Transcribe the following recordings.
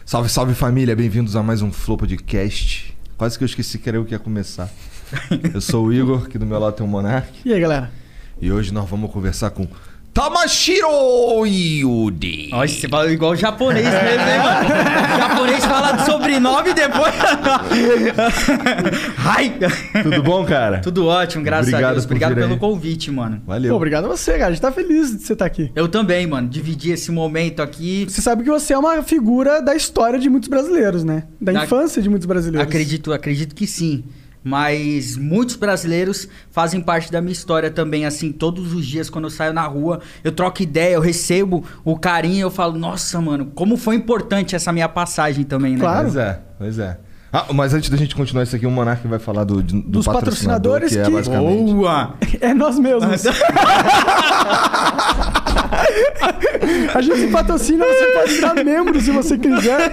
Salve, salve família, bem-vindos a mais um Flow Podcast. Quase que eu esqueci que era eu que ia começar. Eu sou o Igor, aqui do meu lado tem o Monark. E aí, galera? E hoje nós vamos conversar com Tamashiro Yudi. Nossa, você fala igual o japonês mesmo, né, mano? O japonês fala de sobrenome e depois... Ai! Tudo bom, cara? Tudo ótimo, graças a Deus. Obrigado pelo aí. convite, mano. Valeu. Pô, obrigado a você, cara. A gente tá feliz de você estar aqui. Eu também, mano. Dividir esse momento aqui. Você sabe que você é uma figura da história de muitos brasileiros, né? Da infância de muitos brasileiros. Acredito que sim. Mas muitos brasileiros fazem parte da minha história também, assim, todos os dias quando eu saio na rua, eu troco ideia, eu recebo o carinho, eu falo, nossa, mano, como foi importante essa minha passagem também, né? Claro. Pois é. Ah, mas antes da gente continuar isso aqui, o Monark vai falar dos patrocinadores que é basicamente... Boa! É nós mesmos. A gente se patrocina, você pode virar membro se você quiser.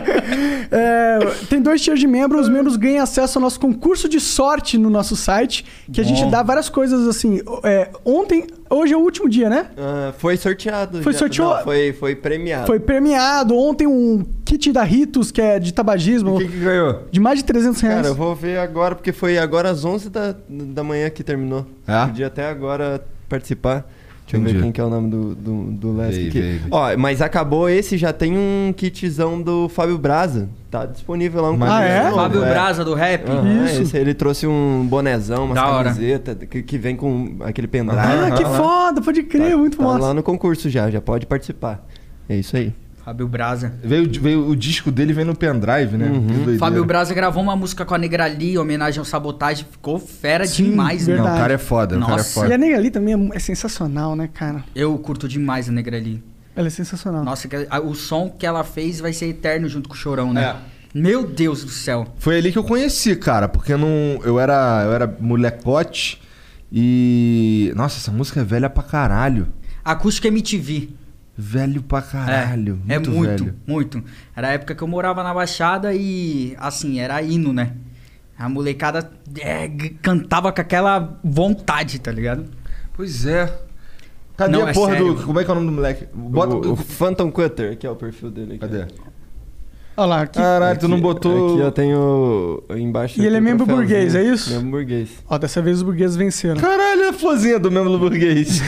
Tem 2 tiers de membros, os membros ganham acesso ao nosso concurso de sorte no nosso site, que a gente dá várias coisas assim. Hoje é o último dia, né? Foi sorteado. Foi sorteado? Não, foi premiado. Foi premiado. Ontem um kit da Ritos, que é de tabagismo. O que ganhou? De mais de 300 reais. Cara, eu vou ver agora, porque foi agora às 11 da manhã que terminou. Podia até agora participar. Deixa eu ver quem que é o nome do Lesk aqui. Ó, mas acabou esse, já tem um kitzão do Fábio Braza. Tá disponível lá. Fábio Braza do rap? Isso. Esse, ele trouxe um bonezão, uma Da camiseta que vem com aquele pendrive. Que foda, pode crer, muito Tá massa. lá no concurso já pode participar. É isso aí. Fábio Braza. Veio o disco dele, vem no pendrive, né? Fábio Braza gravou uma música com a Negrali, em homenagem ao Sabotagem. Ficou fera demais, verdade. Não, o cara é foda, Nossa. E a Negrali também é sensacional, né, cara? Eu curto demais a Negrali. Ela é sensacional. Nossa, o som que ela fez vai ser eterno junto com o Chorão, né? Meu Deus do céu. Foi ali que eu conheci, cara, porque eu era molecote e... Nossa, essa música é velha pra caralho. Acústica MTV. Velho pra caralho. Muito, velho. muito. Era a época que eu morava na Baixada e, assim, era hino, né? A molecada cantava com aquela vontade, tá ligado? Pois é. Cadê Não, a porra sério. Como é que é o nome do moleque? Bota O Phantom Cutter, que é o perfil dele aqui. Cadê? Olha lá, aqui. Caralho, tu não botou... Aqui eu tenho embaixo... E ele é aqui o membro troféuzinho. burguês, é isso? Membro burguês. Ó, dessa vez os burgueses venceram. Caralho, a florzinha do membro burguês.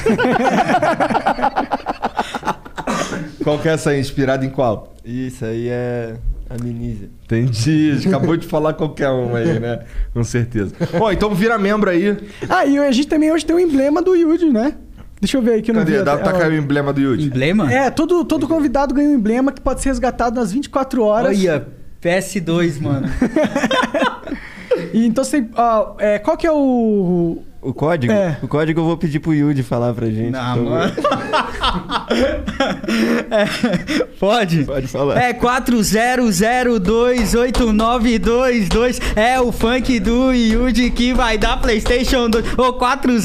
Qual que é essa aí? Inspirada em qual? Isso aí é a Minísia. Entendi. Acabou de falar qualquer uma aí, né? Com certeza. Bom, então vira membro aí. E a gente também hoje tem o emblema do Yudi, né? Deixa eu ver aí que eu não vi. Cadê? Tá caindo o emblema do Yudi. Emblema? Todo convidado ganha um emblema que pode ser resgatado nas 24 horas. Olha, PS2, mano. E então você tem... qual que é o... O código? O código eu vou pedir pro Yudi falar pra gente. Não, mano. Pode? Pode falar. É 40028922. É o funk do Yudi que vai dar PlayStation 2. Ô,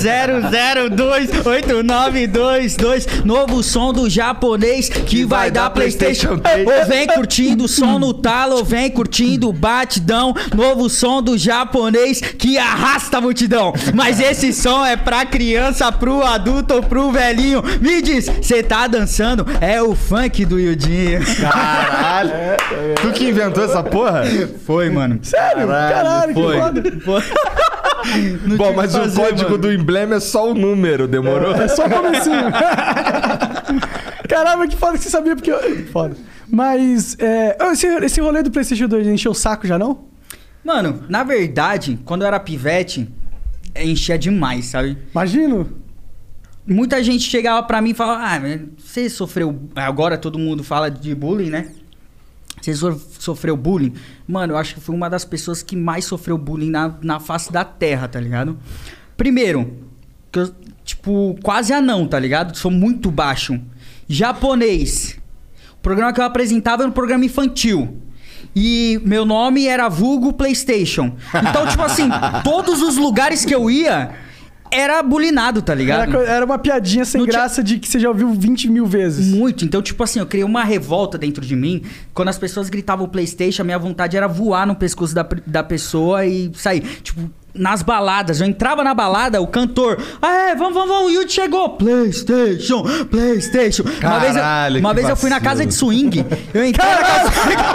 40028922. Novo som do japonês que vai dar PlayStation 3. Ou vem curtindo o som no talo, ou vem curtindo o batidão. Novo som do japonês que arrasta a multidão. Mas esse som é pra criança, pro adulto ou pro velhinho. Me diz, cê tá dançando? É o funk do Yudinho. Caralho. Tu que inventou essa porra? Foi, mano. Sério? Caralho, que foda. Bom, mas o código do emblema é só o número, demorou? É só o comecinho. Caramba, que foda que você sabia, porque... Foda. Mas, esse rolê do PlayStation 2 encheu o saco já, não? Mano, na verdade, quando eu era pivete, enchia demais, sabe? Imagino. Muita gente chegava pra mim e falava, você sofreu... Agora todo mundo fala de bullying, né? Você sofreu bullying? Mano, eu acho que fui uma das pessoas que mais sofreu bullying na face da terra, tá ligado? Primeiro, que eu, quase anão, tá ligado? Sou muito baixo. Japonês. O programa que eu apresentava era um programa infantil. E meu nome era vulgo PlayStation. Então, todos os lugares que eu ia... Era bulinado, tá ligado? Era uma piadinha sem graça de que você já ouviu 20 mil vezes. Muito. Então, eu criei uma revolta dentro de mim. Quando as pessoas gritavam PlayStation, a minha vontade era voar no pescoço da pessoa e sair. nas baladas. Eu entrava na balada, o cantor... vamos, o Yudi chegou. PlayStation. Caralho, uma vez eu fui na casa de swing. Eu entrei na casa de swing.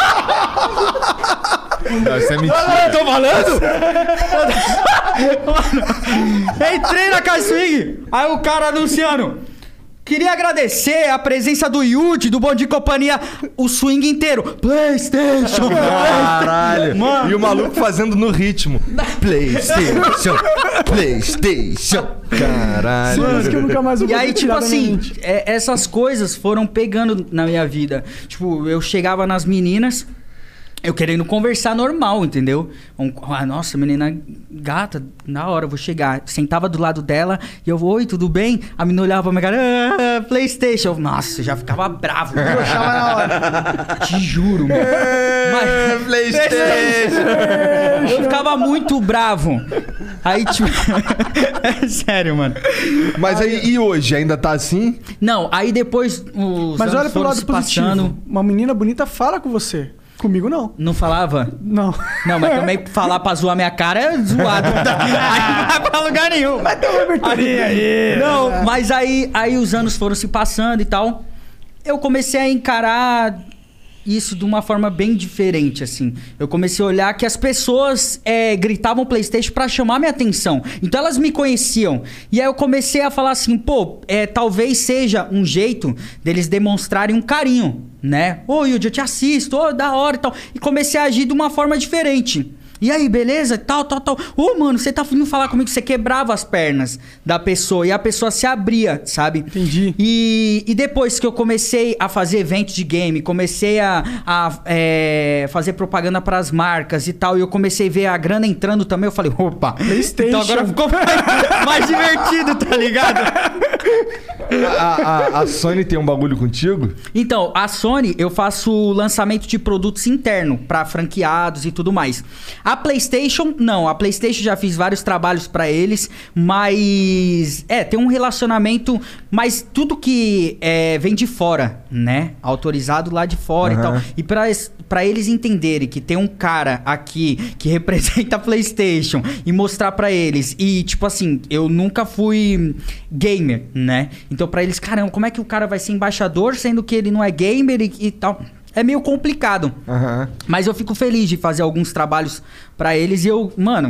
Não, isso é mentira. Eu tô falando? Entrei na casa de swing. Aí o cara anunciando... Queria agradecer a presença do Yudi, do Bom Dia e Companhia, o swing inteiro. PlayStation! Caralho! Mano. E o maluco fazendo no ritmo. PlayStation! Caralho! Mano, que eu nunca mais vou e aí, tipo assim, essas coisas foram pegando na minha vida. Tipo, eu chegava nas meninas... Eu querendo conversar normal, entendeu? Nossa, menina gata, na hora eu vou chegar. Sentava do lado dela e eu vou, oi, tudo bem? A menina olhava pra minha cara, PlayStation. Nossa, eu já ficava bravo. Eu achava na hora. Te juro, mano. PlayStation! Eu ficava muito bravo. Aí, tipo... É sério, mano. Mas aí, e hoje? Ainda tá assim? Não, aí depois Mas olha pelo lado positivo. Uma menina bonita fala com você. Comigo não. Não falava? Não. Não, mas também falar pra zoar minha cara é zoado. Aí não vai pra lugar nenhum. Vai ter uma aberturinha aí. Não, mas aí os anos foram se passando e tal. Eu comecei a encarar isso de uma forma bem diferente, assim. Eu comecei a olhar que as pessoas gritavam PlayStation pra chamar minha atenção. Então elas me conheciam. E aí eu comecei a falar assim, pô, talvez seja um jeito deles demonstrarem um carinho, né? Ô, Yudi, eu te assisto, da hora e tal. E comecei a agir de uma forma diferente. E aí, beleza? Tal. Ô, mano, você tá vindo falar comigo, você quebrava as pernas da pessoa e a pessoa se abria, sabe? Entendi. E depois que eu comecei a fazer eventos de game, comecei a fazer propaganda pras marcas e tal, e eu comecei a ver a grana entrando também, eu falei, opa, PlayStation. Então agora ficou mais divertido, tá ligado? A Sony tem um bagulho contigo? Então, a Sony, eu faço lançamento de produtos interno pra franqueados e tudo mais. A PlayStation, não. A PlayStation já fiz vários trabalhos pra eles, mas... tem um relacionamento, mas tudo que vem de fora, né? Autorizado lá de fora e tal. E pra eles entenderem que tem um cara aqui que representa a PlayStation e mostrar pra eles. E, tipo assim, eu nunca fui gamer, né? Então, pra eles, caramba, como é que o cara vai ser embaixador sendo que ele não é gamer e tal... É meio complicado. Mas eu fico feliz de fazer alguns trabalhos pra eles. E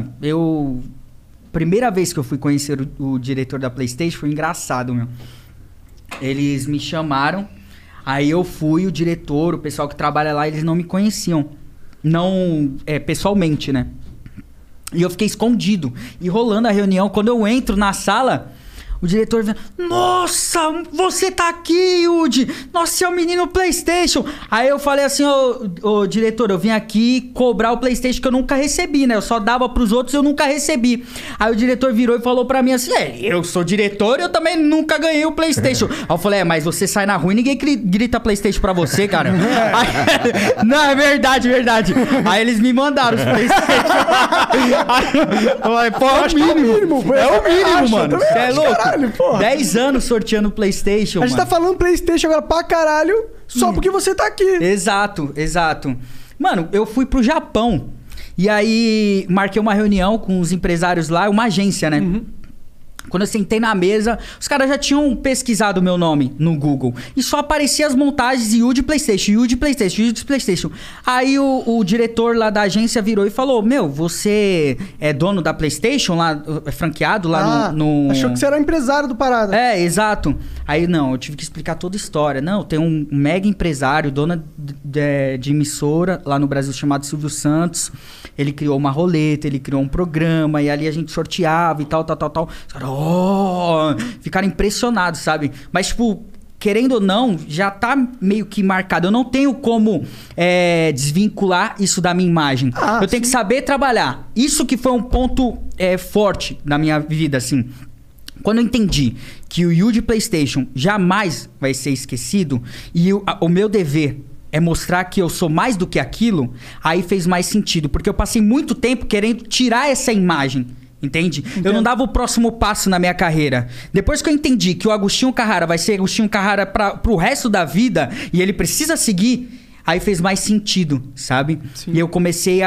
primeira vez que eu fui conhecer o diretor da PlayStation foi engraçado, meu. Eles me chamaram. Aí eu fui, o diretor, o pessoal que trabalha lá, eles não me conheciam. Não, pessoalmente, né? E eu fiquei escondido. E rolando a reunião, quando eu entro na sala... O diretor vem, nossa, você tá aqui, Yudi. Nossa, é o menino PlayStation. Aí eu falei assim, ô diretor, eu vim aqui cobrar o PlayStation que eu nunca recebi, né? Eu só dava pros outros e eu nunca recebi. Aí o diretor virou e falou pra mim assim, eu sou diretor e eu também nunca ganhei o PlayStation. Aí eu falei, mas você sai na rua e ninguém grita PlayStation pra você, cara. Aí, não, é verdade. Aí eles me mandaram os PlayStation. Aí eu falei, pô, é o mínimo, mano. Você é louco? Caralho, 10 anos sorteando PlayStation, A gente tá falando PlayStation agora pra caralho só porque você tá aqui. Exato. Mano, eu fui pro Japão e aí marquei uma reunião com os empresários lá, uma agência, né? Quando eu sentei na mesa, os caras já tinham pesquisado o meu nome no Google. E só aparecia as montagens Yudi PlayStation. Aí o diretor lá da agência virou e falou, meu, você é dono da PlayStation lá, é franqueado lá no... Achou que você era empresário do parada. Exato. Aí não, eu tive que explicar toda a história. Não, tem um mega empresário, dona de emissora lá no Brasil chamado Silvio Santos. Ele criou uma roleta, ele criou um programa e ali a gente sorteava e tal. Os caras, ficaram impressionados, sabe? Mas, tipo, querendo ou não, já tá meio que marcado. Eu não tenho como desvincular isso da minha imagem. Eu tenho que saber trabalhar. Isso que foi um ponto forte na minha vida, assim. Quando eu entendi que o Yudi PlayStation jamais vai ser esquecido e o meu dever é mostrar que eu sou mais do que aquilo, aí fez mais sentido. Porque eu passei muito tempo querendo tirar essa imagem. Entende? Eu não dava o próximo passo na minha carreira. Depois que eu entendi que o Agostinho Carrara vai ser Agostinho Carrara pro resto da vida e ele precisa seguir, aí fez mais sentido, sabe? Sim. E eu comecei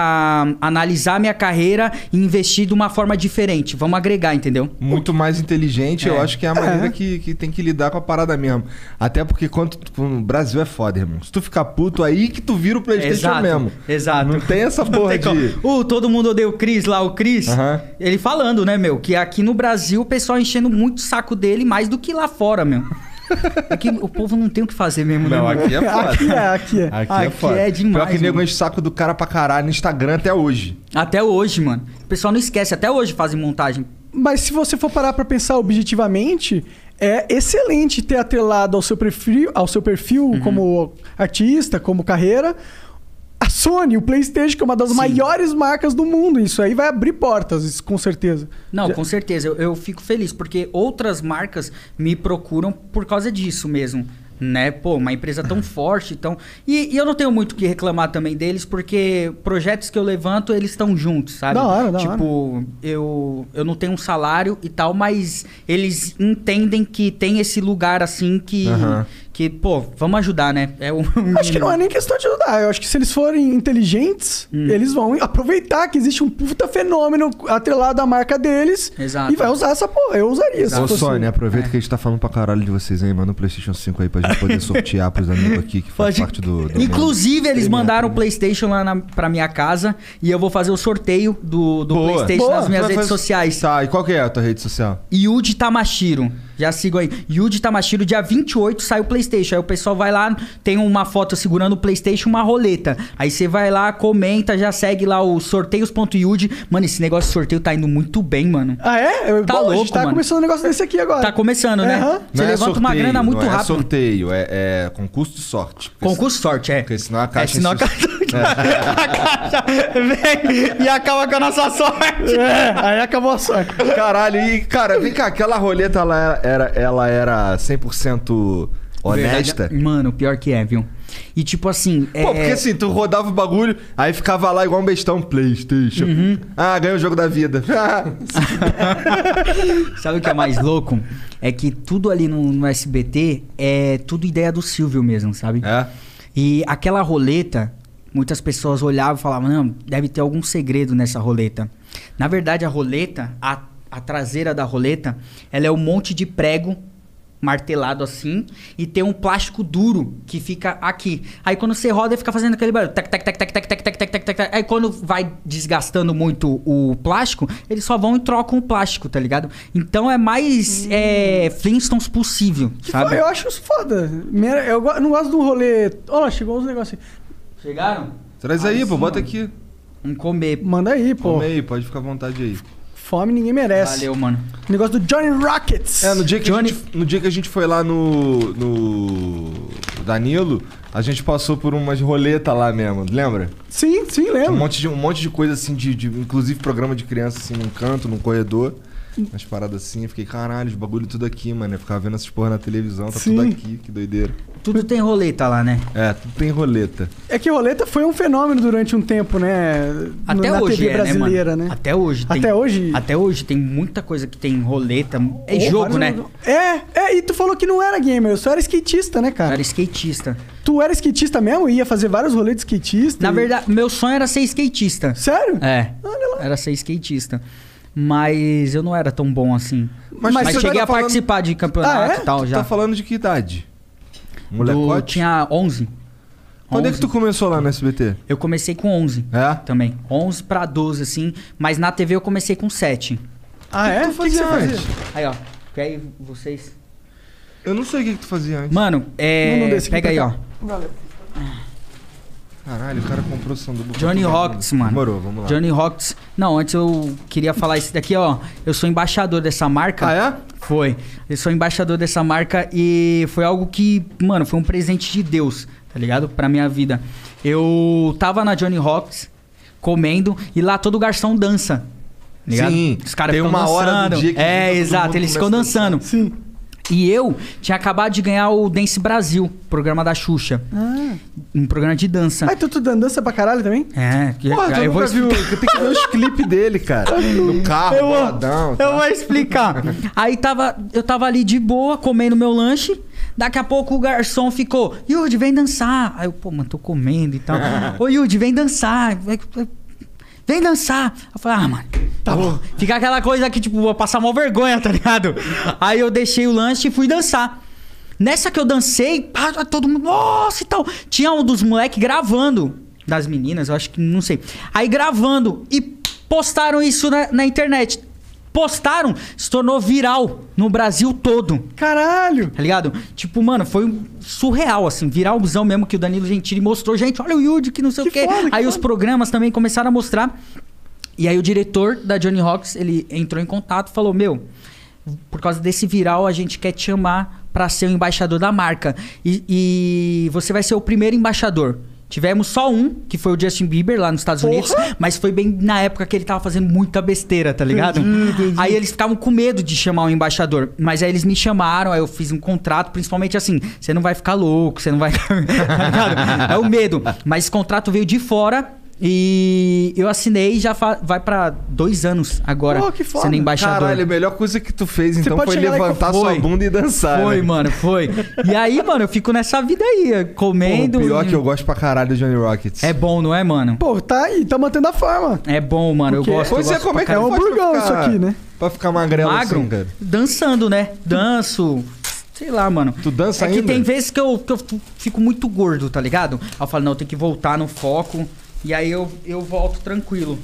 a analisar minha carreira e investir de uma forma diferente. Vamos agregar, entendeu? Muito mais inteligente, eu acho que é a maneira que tem que lidar com a parada mesmo. Até porque quando o Brasil é foda, irmão. Se tu ficar puto, aí que tu vira o PlayStation mesmo. Exato. Não tem essa porra de... todo mundo odeia o Chris lá, o Chris. Ele falando, né, meu? Que aqui no Brasil o pessoal enchendo muito o saco dele mais do que lá fora, meu. Aqui o povo não tem o que fazer mesmo, não, né? Aqui é foda. Aqui é foda. É demais. Pior que nego enche o saco do cara pra caralho no Instagram até hoje. Até hoje, mano. O pessoal não esquece, até hoje fazem montagem. Mas se você for parar pra pensar objetivamente, é excelente ter atrelado ao seu perfil como artista, como carreira, a Sony, o PlayStation, que é uma das maiores marcas do mundo. Isso aí vai abrir portas, isso, com certeza. Não, com certeza. Eu fico feliz, porque outras marcas me procuram por causa disso mesmo. Né? Pô, uma empresa tão forte, tão... E eu não tenho muito o que reclamar também deles, porque projetos que eu levanto, eles estão juntos, sabe? Da hora. Tipo, eu não tenho um salário e tal, mas eles entendem que tem esse lugar assim que, pô, vamos ajudar, né? Acho que não é nem questão de ajudar. Eu acho que se eles forem inteligentes, eles vão aproveitar que existe um puta fenômeno atrelado à marca deles. Exato. E vai usar essa porra. Eu usaria. Ô, Sony, aproveita que a gente tá falando pra caralho de vocês aí. Manda o PlayStation 5 aí pra gente poder sortear pros amigos aqui que faz parte do Inclusive, eles mandaram o PlayStation lá pra minha casa e eu vou fazer o sorteio do PlayStation nas minhas redes sociais. Tá, e qual que é a tua rede social? Yuji Tamashiro. Já sigo aí. Yuji Tamashiro, dia 28 sai o PlayStation. Aí o pessoal vai lá, tem uma foto segurando o PlayStation, uma roleta. Aí você vai lá, comenta, já segue lá o sorteios.yuji. Mano, esse negócio de sorteio tá indo muito bem, mano. Ah, é? Tá louco, a gente tá mano. começando um negócio desse aqui agora. Tá começando, né? Você levanta uma grana muito rápido. Não é sorteio, é concurso de sorte. Concurso de sorte, é. Porque senão a caixa... senão a caixa vem e acaba com a nossa sorte. Aí acabou a sorte. Caralho, e cara, vem cá, aquela roleta ela era 100% honesta? Verdade. Mano, pior que é, viu? E tipo assim... Pô, porque assim, tu rodava o bagulho, aí ficava lá igual um bestão, PlayStation. Ah, ganhou o jogo da vida. Sabe o que é mais louco? É que tudo ali no SBT é tudo ideia do Silvio mesmo, sabe? É. E aquela roleta, muitas pessoas olhavam e falavam, não, deve ter algum segredo nessa roleta. Na verdade, a roleta, a traseira da roleta, ela é um monte de prego martelado assim e tem um plástico duro que fica aqui. Aí quando você roda, fica fazendo aquele barulho. Tac, tac, tac, tac, tac, tac, tac, tac, tac, tac. Aí quando vai desgastando muito o plástico, eles só vão e trocam o plástico, tá ligado? Então é mais Flintstones possível, sabe? Eu acho isso foda. Eu não gosto de um rolê... Olha lá, chegou uns negócios aí. Chegaram? Traz aí, pô, bota aqui. Vamos comer. Manda aí, pô. Come aí, pode ficar à vontade aí. Fome ninguém merece. Valeu, mano. Negócio do Johnny Rockets. No dia que a gente foi lá no Danilo, a gente passou por umas roletas lá mesmo, lembra? Sim, lembro. Um monte de coisa assim, inclusive programa de criança assim, num canto, num corredor. Umas paradas assim, eu fiquei, caralho, os bagulho tudo aqui, mano. Eu ficava vendo essas porra na televisão, tá tudo aqui, que doideira. Tudo tem roleta lá, né? Tudo tem roleta. É que roleta foi um fenômeno durante um tempo, né? Até na hoje TV brasileira, né? Até hoje. Até hoje tem muita coisa que tem roleta. É jogo, né? E tu falou que não era gamer, eu só era skatista, né, cara? Era skatista. Tu era skatista mesmo? Ia fazer vários rolês de skatista? Na verdade, meu sonho era ser skatista. Sério? É. Olha lá. Era ser skatista. Mas eu não era tão bom assim. Mas cheguei a participar de campeonato e tal. Tu já. tá falando de que idade? Molecote? Tinha 11. Quando é que tu começou lá no SBT? Eu comecei com 11 também. 11 pra 12, assim. Mas na TV eu comecei com 7. Ah, é? O que você fazia? Aí, ó. Quer aí vocês? Eu não sei o que tu fazia antes. Mano, pega aí, ó. Valeu. Caralho, o cara comprou o sanduíche. Johnny Rockets, mano. Demorou, vamos lá. Johnny Rockets. Não, antes eu queria falar isso daqui, ó. Eu sou embaixador dessa marca. Ah, é? Foi. Eu sou embaixador dessa marca e foi algo que, mano, foi um presente de Deus, tá ligado? Pra minha vida. Eu tava na Johnny Rockets comendo e lá todo garçom dança. Ligado? Sim. Os caras tem ficam uma dançando. hora do dia que exato. Eles ficam dançando. Sim. E eu tinha acabado de ganhar o Dance Brasil, programa da Xuxa. Um programa de dança. Ah, tu dança pra caralho também? Porra, eu nunca vi. Eu tenho que ver os clipes dele, cara. No carro, boladão. Eu vou explicar. Aí eu tava ali de boa, comendo meu lanche. Daqui a pouco o garçom ficou, Yudi, vem dançar. Aí eu, pô, mano, tô comendo e tal. Ô, Yudi, vem dançar. Vem dançar. Eu falei, mano, tá bom. Fica aquela coisa que, tipo, vou passar mal vergonha, tá ligado? Aí eu deixei o lanche e fui dançar. Nessa que eu dancei, todo mundo, nossa e tal. Tinha um dos moleques gravando, das meninas, eu acho que, não sei. Aí gravando e postaram isso na internet. Postaram, se tornou viral no Brasil todo. Caralho! Tá ligado? Tipo, mano, foi surreal, assim, viralzão mesmo que o Danilo Gentili mostrou. Gente, olha o Yudi, que não sei o quê. Aí os programas também começaram a mostrar. E aí o diretor da Johnny Rocks, ele entrou em contato e falou, por causa desse viral, a gente quer te chamar pra ser o embaixador da marca. E você vai ser o primeiro embaixador. Tivemos só um, que foi o Justin Bieber, lá nos Estados Unidos. Mas foi bem na época que ele tava fazendo muita besteira, tá ligado? Entendi. Aí eles ficavam com medo de chamar um embaixador. Mas aí eles me chamaram, aí eu fiz um contrato, principalmente assim, você não vai ficar louco, você não vai... tá ligado? É o medo. Mas esse contrato veio de fora... E eu assinei e já vai pra 2 anos agora sendo embaixador. Caralho, a melhor coisa que tu fez então foi levantar sua bunda e dançar. Foi, né? Mano, foi. E aí, mano, eu fico nessa vida aí, comendo. Pô, pior que eu gosto pra caralho do Johnny Rockets. É bom, não é, mano? Pô, tá aí, tá mantendo a forma. É bom, mano, eu gosto. Pois é, como é que é um hamburgão isso aqui, né? Pra ficar magrelo assim, cara. Dançando, né? Danço. Sei lá, mano. Tu dança ainda? É que tem vezes que eu fico muito gordo, tá ligado? Aí eu falo, não, eu tenho que voltar no foco. E aí eu volto tranquilo.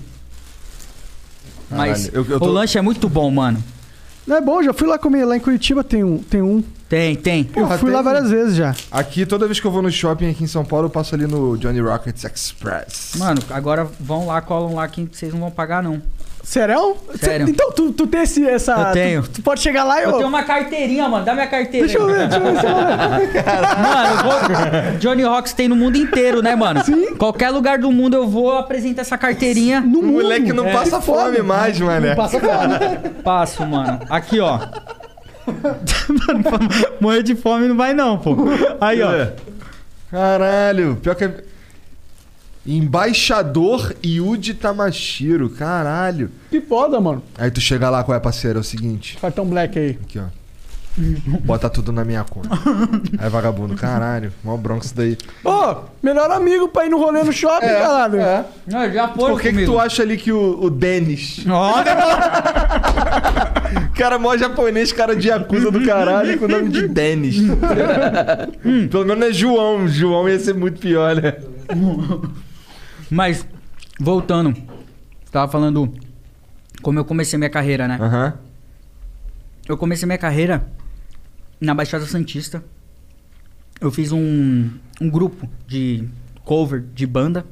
Mas o lanche é muito bom, mano. Não é bom, já fui lá comer. Lá em Curitiba tem um. Tem. Eu fui lá várias vezes já. Aqui, toda vez que eu vou no shopping aqui em São Paulo, eu passo ali no Johnny Rockets Express. Mano, agora vão lá, colam lá que vocês não vão pagar, não. Sério? Então, tu tem essa... Eu tenho. Tu pode chegar lá e eu tenho uma carteirinha, mano. Dá minha carteira. Deixa eu ver. Mano, Johnny Rocks tem no mundo inteiro, né, mano? Sim. Qualquer lugar do mundo eu vou apresentar essa carteirinha. O moleque não passa fome mais, mano. Não passa fome. Passo, mano. Aqui, ó. Mano, morrer de fome não vai não, pô. Aí, ó. Caralho. Pior que é... Embaixador Yuji Tamashiro, caralho. Que foda, mano. Aí tu chega lá, qual é, parceiro? É o seguinte. Cartão black aí. Aqui, ó. Bota tudo na minha conta. Aí, vagabundo, caralho. Mó bronco isso daí. Pô, melhor amigo pra ir no rolê no shopping, caralho. Não, já foi. Por que tu acha ali que o Dennis... Cara, mó japonês, cara de Yakuza do caralho, com o nome de Dennis. Pelo menos é João. João ia ser muito pior, né? Mas, voltando, tava falando como eu comecei minha carreira, né? Aham. Eu comecei minha carreira na Baixada Santista. Eu fiz um grupo de cover de banda.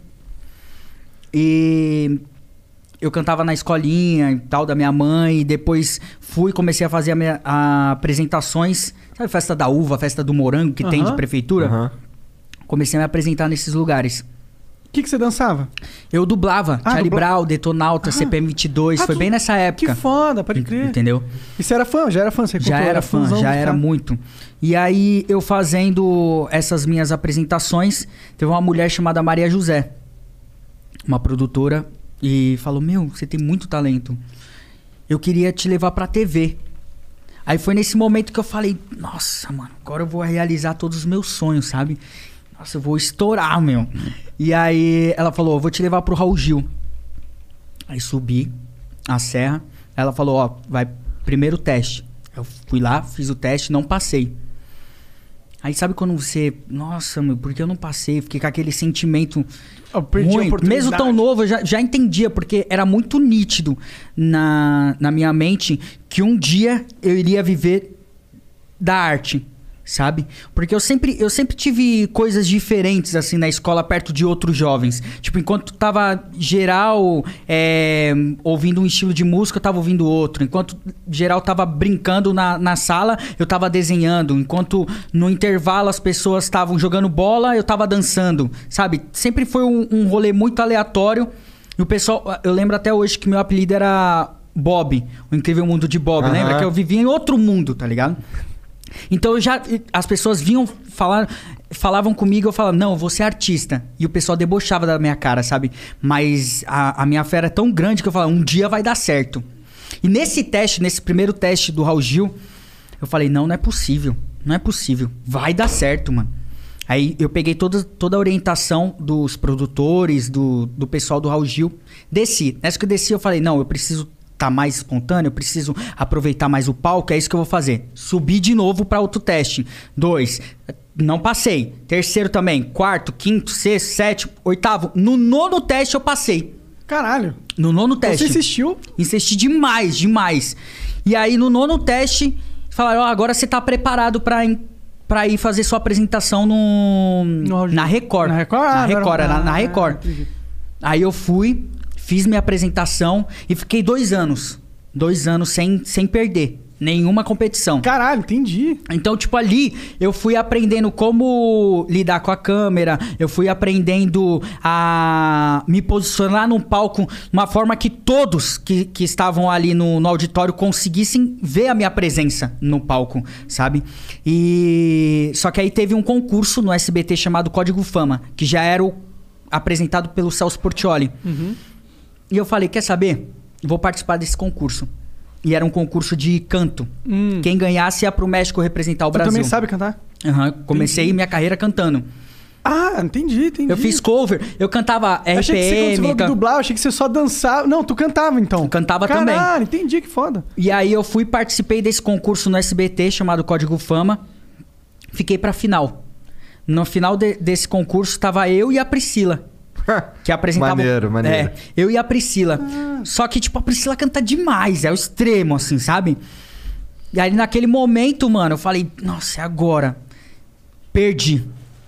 E eu cantava na escolinha e tal da minha mãe. E depois comecei a fazer apresentações. Sabe, festa da uva, festa do morango que tem de prefeitura? Comecei a me apresentar nesses lugares. O que você dançava? Eu dublava. Charlie Brown, Detonauta, CPM 22. Foi bem nessa época. Que foda, pode crer. Entendeu? E você era fã? Já era fã? Você já era fã, já era muito. E aí, eu fazendo essas minhas apresentações, teve uma mulher chamada Maria José. Uma produtora. E falou, você tem muito talento. Eu queria te levar pra TV. Aí foi nesse momento que eu falei, nossa, mano, agora eu vou realizar todos os meus sonhos, sabe? Nossa, eu vou estourar, meu. E aí ela falou, eu vou te levar pro Raul Gil. Aí subi a serra. Ela falou, vai primeiro teste. Eu fui lá, fiz o teste, não passei. Aí sabe quando você... Nossa, meu, por que eu não passei? Fiquei com aquele sentimento ruim. Mesmo tão novo, eu já entendia. Porque era muito nítido na minha mente que um dia eu iria viver da arte. Sabe? Porque eu sempre tive coisas diferentes, assim, na escola, perto de outros jovens. Tipo, enquanto tava geral ouvindo um estilo de música, eu tava ouvindo outro. Enquanto geral tava brincando na sala, eu tava desenhando. Enquanto no intervalo as pessoas estavam jogando bola, eu tava dançando. Sabe? Sempre foi um rolê muito aleatório. E o pessoal... Eu lembro até hoje que meu apelido era Bob. O Incrível Mundo de Bob. Lembra? Que eu vivia em outro mundo, tá ligado? Então as pessoas falavam comigo, eu falava, não, eu vou ser artista. E o pessoal debochava da minha cara, sabe? Mas a minha fé era tão grande que eu falava, um dia vai dar certo. E nesse primeiro teste do Raul Gil, eu falei, não é possível. não é possível. Vai dar certo, mano. Aí eu peguei toda a orientação dos produtores, do pessoal do Raul Gil. Desci. Nessa que eu desci, eu falei, não, eu preciso estar mais espontâneo, eu preciso aproveitar mais o palco, é isso que eu vou fazer. Subi de novo para outro teste. 2, não passei. 3º também. 4º, 5º, 6º, 7º, 8º. No 9º teste eu passei. Caralho. No 9º teste. Você insistiu? Insisti demais. E aí no 9º teste, falaram, agora você tá preparado pra ir fazer sua apresentação na Record. Na Record? Na Record. Aí eu fui, fiz minha apresentação e fiquei 2 anos. 2 anos sem perder nenhuma competição. Caralho, entendi. Então, tipo, ali eu fui aprendendo como lidar com a câmera, eu fui aprendendo a me posicionar num palco de uma forma que todos que estavam ali no auditório conseguissem ver a minha presença no palco, sabe? Só que aí teve um concurso no SBT chamado Código Fama, que já era apresentado pelo Celso Portiolli. Uhum. E eu falei, quer saber? Vou participar desse concurso. E era um concurso de canto. Quem ganhasse ia pro México representar o Brasil. Você também sabe cantar? Comecei minha carreira cantando. Ah, entendi. Eu fiz cover, eu cantava RPM. Achei que você falou dublar, eu achei que você só dançava. Não, tu cantava então. Cantava também. Caralho, entendi, que foda. E aí eu participei desse concurso no SBT chamado Código Fama. Fiquei pra final. No final desse concurso tava eu e a Priscila. Que apresentava... Maneiro. Eu e a Priscila. Só que, tipo, a Priscila canta demais. É o extremo, assim, sabe? E aí, naquele momento, mano, eu falei... Nossa, é agora. Perdi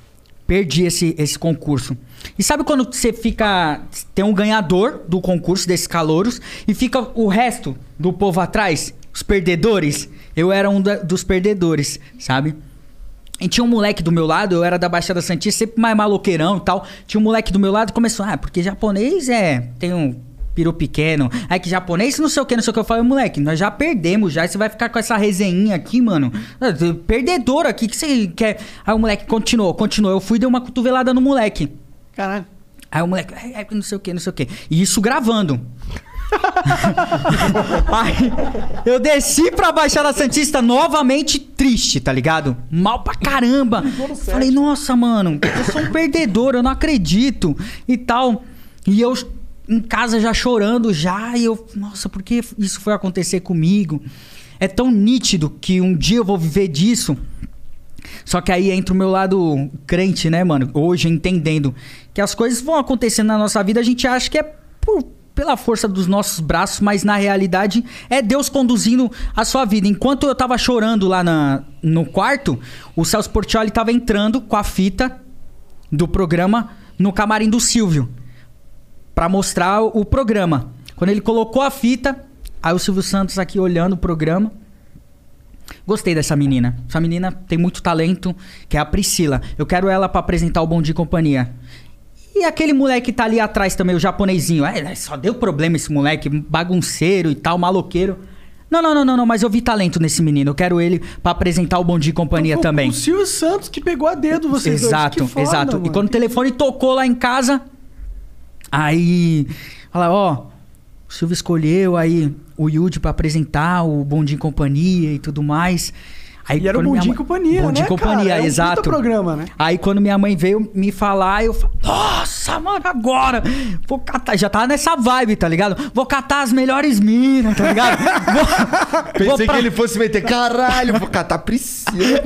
esse concurso. E sabe quando você fica... Tem um ganhador do concurso, desses calouros, e fica o resto do povo atrás? Os perdedores? Eu era um dos perdedores, sabe? E tinha um moleque do meu lado, eu era da Baixada Santista, sempre mais maloqueirão e tal. Tinha um moleque do meu lado e começou, porque japonês tem um peru pequeno. Aí que japonês não sei o que. Eu falei, moleque, nós já perdemos já. Você vai ficar com essa resenha aqui, mano. Perdedor aqui, que você quer? Aí o moleque continuou. Eu fui e dei uma cotovelada no moleque. Caralho. Aí o moleque, não sei o que. E isso gravando. Aí eu desci pra Baixada Santista novamente triste, tá ligado? Mal pra caramba. Falei, nossa, mano, eu sou um perdedor, eu não acredito e tal. E eu em casa já chorando já. E eu, nossa, por que isso foi acontecer comigo? É tão nítido que um dia eu vou viver disso. Só que aí entra o meu lado crente, né, mano? Hoje entendendo que as coisas vão acontecendo na nossa vida, a gente acha que é pela força dos nossos braços, mas na realidade é Deus conduzindo a sua vida. Enquanto eu tava chorando lá no quarto, o Celso Portiolli tava entrando com a fita do programa no camarim do Silvio pra mostrar o programa. Quando ele colocou a fita, aí o Silvio Santos aqui olhando o programa. Gostei dessa menina. Essa menina tem muito talento, que é a Priscila. Eu quero ela pra apresentar o Bom Dia e Companhia. E aquele moleque que tá ali atrás também, o japonesinho. Só deu problema esse moleque, bagunceiro e tal, maloqueiro. Não, mas eu vi talento nesse menino. Eu quero ele pra apresentar o Bom Dia e Companhia também. O Silvio Santos que pegou a dedo vocês dois. Que foda, exato. Mano. E quando o telefone tocou lá em casa, aí... Fala, o Silvio escolheu aí o Yudi pra apresentar o Bom Dia e Companhia e tudo mais... Aí, e era o Bom Dia e Companhia, Bom Dia e Companhia, cara? exato. Programa, né? Aí quando minha mãe veio me falar, eu falei, nossa, mano, agora vou catar, já tava nessa vibe, tá ligado? Vou catar as melhores minas, tá ligado? Pensei que ele fosse meter, caralho, vou catar Priscila.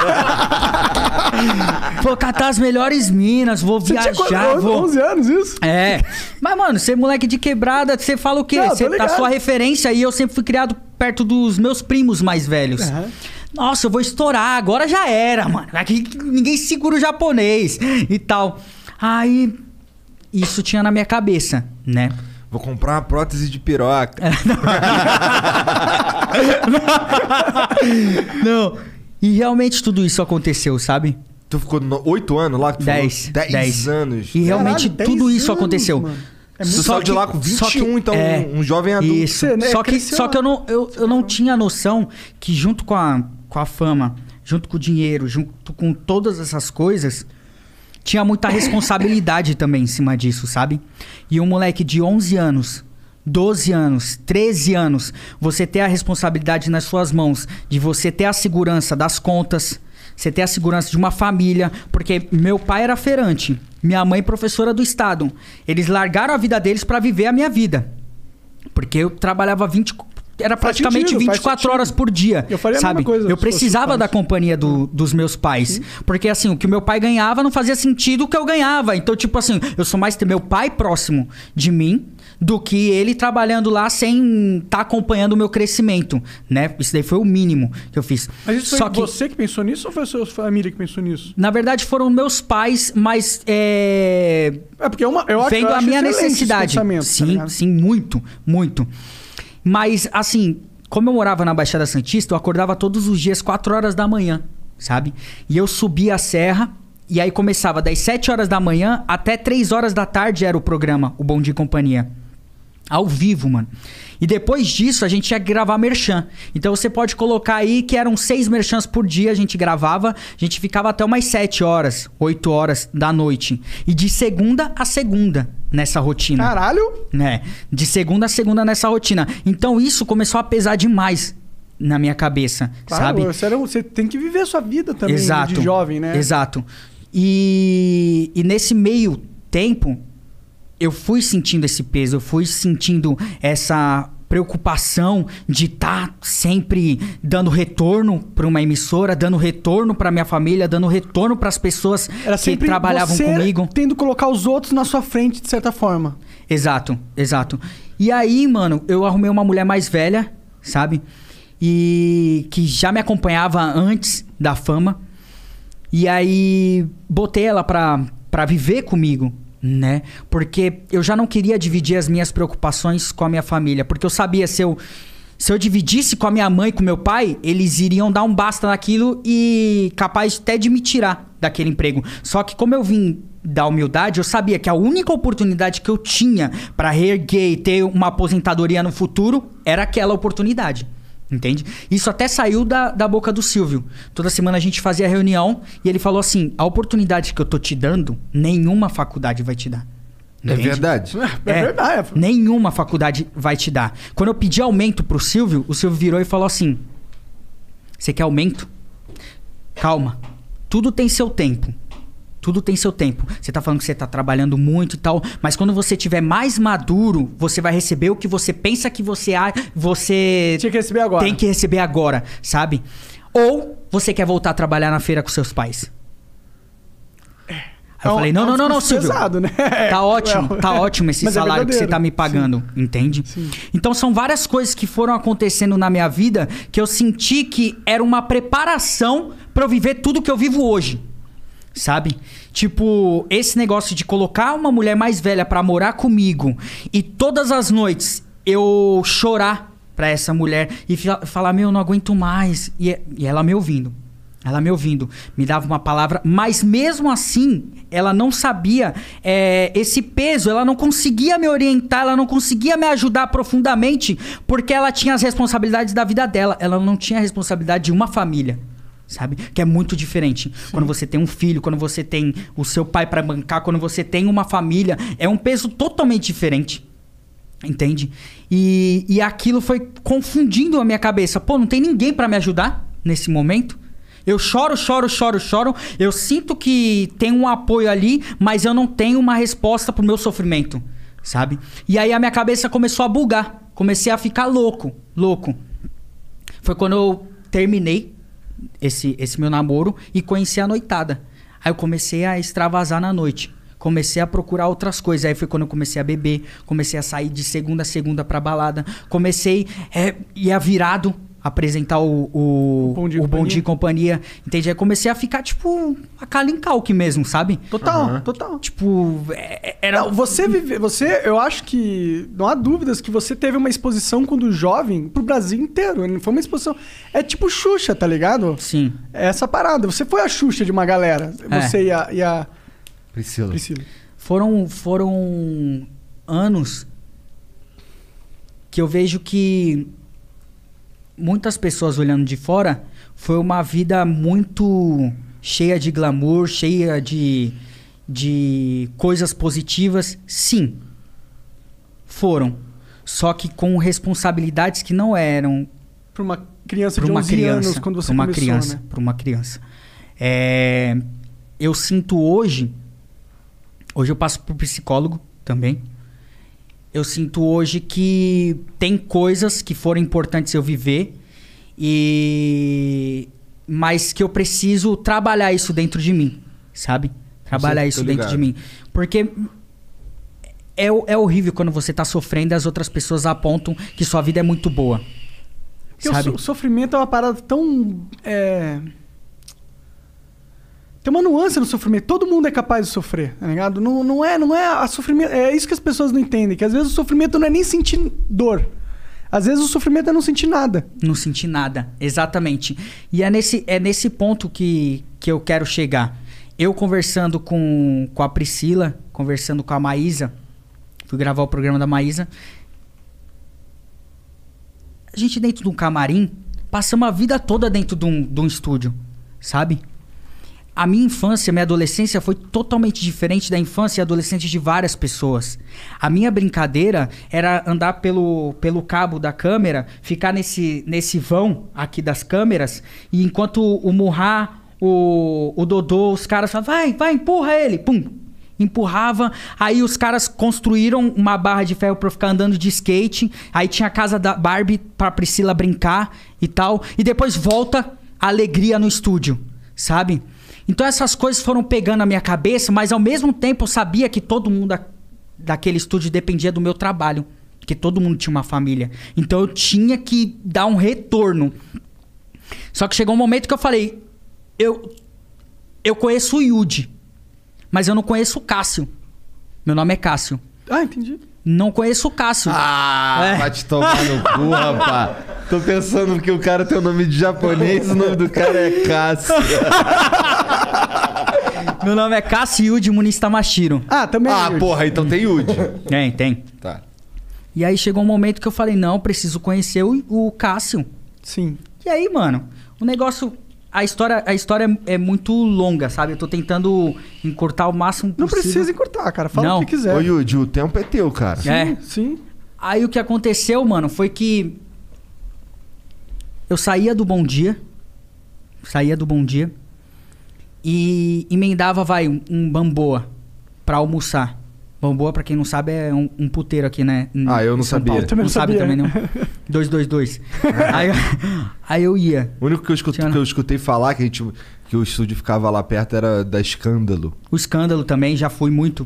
Vou catar as melhores minas, vou viajar. Tinha 11 anos isso? É. Mas, mano, ser moleque de quebrada, você fala o quê? A sua referência, e eu sempre fui criado perto dos meus primos mais velhos. Uhum. Nossa, eu vou estourar, agora já era, mano. Aqui ninguém segura o japonês e tal. Aí, isso tinha na minha cabeça, né? Vou comprar uma prótese de piroca. Não. E realmente tudo isso aconteceu, sabe? Tu ficou 8 anos lá? 10 anos. E realmente tudo isso aconteceu. Mano. Você saiu de lá com 21, então um jovem adulto. Isso. Só que eu não tinha noção que junto com a fama, junto com o dinheiro, junto com todas essas coisas, tinha muita responsabilidade também em cima disso, sabe? E um moleque de 11 anos 12 anos, 13 anos, você ter a responsabilidade nas suas mãos, de você ter a segurança das contas, você ter a segurança de uma família, porque meu pai era feirante, minha mãe professora do estado. Eles largaram a vida deles para viver a minha vida. Porque eu trabalhava era praticamente 24 horas por dia. Eu faria sabe? A mesma coisa. Eu precisava da companhia dos meus pais. Sim. Porque assim, o que o meu pai ganhava não fazia sentido o que eu ganhava. Então, tipo assim, eu sou mais ter meu pai próximo de mim do que ele trabalhando lá sem estar acompanhando o meu crescimento, né? Isso daí foi o mínimo que eu fiz. Mas isso foi você que pensou nisso ou foi a sua família que pensou nisso? Na verdade, foram meus pais, mas porque eu acho, vendo a minha necessidade. Sim, tá sim, muito, muito. Mas, assim, como eu morava na Baixada Santista, eu acordava todos os dias 4 horas da manhã, sabe? E eu subia a serra, e aí começava das 7 horas da manhã até 3 horas da tarde era o programa, o Bom Dia e Companhia. Ao vivo, mano. E depois disso, a gente ia gravar merchan. Então, você pode colocar aí que eram 6 merchans por dia, a gente gravava. A gente ficava até umas 7 horas, 8 horas da noite. E de segunda a segunda nessa rotina. Caralho! Né? De segunda a segunda nessa rotina. Então, isso começou a pesar demais na minha cabeça, claro, sabe? Você tem que viver a sua vida também. Exato, de jovem, né? Exato. E nesse meio tempo, eu fui sentindo esse peso, eu fui sentindo essa preocupação de estar sempre dando retorno para uma emissora, dando retorno para minha família, dando retorno para as pessoas que trabalhavam comigo. Tendo que colocar os outros na sua frente, de certa forma. Exato, exato. E aí, mano, eu arrumei uma mulher mais velha, sabe? E que já me acompanhava antes da fama. E aí, botei ela pra viver comigo, né? Porque eu já não queria dividir as minhas preocupações com a minha família. Porque eu sabia, se eu dividisse com a minha mãe e com meu pai, eles iriam dar um basta naquilo e capaz até de me tirar daquele emprego. Só que como eu vim da humildade, eu sabia que a única oportunidade que eu tinha pra reerguer e ter uma aposentadoria no futuro era aquela oportunidade. Entende? Isso até saiu da boca do Silvio. Toda semana a gente fazia reunião e ele falou assim: a oportunidade que eu tô te dando, nenhuma faculdade vai te dar. Entende? É verdade. É verdade. Nenhuma faculdade vai te dar. Quando eu pedi aumento pro Silvio, o Silvio virou e falou assim: você quer aumento? Calma. Tudo tem seu tempo. Tudo tem seu tempo. Você tá falando que você tá trabalhando muito e tal, mas quando você tiver mais maduro, você vai receber o que você pensa que você tinha que receber agora. Tem que receber agora, sabe? Ou você quer voltar a trabalhar na feira com seus pais? Aí eu falei, não, Silvio. Pesado, né? Tá ótimo esse salário que você tá me pagando, sim. Entende? Sim. Então são várias coisas que foram acontecendo na minha vida que eu senti que era uma preparação pra eu viver tudo que eu vivo hoje. Sabe? Tipo, esse negócio de colocar uma mulher mais velha pra morar comigo e todas as noites eu chorar pra essa mulher e falar, meu, eu não aguento mais. E ela me ouvindo. Ela me ouvindo. Me dava uma palavra, mas mesmo assim, ela não sabia esse peso, ela não conseguia me orientar, ela não conseguia me ajudar profundamente porque ela tinha as responsabilidades da vida dela. Ela não tinha a responsabilidade de uma família. Sabe? Que é muito diferente. Sim. Quando você tem um filho, quando você tem o seu pai pra bancar, quando você tem uma família, é um peso totalmente diferente. Entende? E aquilo foi confundindo a minha cabeça. Pô, não tem ninguém pra me ajudar nesse momento? Eu choro. Eu sinto que tem um apoio ali, mas eu não tenho uma resposta pro meu sofrimento. Sabe? E aí a minha cabeça começou a bugar. Comecei a ficar louco. Foi quando eu terminei esse meu namoro e conheci a noitada. Aí eu comecei a extravasar na noite. Comecei a procurar outras coisas. Aí foi quando eu comecei a beber. Comecei a sair de segunda a segunda pra balada. Comecei ia virado apresentar o Bom Dia e Companhia. Entende? Aí comecei a ficar, tipo, a Kalinkauke mesmo, sabe? Total. Tipo, era... Não, eu acho que não há dúvidas que você teve uma exposição quando jovem pro Brasil inteiro. Foi uma exposição... É tipo Xuxa, tá ligado? Sim. É essa parada. Você foi a Xuxa de uma galera. Você e a... Priscila. Foram anos que eu vejo que muitas pessoas olhando de fora, foi uma vida muito cheia de glamour, cheia de coisas positivas. Sim, foram. só que com responsabilidades que não eram... Para uma criança de 11 anos, quando você começou, né? Para uma criança. Eu sinto hoje... Hoje eu passo por psicólogo também. Eu sinto hoje que tem coisas que foram importantes eu viver, mas que eu preciso trabalhar isso dentro de mim, sabe? Trabalhar isso dentro de mim. Porque é horrível quando você tá sofrendo e as outras pessoas apontam que sua vida é muito boa. Porque o sofrimento é uma parada tão... Tem uma nuance no sofrimento. Todo mundo é capaz de sofrer, tá ligado? Não é a sofrimento... É isso que as pessoas não entendem. Que às vezes o sofrimento não é nem sentir dor. Às vezes o sofrimento é não sentir nada. Não sentir nada, exatamente. E é nesse ponto que eu quero chegar. Eu conversando com a Priscila, conversando com a Maísa, fui gravar o programa da Maísa. A gente dentro de um camarim, passamos a vida toda dentro de um estúdio, sabe? A minha infância, minha adolescência foi totalmente diferente da infância e adolescência de várias pessoas. A minha brincadeira era andar pelo cabo da câmera, ficar nesse vão aqui das câmeras, e enquanto o Murra, o Dodô, os caras falavam, vai, empurra ele, pum, empurrava. Aí os caras construíram uma barra de ferro pra eu ficar andando de skate, aí tinha a casa da Barbie pra Priscila brincar e tal, e depois volta a alegria no estúdio, sabe? Então essas coisas foram pegando na minha cabeça, mas ao mesmo tempo eu sabia que todo mundo daquele estúdio dependia do meu trabalho, que todo mundo tinha uma família. Então eu tinha que dar um retorno. Só que chegou um momento que eu falei, eu conheço o Yudi, mas eu não conheço o Cássio. Meu nome é Cássio. Ah, entendi. Não conheço o Cássio. Vai te tomar no cu, rapaz. Tô pensando que o cara tem o nome de japonês, o nome do cara é Cássio. Meu nome é Cássio Yudi Muniz Tamashiro. Também é Yudi. Porra, então tem Yudi. Tem. Tá. E aí chegou um momento que eu falei, não, preciso conhecer o Cássio. Sim. E aí, mano, o negócio... A história é muito longa, sabe? Eu tô tentando encurtar o máximo possível. Não precisa encurtar, cara. Fala o que quiser. Ô, Yudi, o tempo é teu, cara. Sim. Aí o que aconteceu, mano, foi que... Eu saía do Bom Dia. E emendava, um Bamboa pra almoçar. Bamboa, pra quem não sabe, é um puteiro aqui, né? Eu não sabia. Eu também não sabe também, não. 222. Aí eu ia. O único que eu escutei falar que o estúdio ficava lá perto era da Escândalo. O Escândalo também, já fui muito.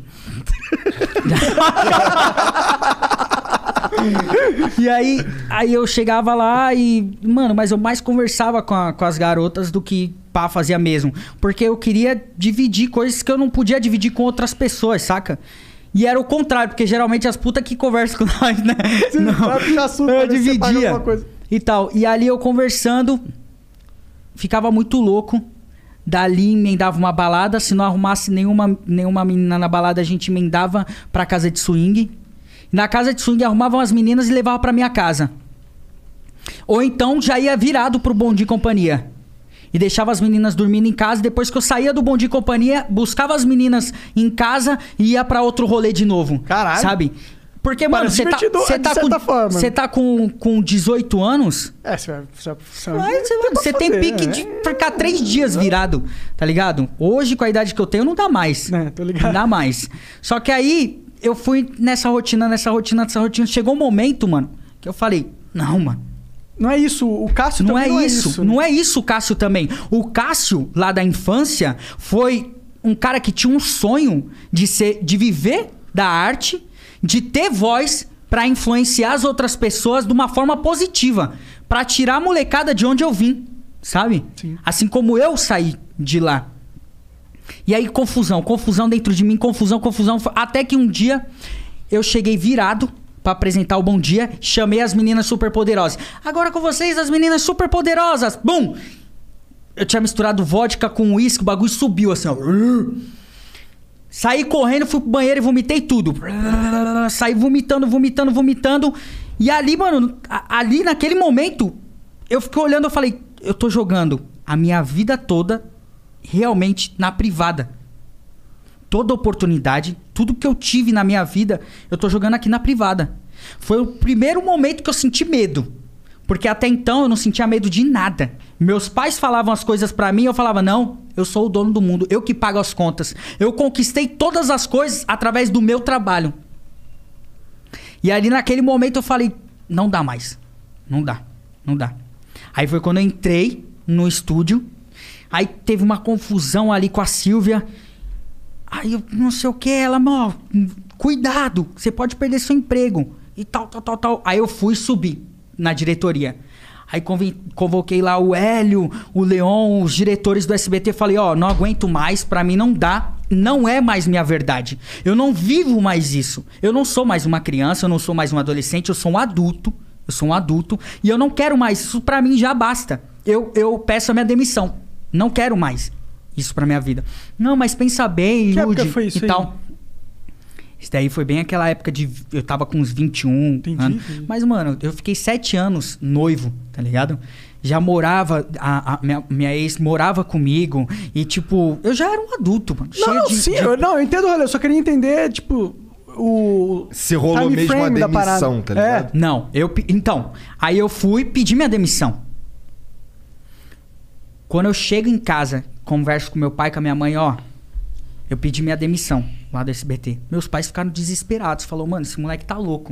E aí eu chegava lá e... Mano, mas eu mais conversava com as garotas do que pá fazia mesmo. Porque eu queria dividir coisas que eu não podia dividir com outras pessoas, saca? E era o contrário, porque geralmente as putas que conversam com nós, né? Sim, não, eu dividia e tal. E ali eu conversando, ficava muito louco. Dali emendava uma balada. Se não arrumasse nenhuma menina na balada, a gente emendava pra casa de swing. Na casa de swing arrumava umas meninas e levava pra minha casa. Ou então já ia virado pro Bom Dia e Companhia. E deixava as meninas dormindo em casa. Depois que eu saía do Bom Dia e Companhia, buscava as meninas em casa e ia pra outro rolê de novo. Caralho. Sabe? Porque, mano, você tá com 18 anos... Você tem pique de ficar 3 dias virado, tá ligado? Hoje, com a idade que eu tenho, não dá mais. Tô ligado. Não dá mais. Só que aí, eu fui nessa rotina. Chegou um momento, mano, que eu falei... Não, mano. Não é isso, o Cássio também não é isso. Não é isso o Cássio também. O Cássio, lá da infância, foi um cara que tinha um sonho de viver da arte, de ter voz pra influenciar as outras pessoas de uma forma positiva. Pra tirar a molecada de onde eu vim, sabe? Sim. Assim como eu saí de lá. E aí, confusão dentro de mim, confusão. Até que um dia, eu cheguei virado pra apresentar o Bom Dia, chamei as meninas superpoderosas. Agora com vocês, as meninas superpoderosas. Bum! Eu tinha misturado vodka com uísque, o bagulho subiu assim, ó. Saí correndo, fui pro banheiro e vomitei tudo. Saí vomitando. E ali, mano, ali naquele momento, eu fiquei olhando, eu falei, eu tô jogando a minha vida toda realmente na privada. Toda oportunidade, tudo que eu tive na minha vida, eu tô jogando aqui na privada. Foi o primeiro momento que eu senti medo. Porque até então eu não sentia medo de nada. Meus pais falavam as coisas pra mim, eu falava, não, eu sou o dono do mundo, eu que pago as contas. Eu conquistei todas as coisas através do meu trabalho. E ali naquele momento eu falei, não dá mais. Não dá. Aí foi quando eu entrei no estúdio. Aí teve uma confusão ali com a Silvia. Aí eu não sei o que, ela, cuidado, você pode perder seu emprego. E tal. Aí eu fui subir na diretoria. Aí convoquei lá o Hélio, o Leon, os diretores do SBT. Falei, não aguento mais, pra mim não dá. Não é mais minha verdade. Eu não vivo mais isso. Eu não sou mais uma criança, eu não sou mais um adolescente, eu sou um adulto. E eu não quero mais. Isso pra mim já basta. Eu peço a minha demissão. Não quero mais isso pra minha vida. Não, mas pensa bem, Yudi, foi isso e tal. Isso daí foi bem aquela época de... Eu tava com uns 21 anos. Mas, mano, eu fiquei 7 anos noivo, tá ligado? Já morava... Minha ex morava comigo. E, tipo... Eu já era um adulto, mano. Eu entendo, eu só queria entender, tipo... Se rolou mesmo a demissão, tá ligado? Não, então... Aí eu fui pedir minha demissão. Quando eu chego em casa, converso com meu pai, com a minha mãe, eu pedi minha demissão lá do SBT. Meus pais ficaram desesperados. Falou, mano, esse moleque tá louco.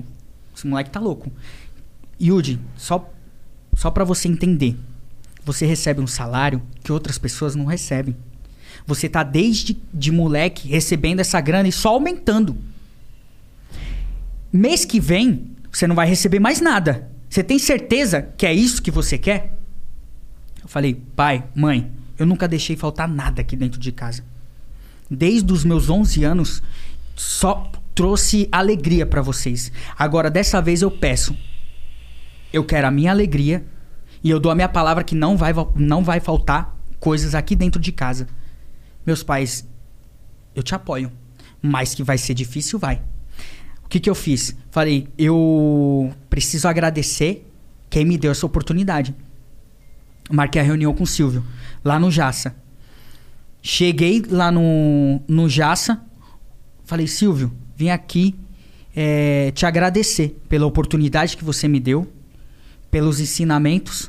Yudi, só pra você entender. Você recebe um salário que outras pessoas não recebem. Você tá desde de moleque recebendo essa grana e só aumentando. Mês que vem, você não vai receber mais nada. Você tem certeza que é isso que você quer? Eu falei, pai, mãe, eu nunca deixei faltar nada aqui dentro de casa. Desde os meus 11 anos, só trouxe alegria pra vocês. Agora, dessa vez eu peço. Eu quero a minha alegria e eu dou a minha palavra que não vai faltar coisas aqui dentro de casa. Meus pais, eu te apoio, mas que vai ser difícil, vai. O que eu fiz? Falei, eu preciso agradecer quem me deu essa oportunidade. Marquei a reunião com o Silvio, lá no Jassa. Cheguei lá no Jassa, falei, Silvio, vim aqui te agradecer pela oportunidade que você me deu, pelos ensinamentos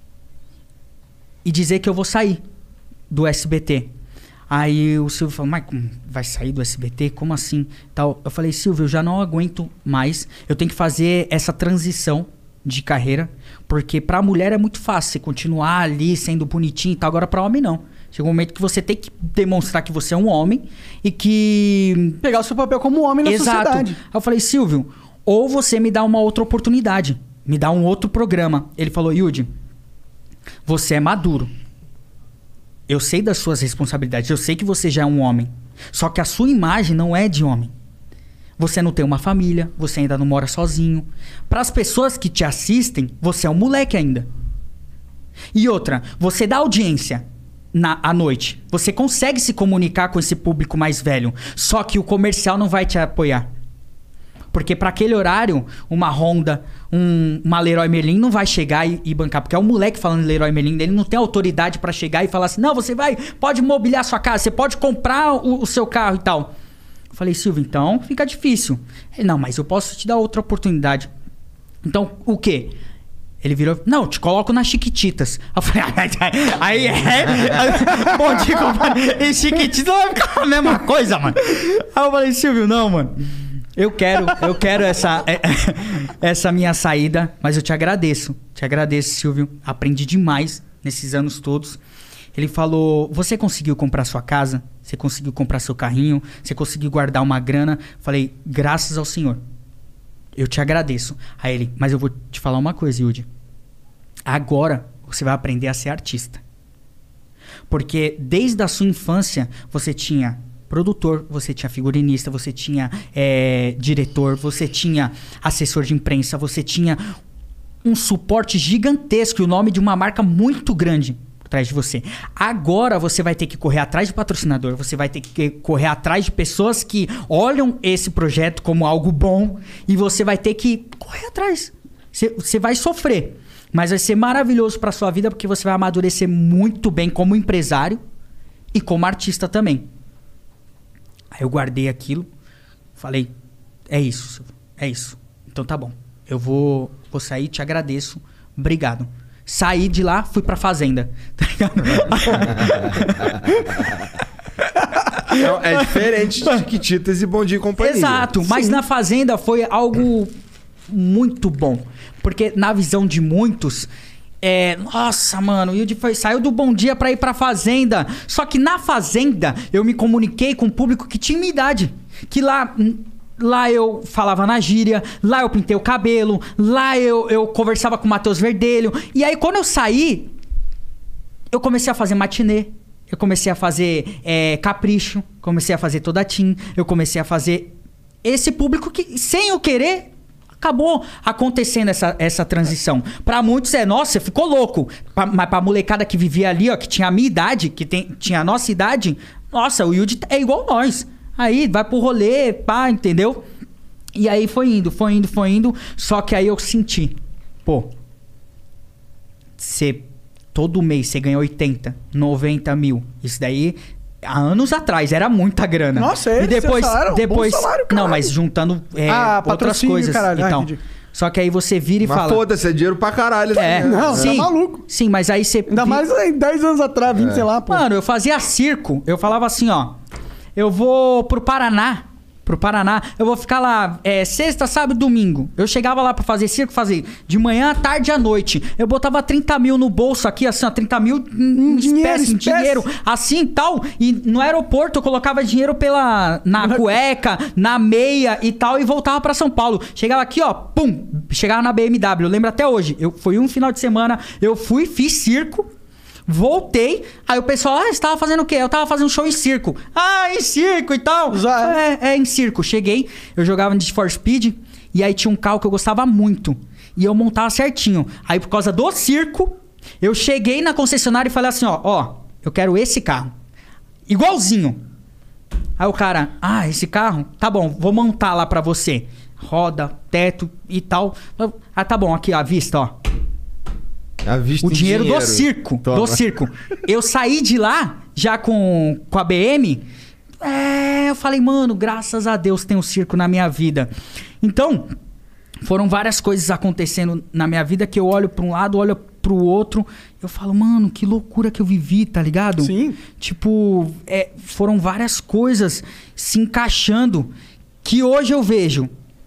e dizer que eu vou sair do SBT. Aí o Silvio falou, mas vai sair do SBT? Como assim? Tal. Eu falei, Silvio, eu já não aguento mais, eu tenho que fazer essa transição de carreira, porque pra mulher é muito fácil você continuar ali sendo bonitinho e tal, agora pra homem não. Chega um momento que você tem que demonstrar que você é um homem e que... Pegar o seu papel como homem na sociedade. Aí eu falei, Silvio, ou você me dá uma outra oportunidade, me dá um outro programa. Ele falou, Yudi, você é maduro. Eu sei das suas responsabilidades, eu sei que você já é um homem. Só que a sua imagem não é de homem. Você não tem uma família, você ainda não mora sozinho. Para as pessoas que te assistem, você é um moleque ainda. E outra, você dá audiência à noite. Você consegue se comunicar com esse público mais velho. Só que o comercial não vai te apoiar. Porque para aquele horário, uma Honda, uma Leroy Merlin não vai chegar e bancar. Porque é um moleque falando Leroy Merlin, ele não tem autoridade para chegar e falar assim, não, você pode mobiliar sua casa, você pode comprar o seu carro e tal. Eu falei, Silvio, então fica difícil. Ele, não, mas eu posso te dar outra oportunidade. Então, o quê? Ele virou, não, te coloco nas Chiquititas. Eu falei, aí bom dia, compadre. E Chiquititas vai ficar a mesma coisa, mano. Aí eu falei, Silvio, não, mano. Eu quero essa minha saída, mas eu te agradeço. Te agradeço, Silvio. Aprendi demais nesses anos todos. Ele falou, você conseguiu comprar sua casa? Você conseguiu comprar seu carrinho? Você conseguiu guardar uma grana? Falei, graças ao Senhor. Eu te agradeço. Aí ele, mas eu vou te falar uma coisa, Yudi. Agora você vai aprender a ser artista. Porque desde a sua infância você tinha produtor, você tinha figurinista, você tinha diretor, você tinha assessor de imprensa, você tinha um suporte gigantesco e o nome de uma marca muito grande atrás de você. Agora você vai ter que correr atrás de patrocinador, você vai ter que correr atrás de pessoas que olham esse projeto como algo bom e você vai ter que correr atrás. Você vai sofrer, mas vai ser maravilhoso para sua vida porque você vai amadurecer muito bem como empresário e como artista também. Aí eu guardei aquilo, falei, é isso, Então tá bom. Eu vou sair, te agradeço. Obrigado. Saí de lá, fui pra fazenda. Tá ligado? É diferente de Chiquititas e Bom Dia e Companhia. Exato, mas na fazenda foi algo muito bom. Porque na visão de muitos... nossa, mano, o Yudi saiu do Bom Dia pra ir pra fazenda. Só que na fazenda eu me comuniquei com um público que tinha minha idade. Que lá eu falava na gíria, lá eu pintei o cabelo, lá eu conversava com o Matheus Verdelho. E aí quando eu saí, eu comecei a fazer matinê. Eu comecei a fazer Capricho, comecei a fazer Toda Tim, eu comecei a fazer esse público que, sem eu querer, acabou acontecendo essa transição. Pra muitos nossa, você ficou louco. Mas pra molecada que vivia ali, ó, que tinha a minha idade, que tinha a nossa idade, nossa, o Yudi é igual nós. Aí vai pro rolê, pá, entendeu? E aí foi indo. Só que aí eu senti, pô, todo mês você ganha 80, 90 mil. Isso daí, há anos atrás, era muita grana. Nossa, e depois, bom salário, não, mas juntando outras coisas. Caralho, então, só que aí você vira e mas fala... Mas foda-se, é dinheiro pra caralho. Não, sim, tá maluco. Sim, mas aí você... Ainda mais 10 anos atrás, 20, sei lá, pô. Mano, eu fazia circo. Eu falava assim, ó... Eu vou pro Paraná. Eu vou ficar lá sexta, sábado e domingo. Eu chegava lá pra fazer circo, fazia de manhã, tarde e à noite. Eu botava 30 mil no bolso aqui, assim, ó, 30 mil em dinheiro, assim e tal. E no aeroporto eu colocava dinheiro na cueca, na meia e tal, e voltava pra São Paulo. Chegava aqui, ó, pum, chegava na BMW. Eu lembro até hoje. Foi um final de semana, eu fui, fiz circo. Voltei, aí o pessoal, você tava fazendo o quê? Eu tava fazendo show em circo. Em circo e tal. Em circo. Cheguei, eu jogava Need for Speed, e aí tinha um carro que eu gostava muito. E eu montava certinho. Aí por causa do circo, eu cheguei na concessionária e falei assim, ó, eu quero esse carro. Igualzinho. Aí o cara, esse carro? Tá bom, vou montar lá pra você. Roda, teto e tal. Tá bom, aqui, à vista, ó. O dinheiro do circo. Toma. Do circo. Eu saí de lá, já com a BM. Eu falei, mano, graças a Deus tem um circo na minha vida. Então, foram várias coisas acontecendo na minha vida que eu olho pra um lado, olho pro outro. Eu falo, mano, que loucura que eu vivi, tá ligado? Sim. Tipo, foram várias coisas se encaixando que hoje eu vejo.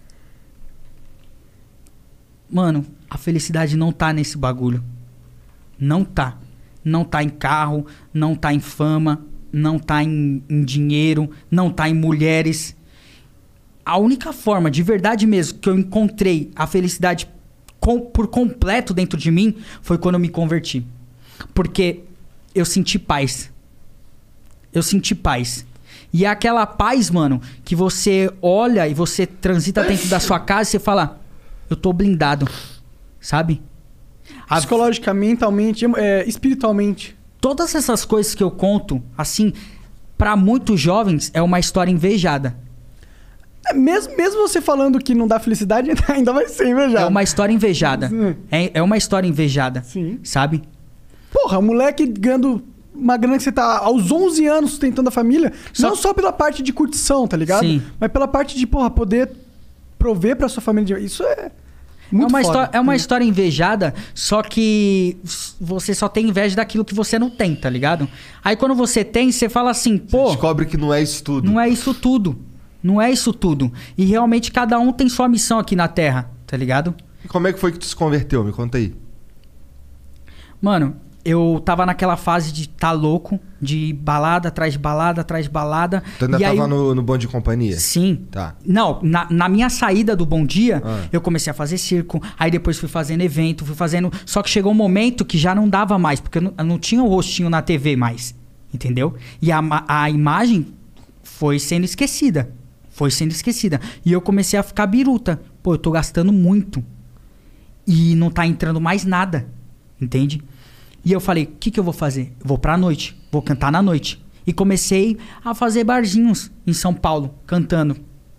Mano, a felicidade não tá nesse bagulho. Não tá. Não tá em carro, não tá em fama, não tá em dinheiro, não tá em mulheres. A única forma, de verdade mesmo, que eu encontrei a felicidade por completo dentro de mim foi quando eu me converti. Porque eu senti paz. Eu senti paz. E é aquela paz, mano, que você olha e você transita dentro da sua casa e você fala... Eu tô blindado, sabe? Psicologicamente, mentalmente, espiritualmente. Todas essas coisas que eu conto, assim, pra muitos jovens, é uma história invejada. Mesmo você falando que não dá felicidade, ainda vai ser invejada. É uma história invejada. É uma história invejada. Sim. Sabe? Porra, o moleque ganhando uma grana que você tá aos 11 anos sustentando a família, não só pela parte de curtição, tá ligado? Sim. Mas pela parte de, porra, poder... prover pra sua família. Isso é muito foda. É uma história invejada, só que você só tem inveja daquilo que você não tem, tá ligado? Aí quando você tem, você fala assim, pô... Você descobre que não é isso tudo. Não é isso tudo. Não é isso tudo. E realmente cada um tem sua missão aqui na Terra, tá ligado? E como é que foi que tu se converteu? Me conta aí. Mano... Eu tava naquela fase de tá louco, de balada atrás de balada, atrás de balada. Tu ainda tava no Bom Dia e Companhia? Sim. Tá. Não, na minha saída do Bom Dia, eu comecei a fazer circo. Aí depois fui fazendo evento, fui fazendo... Só que chegou um momento que já não dava mais, porque eu não tinha o rostinho na TV mais. Entendeu? E a imagem foi sendo esquecida. Foi sendo esquecida. E eu comecei a ficar biruta. Pô, eu tô gastando muito. E não tá entrando mais nada. Entende? E eu falei, o que eu vou fazer? Eu vou pra noite, vou cantar na noite. E comecei a fazer barzinhos em São Paulo, cantando.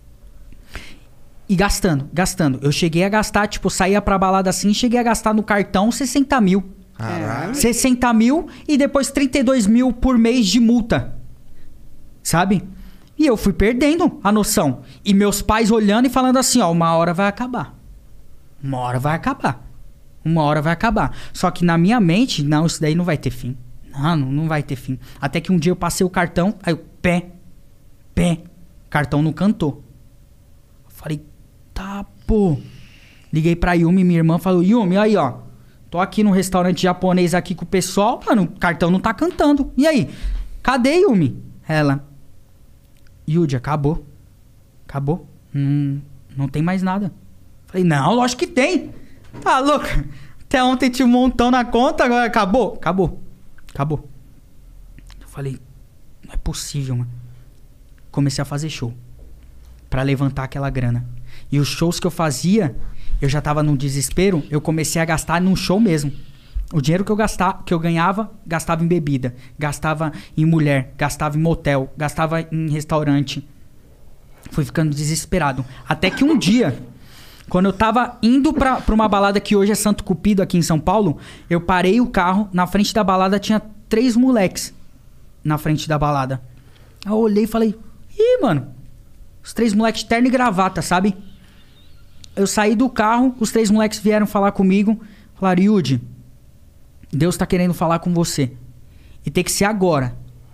E gastando. Eu cheguei a gastar, tipo, saía pra balada assim, cheguei a gastar no cartão 60 mil. Caralho. 60 mil e depois 32 mil por mês de multa. Sabe? E eu fui perdendo a noção. E meus pais olhando e falando assim, ó, uma hora vai acabar. Uma hora vai acabar. Uma hora vai acabar. Só que na minha mente, não, isso daí não vai ter fim. Não vai ter fim. Até que um dia eu passei o cartão, aí eu, pé. Cartão não cantou. Eu falei, tá, pô. Liguei pra Yumi, minha irmã, falou, Yumi, aí, ó. Tô aqui num restaurante japonês aqui com o pessoal, mano, o cartão não tá cantando. E aí? Cadê, Yumi? Ela, Yudi, acabou. Acabou. Não tem mais nada. Falei, não, lógico que tem. Tá louco? Até ontem tinha um montão na conta, agora acabou. Eu falei, não é possível, mano. Comecei a fazer show pra levantar aquela grana. E os shows que eu fazia, eu já tava num desespero, eu comecei a gastar num show mesmo. O dinheiro que eu ganhava, gastava em bebida, gastava em mulher, gastava em motel, gastava em restaurante. Fui ficando desesperado. Até que um dia, quando eu tava indo pra uma balada que hoje é Santo Cupido, aqui em São Paulo, eu parei o carro, na frente da balada tinha 3 moleques na frente da balada. Aí eu olhei e falei, ih, mano, os 3 moleques de terno e gravata, sabe? Eu saí do carro, os 3 moleques vieram falar comigo, falaram, Yudi, Deus tá querendo falar com você. E tem que ser agora.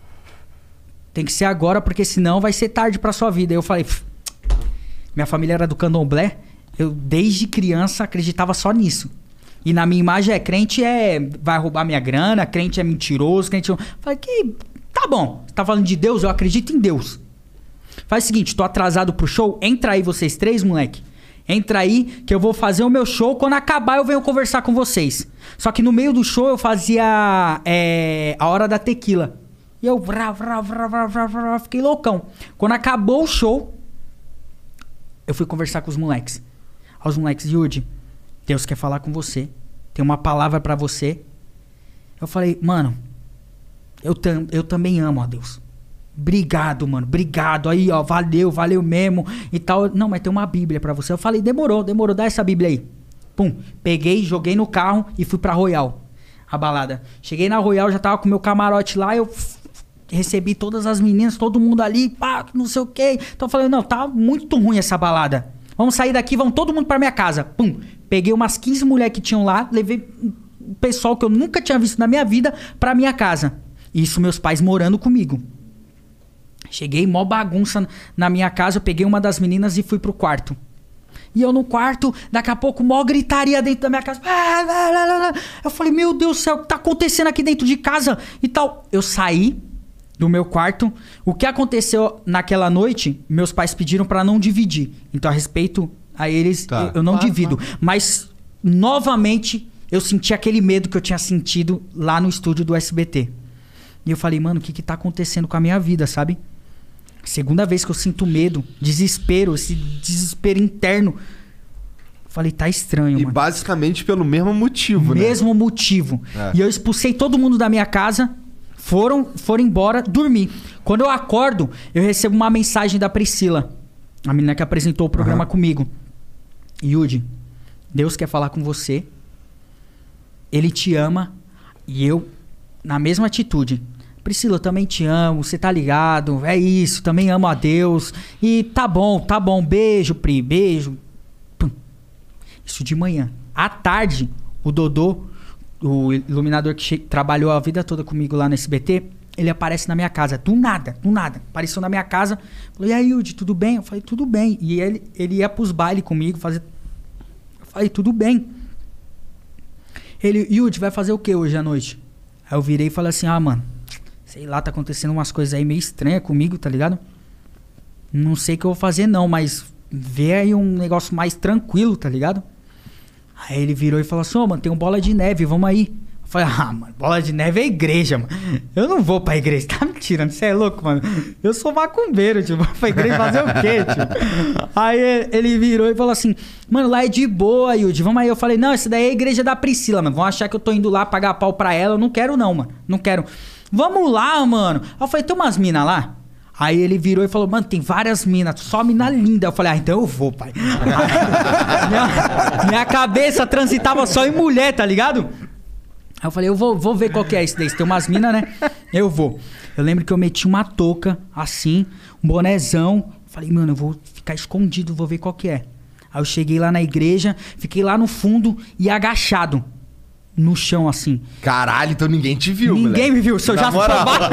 Tem que ser agora, porque senão vai ser tarde pra sua vida. Aí eu falei, minha família era do candomblé, eu desde criança acreditava só nisso. E na minha imagem crente vai roubar minha grana, crente é mentiroso, crente... Falei, que tá bom, você tá falando de Deus, eu acredito em Deus. Faz o seguinte, tô atrasado pro show, entra aí vocês 3, moleque. Entra aí que eu vou fazer o meu show, quando acabar eu venho conversar com vocês. Só que no meio do show eu fazia a hora da tequila. E eu fiquei loucão. Quando acabou o show, eu fui conversar com os moleques. Aí os moleques, Yudi, Deus quer falar com você. Tem uma palavra pra você. Eu falei, mano, eu também amo a Deus. Obrigado, mano, obrigado. Aí, ó, valeu mesmo e tal. Não, mas tem uma Bíblia pra você. Eu falei, demorou, dá essa Bíblia aí. Pum, peguei, joguei no carro e fui pra Royal, a balada. Cheguei na Royal, já tava com o meu camarote lá, eu recebi todas as meninas, todo mundo ali, pá, não sei o quê. Então eu falei, não, tá muito ruim essa balada. Vamos sair daqui, vamos todo mundo pra minha casa. Pum, peguei umas 15 mulheres que tinham lá, levei o pessoal que eu nunca tinha visto na minha vida pra minha casa. Isso meus pais morando comigo. Cheguei, mó bagunça na minha casa, eu peguei uma das meninas e fui pro quarto. E eu no quarto, daqui a pouco, mó gritaria dentro da minha casa. Eu falei, meu Deus do céu, o que tá acontecendo aqui dentro de casa? E tal. Eu saí do meu quarto. O que aconteceu naquela noite, meus pais pediram pra não dividir. Então, a respeito a eles, eu não divido. Mas, novamente, eu senti aquele medo que eu tinha sentido lá no estúdio do SBT. E eu falei, mano, o que tá acontecendo com a minha vida, sabe? Segunda vez que eu sinto medo, desespero, esse desespero interno. Falei, tá estranho, mano. E basicamente pelo mesmo motivo, né? Mesmo motivo. E eu expulsei todo mundo da minha casa, foram embora dormir. Quando eu acordo, eu recebo uma mensagem da Priscila, a menina que apresentou o programa comigo. Yudi, Deus quer falar com você. Ele te ama. E eu, na mesma atitude... Priscila, eu também te amo, você tá ligado, é isso, também amo a Deus. E tá bom, beijo, Pri, beijo. Pum. Isso de manhã. À tarde, o Dodô, o iluminador que trabalhou a vida toda comigo lá no SBT, ele aparece na minha casa, do nada. Apareceu na minha casa, falou, e aí, Yudi, tudo bem? Eu falei, tudo bem. E ele ia pros bailes comigo, fazer... Eu falei, tudo bem. Ele, Yudi, vai fazer o que hoje à noite? Aí eu virei e falei assim, mano, sei lá, tá acontecendo umas coisas aí meio estranhas comigo, tá ligado? Não sei o que eu vou fazer não, mas vê aí um negócio mais tranquilo, tá ligado? Aí ele virou e falou assim, mano, tem um bola de neve, vamos aí. Eu falei, mano, bola de neve é igreja, mano. Eu não vou pra igreja, tá me tirando, você é louco, mano. Eu sou macumbeiro, tipo, vou pra igreja fazer o quê, tipo? Aí ele virou e falou assim, mano, lá é de boa, Yudi, vamos aí. Eu falei, não, essa daí é a igreja da Priscila, mano. Vão achar que eu tô indo lá pagar pau pra ela. Eu não quero não, mano, não quero. Vamos lá, mano. Aí eu falei, tem umas minas lá? Aí ele virou e falou, mano, tem várias minas, só mina linda. Eu falei, então eu vou, pai. minha cabeça transitava só em mulher, tá ligado? Aí eu falei, eu vou ver qual que é isso daí. Se tem umas minas, né? Eu vou. Eu lembro que eu meti uma touca, assim, um bonezão. Falei, mano, eu vou ficar escondido, vou ver qual que é. Aí eu cheguei lá na igreja, fiquei lá no fundo e agachado. No chão, assim. Caralho, então ninguém te viu, Ninguém me viu. Se eu já for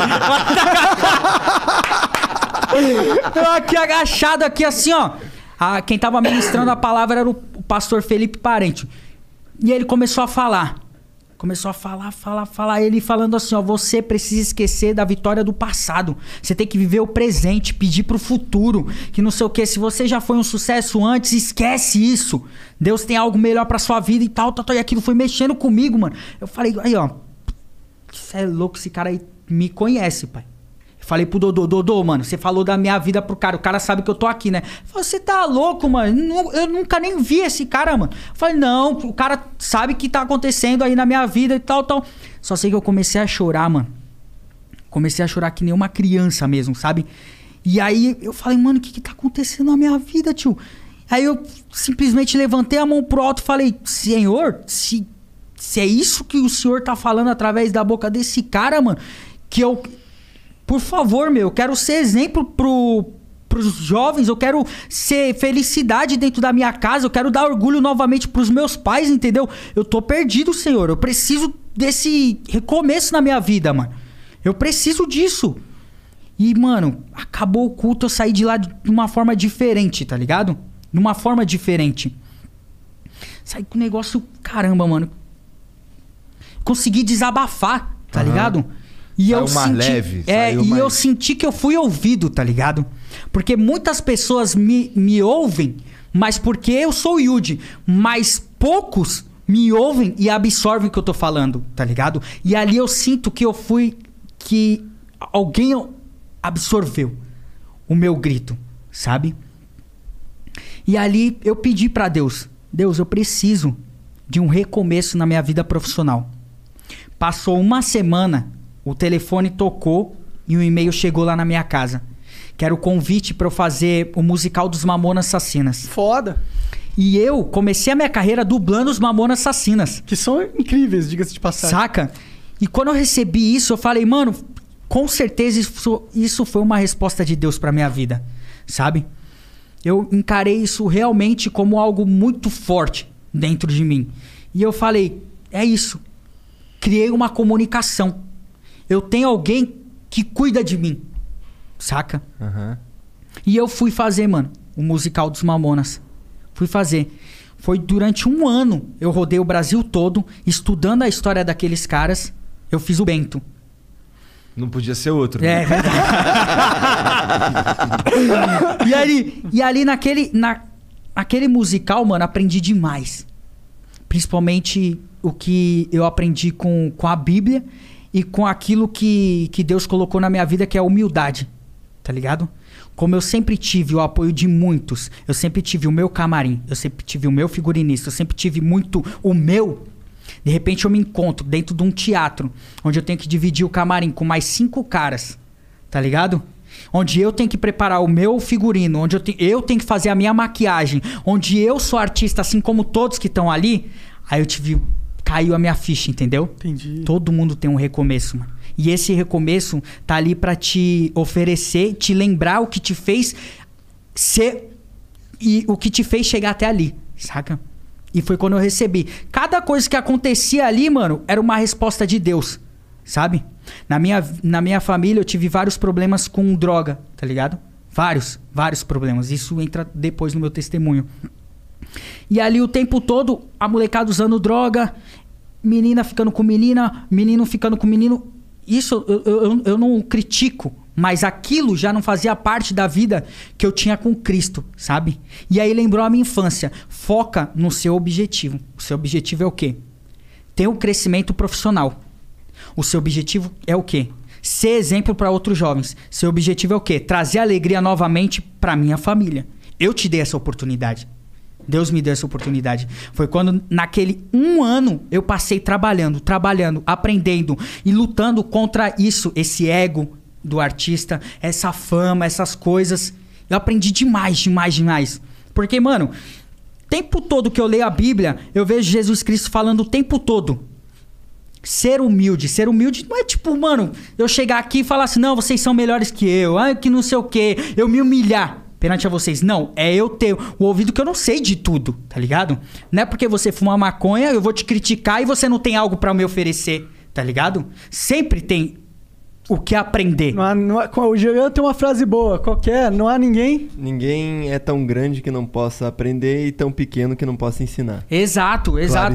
eu aqui agachado, aqui assim, ó. Quem tava ministrando a palavra era o pastor Felipe Parente. E ele começou a falar. Começou a falar. Ele falando assim, ó. Você precisa esquecer da vitória do passado. Você tem que viver o presente, pedir pro futuro. Que não sei o quê. Se você já foi um sucesso antes, esquece isso. Deus tem algo melhor pra sua vida e tal. E aquilo foi mexendo comigo, mano. Eu falei, aí, ó. Você é louco, esse cara aí me conhece, pai. Falei pro Dodô, mano, você falou da minha vida pro cara, o cara sabe que eu tô aqui, né? Falei, você tá louco, mano? Eu nunca nem vi esse cara, mano. Falei, não, o cara sabe que tá acontecendo aí na minha vida e tal. Só sei que eu comecei a chorar, mano. Comecei a chorar que nem uma criança mesmo, sabe? E aí eu falei, mano, o que tá acontecendo na minha vida, tio? Aí eu simplesmente levantei a mão pro alto e falei, Senhor, se é isso que o Senhor tá falando através da boca desse cara, mano, que eu... Por favor, meu, eu quero ser exemplo pros jovens, eu quero ser felicidade dentro da minha casa, eu quero dar orgulho novamente pros meus pais, entendeu? Eu tô perdido, Senhor, eu preciso desse recomeço na minha vida, mano. Eu preciso disso. E, mano, acabou o culto, eu saí de lá de uma forma diferente, tá ligado? De uma forma diferente. Saí com o negócio, caramba, mano. Consegui desabafar, tá ligado? E eu senti, eu senti que eu fui ouvido, tá ligado? Porque muitas pessoas me ouvem, mas porque eu sou o Yudi. Mas poucos me ouvem e absorvem o que eu tô falando, tá ligado? E ali eu sinto que que alguém absorveu o meu grito, sabe? E ali eu pedi pra Deus, eu preciso de um recomeço na minha vida profissional. Passou uma semana... O telefone tocou e um e-mail chegou lá na minha casa. Que era o convite pra eu fazer o musical dos Mamonas Assassinas. Foda. E eu comecei a minha carreira dublando os Mamonas Assassinas. Que são incríveis, diga-se de passagem. Saca? E quando eu recebi isso, eu falei, mano, com certeza isso foi uma resposta de Deus pra minha vida. Sabe? Eu encarei isso realmente como algo muito forte dentro de mim. E eu falei, é isso. Criei uma comunicação. Eu tenho alguém que cuida de mim, saca? Uhum. E eu fui fazer, mano, o musical dos Mamonas. Fui fazer. Foi durante 1 ano, eu rodei o Brasil todo, estudando a história daqueles caras. Eu fiz o Bento. Não podia ser outro. Né? É verdade. e ali naquele musical, mano, aprendi demais. Principalmente o que eu aprendi com a Bíblia... E com aquilo que Deus colocou na minha vida, que é a humildade, tá ligado? Como eu sempre tive o apoio de muitos, eu sempre tive o meu camarim, eu sempre tive o meu figurinista, eu sempre tive muito o meu. De repente eu me encontro dentro de um teatro, onde eu tenho que dividir o camarim com mais 5 caras, tá ligado? Onde eu tenho que preparar o meu figurino, onde eu tenho que fazer a minha maquiagem, onde eu sou artista, assim como todos que estão ali. Aí caiu a minha ficha, entendeu? Entendi. Todo mundo tem um recomeço, mano. E esse recomeço tá ali pra te oferecer, te lembrar o que te fez ser e o que te fez chegar até ali, saca? E foi quando eu recebi. Cada coisa que acontecia ali, mano, era uma resposta de Deus, sabe? Na minha família eu tive vários problemas com droga, tá ligado? Vários problemas. Isso entra depois no meu testemunho. E ali o tempo todo, a molecada usando droga, menina ficando com menina, menino ficando com menino. Isso eu não critico, mas aquilo já não fazia parte da vida que eu tinha com Cristo, sabe? E aí lembrou a minha infância. Foca no seu objetivo. O seu objetivo é o quê? Ter um crescimento profissional. O seu objetivo é o quê? Ser exemplo para outros jovens. Seu objetivo é o quê? Trazer alegria novamente para minha família. Eu te dei essa oportunidade. Deus me deu essa oportunidade. Foi quando, naquele 1 ano, eu passei trabalhando, aprendendo e lutando contra isso, esse ego do artista, essa fama, essas coisas. Eu aprendi demais. Porque, mano, o tempo todo que eu leio a Bíblia, eu vejo Jesus Cristo falando o tempo todo. Ser humilde não é tipo, mano, eu chegar aqui e falar assim, não, vocês são melhores que eu, que não sei o quê, eu me humilhar. perante a vocês. Não, é eu ter o ouvido que eu não sei de tudo, tá ligado? Não é porque você fuma maconha, eu vou te criticar e você não tem algo pra me oferecer, tá ligado? Sempre tem o que aprender. O Jean tem uma frase boa, qualquer, não há ninguém... Ninguém é tão grande que não possa aprender e tão pequeno que não possa ensinar. Exato.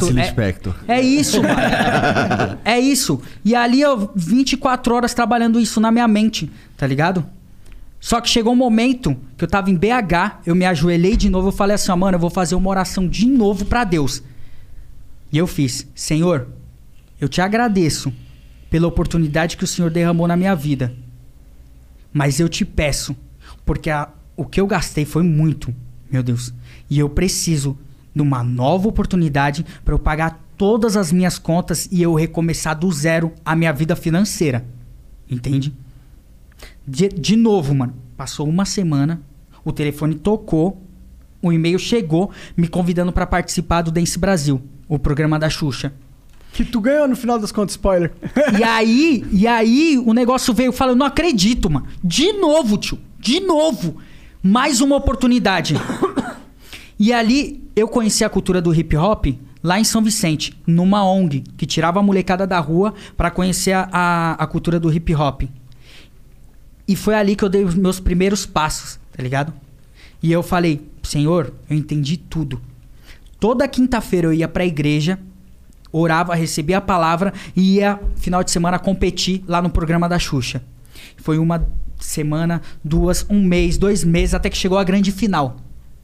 É isso, mano. É isso. E ali eu 24 horas trabalhando isso na minha mente, tá ligado? Só que chegou um momento que eu tava em BH, eu me ajoelhei de novo, eu falei assim, mano, eu vou fazer uma oração de novo pra Deus. E eu fiz, Senhor, eu te agradeço pela oportunidade que o Senhor derramou na minha vida. Mas eu te peço, porque o que eu gastei foi muito, meu Deus. E eu preciso de uma nova oportunidade para eu pagar todas as minhas contas e eu recomeçar do zero a minha vida financeira. Entende? De novo, mano. Passou uma semana, o telefone tocou, o e-mail chegou me convidando para participar do Dance Brasil, o programa da Xuxa. Que tu ganhou no final das contas, spoiler. E aí o negócio veio, eu falei, eu não acredito, mano. De novo, tio. De novo. Mais uma oportunidade. E ali eu conheci a cultura do hip hop lá em São Vicente, numa ONG, que tirava a molecada da rua pra conhecer a cultura do hip hop. E foi ali que eu dei os meus primeiros passos, tá ligado? E eu falei, Senhor, eu entendi tudo. Toda quinta-feira eu ia pra igreja, orava, recebia a palavra e ia, final de semana, competir lá no programa da Xuxa. Foi uma semana, duas, um mês, 2 meses, até que chegou a grande final.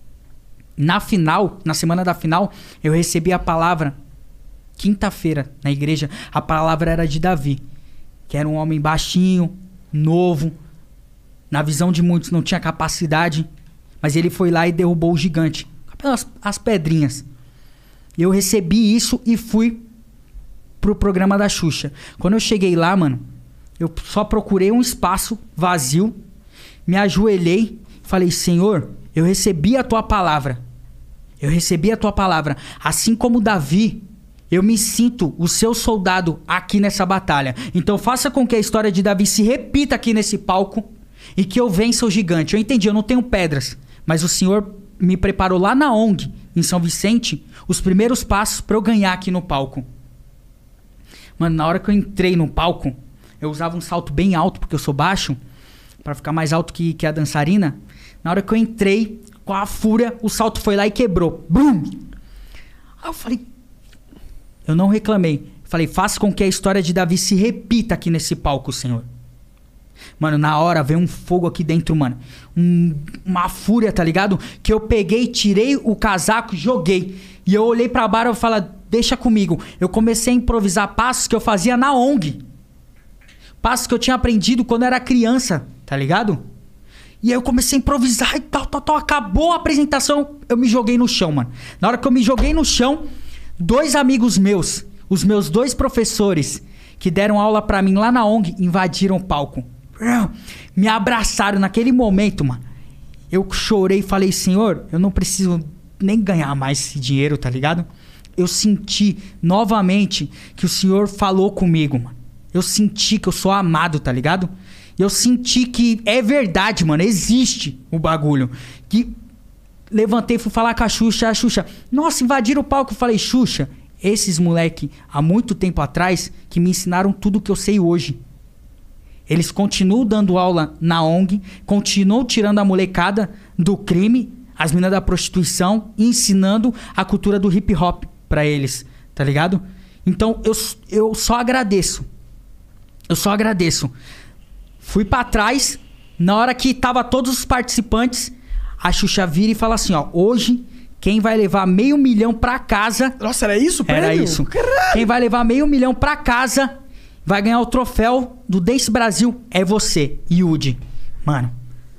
Na final, na semana da final, eu recebi a palavra, quinta-feira, na igreja, a palavra era de Davi, que era um homem baixinho, novo, na visão de muitos não tinha capacidade, mas ele foi lá e derrubou o gigante, as pedrinhas. Eu recebi isso e fui pro programa da Xuxa. Quando eu cheguei lá, mano, eu só procurei um espaço vazio, me ajoelhei, falei, Senhor, eu recebi a tua palavra. Eu recebi a tua palavra. Assim como Davi, eu me sinto o seu soldado aqui nessa batalha. Então faça com que a história de Davi se repita aqui nesse palco e que eu vença o gigante. Eu entendi, eu não tenho pedras, mas o Senhor me preparou lá na ONG, em São Vicente, os primeiros passos pra eu ganhar aqui no palco. Mano, na hora que eu entrei no palco, eu usava um salto bem alto, porque eu sou baixo, pra ficar mais alto que a dançarina. Na hora que eu entrei, com a fúria, o salto foi lá e quebrou. Brum! Aí eu falei... Eu não reclamei. Falei, faça com que a história de Davi se repita aqui nesse palco, Senhor. Mano, na hora veio um fogo aqui dentro, mano. Uma fúria, tá ligado? Que eu peguei, tirei o casaco, joguei. E eu olhei pra barra e falei, deixa comigo. Eu comecei a improvisar passos que eu fazia na ONG. Passos que eu tinha aprendido quando eu era criança, tá ligado? E aí eu comecei a improvisar e tal. Acabou a apresentação, eu me joguei no chão, mano. Na hora que eu me joguei no chão, 2 amigos meus, os meus 2 professores, que deram aula pra mim lá na ONG, invadiram o palco. Me abraçaram naquele momento, mano. Eu chorei e falei, Senhor, eu não preciso nem ganhar mais esse dinheiro, tá ligado? Eu senti novamente que o Senhor falou comigo, mano. Eu senti que eu sou amado, tá ligado? Eu senti que é verdade, mano. Existe o bagulho. Que levantei e fui falar com a Xuxa. Nossa, invadiram o palco. Eu falei, Xuxa, esses moleque, há muito tempo atrás, que me ensinaram tudo que eu sei hoje. Eles continuam dando aula na ONG, continuam tirando a molecada do crime, as meninas da prostituição, e ensinando a cultura do hip hop pra eles, tá ligado? Então, eu só agradeço. Eu só agradeço. Fui pra trás, na hora que tava todos os participantes, a Xuxa vira e fala assim, ó, hoje quem vai levar $500 000 pra casa... Nossa, era isso o prêmio? Era isso. Caralho. Quem vai levar $500 000 pra casa, vai ganhar o troféu do Dance Brasil, é você, Yudi. Mano,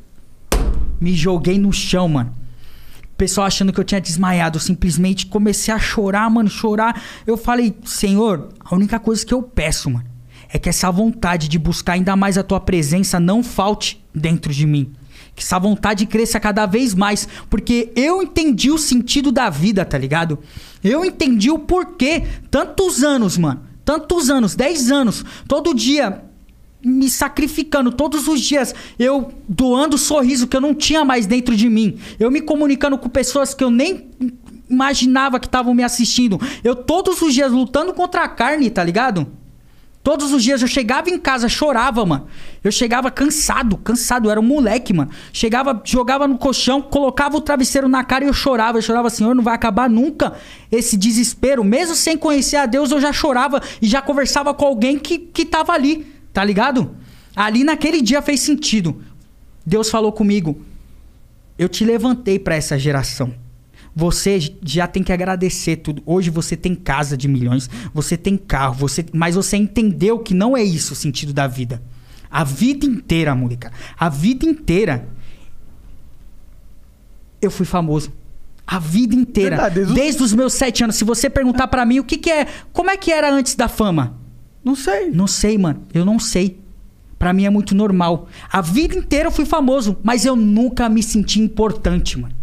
me joguei no chão, mano. O pessoal achando que eu tinha desmaiado, eu simplesmente comecei a chorar, mano, chorar. Eu falei, Senhor, a única coisa que eu peço, mano, é que essa vontade de buscar ainda mais a tua presença não falte dentro de mim. Que essa vontade cresça cada vez mais. Porque eu entendi o sentido da vida, tá ligado? Eu entendi o porquê. Tantos anos, mano. Tantos anos, 10 anos. Todo dia me sacrificando todos os dias, eu doando sorriso que eu não tinha mais dentro de mim, eu me comunicando com pessoas que eu nem imaginava que estavam me assistindo, eu todos os dias lutando contra a carne, tá ligado? Todos os dias eu chegava em casa, chorava, mano. Eu chegava cansado, eu era um moleque, mano. Chegava, jogava no colchão, colocava o travesseiro na cara e eu chorava, Senhor, não vai acabar nunca esse desespero. Mesmo sem conhecer a Deus, eu já chorava e já conversava com alguém que tava ali, tá ligado? Ali naquele dia fez sentido. Deus falou comigo, eu te levantei pra essa geração. Você já tem que agradecer tudo. Hoje você tem casa de milhões, você tem carro, mas você entendeu que não é isso o sentido da vida. A vida inteira, moleque. A vida inteira eu fui famoso. A vida inteira. Verdade, desde os meus 7 anos. Se você perguntar pra mim o que é... Como é que era antes da fama? Não sei. Não sei, mano. Eu não sei. Pra mim é muito normal. A vida inteira eu fui famoso, mas eu nunca me senti importante, mano.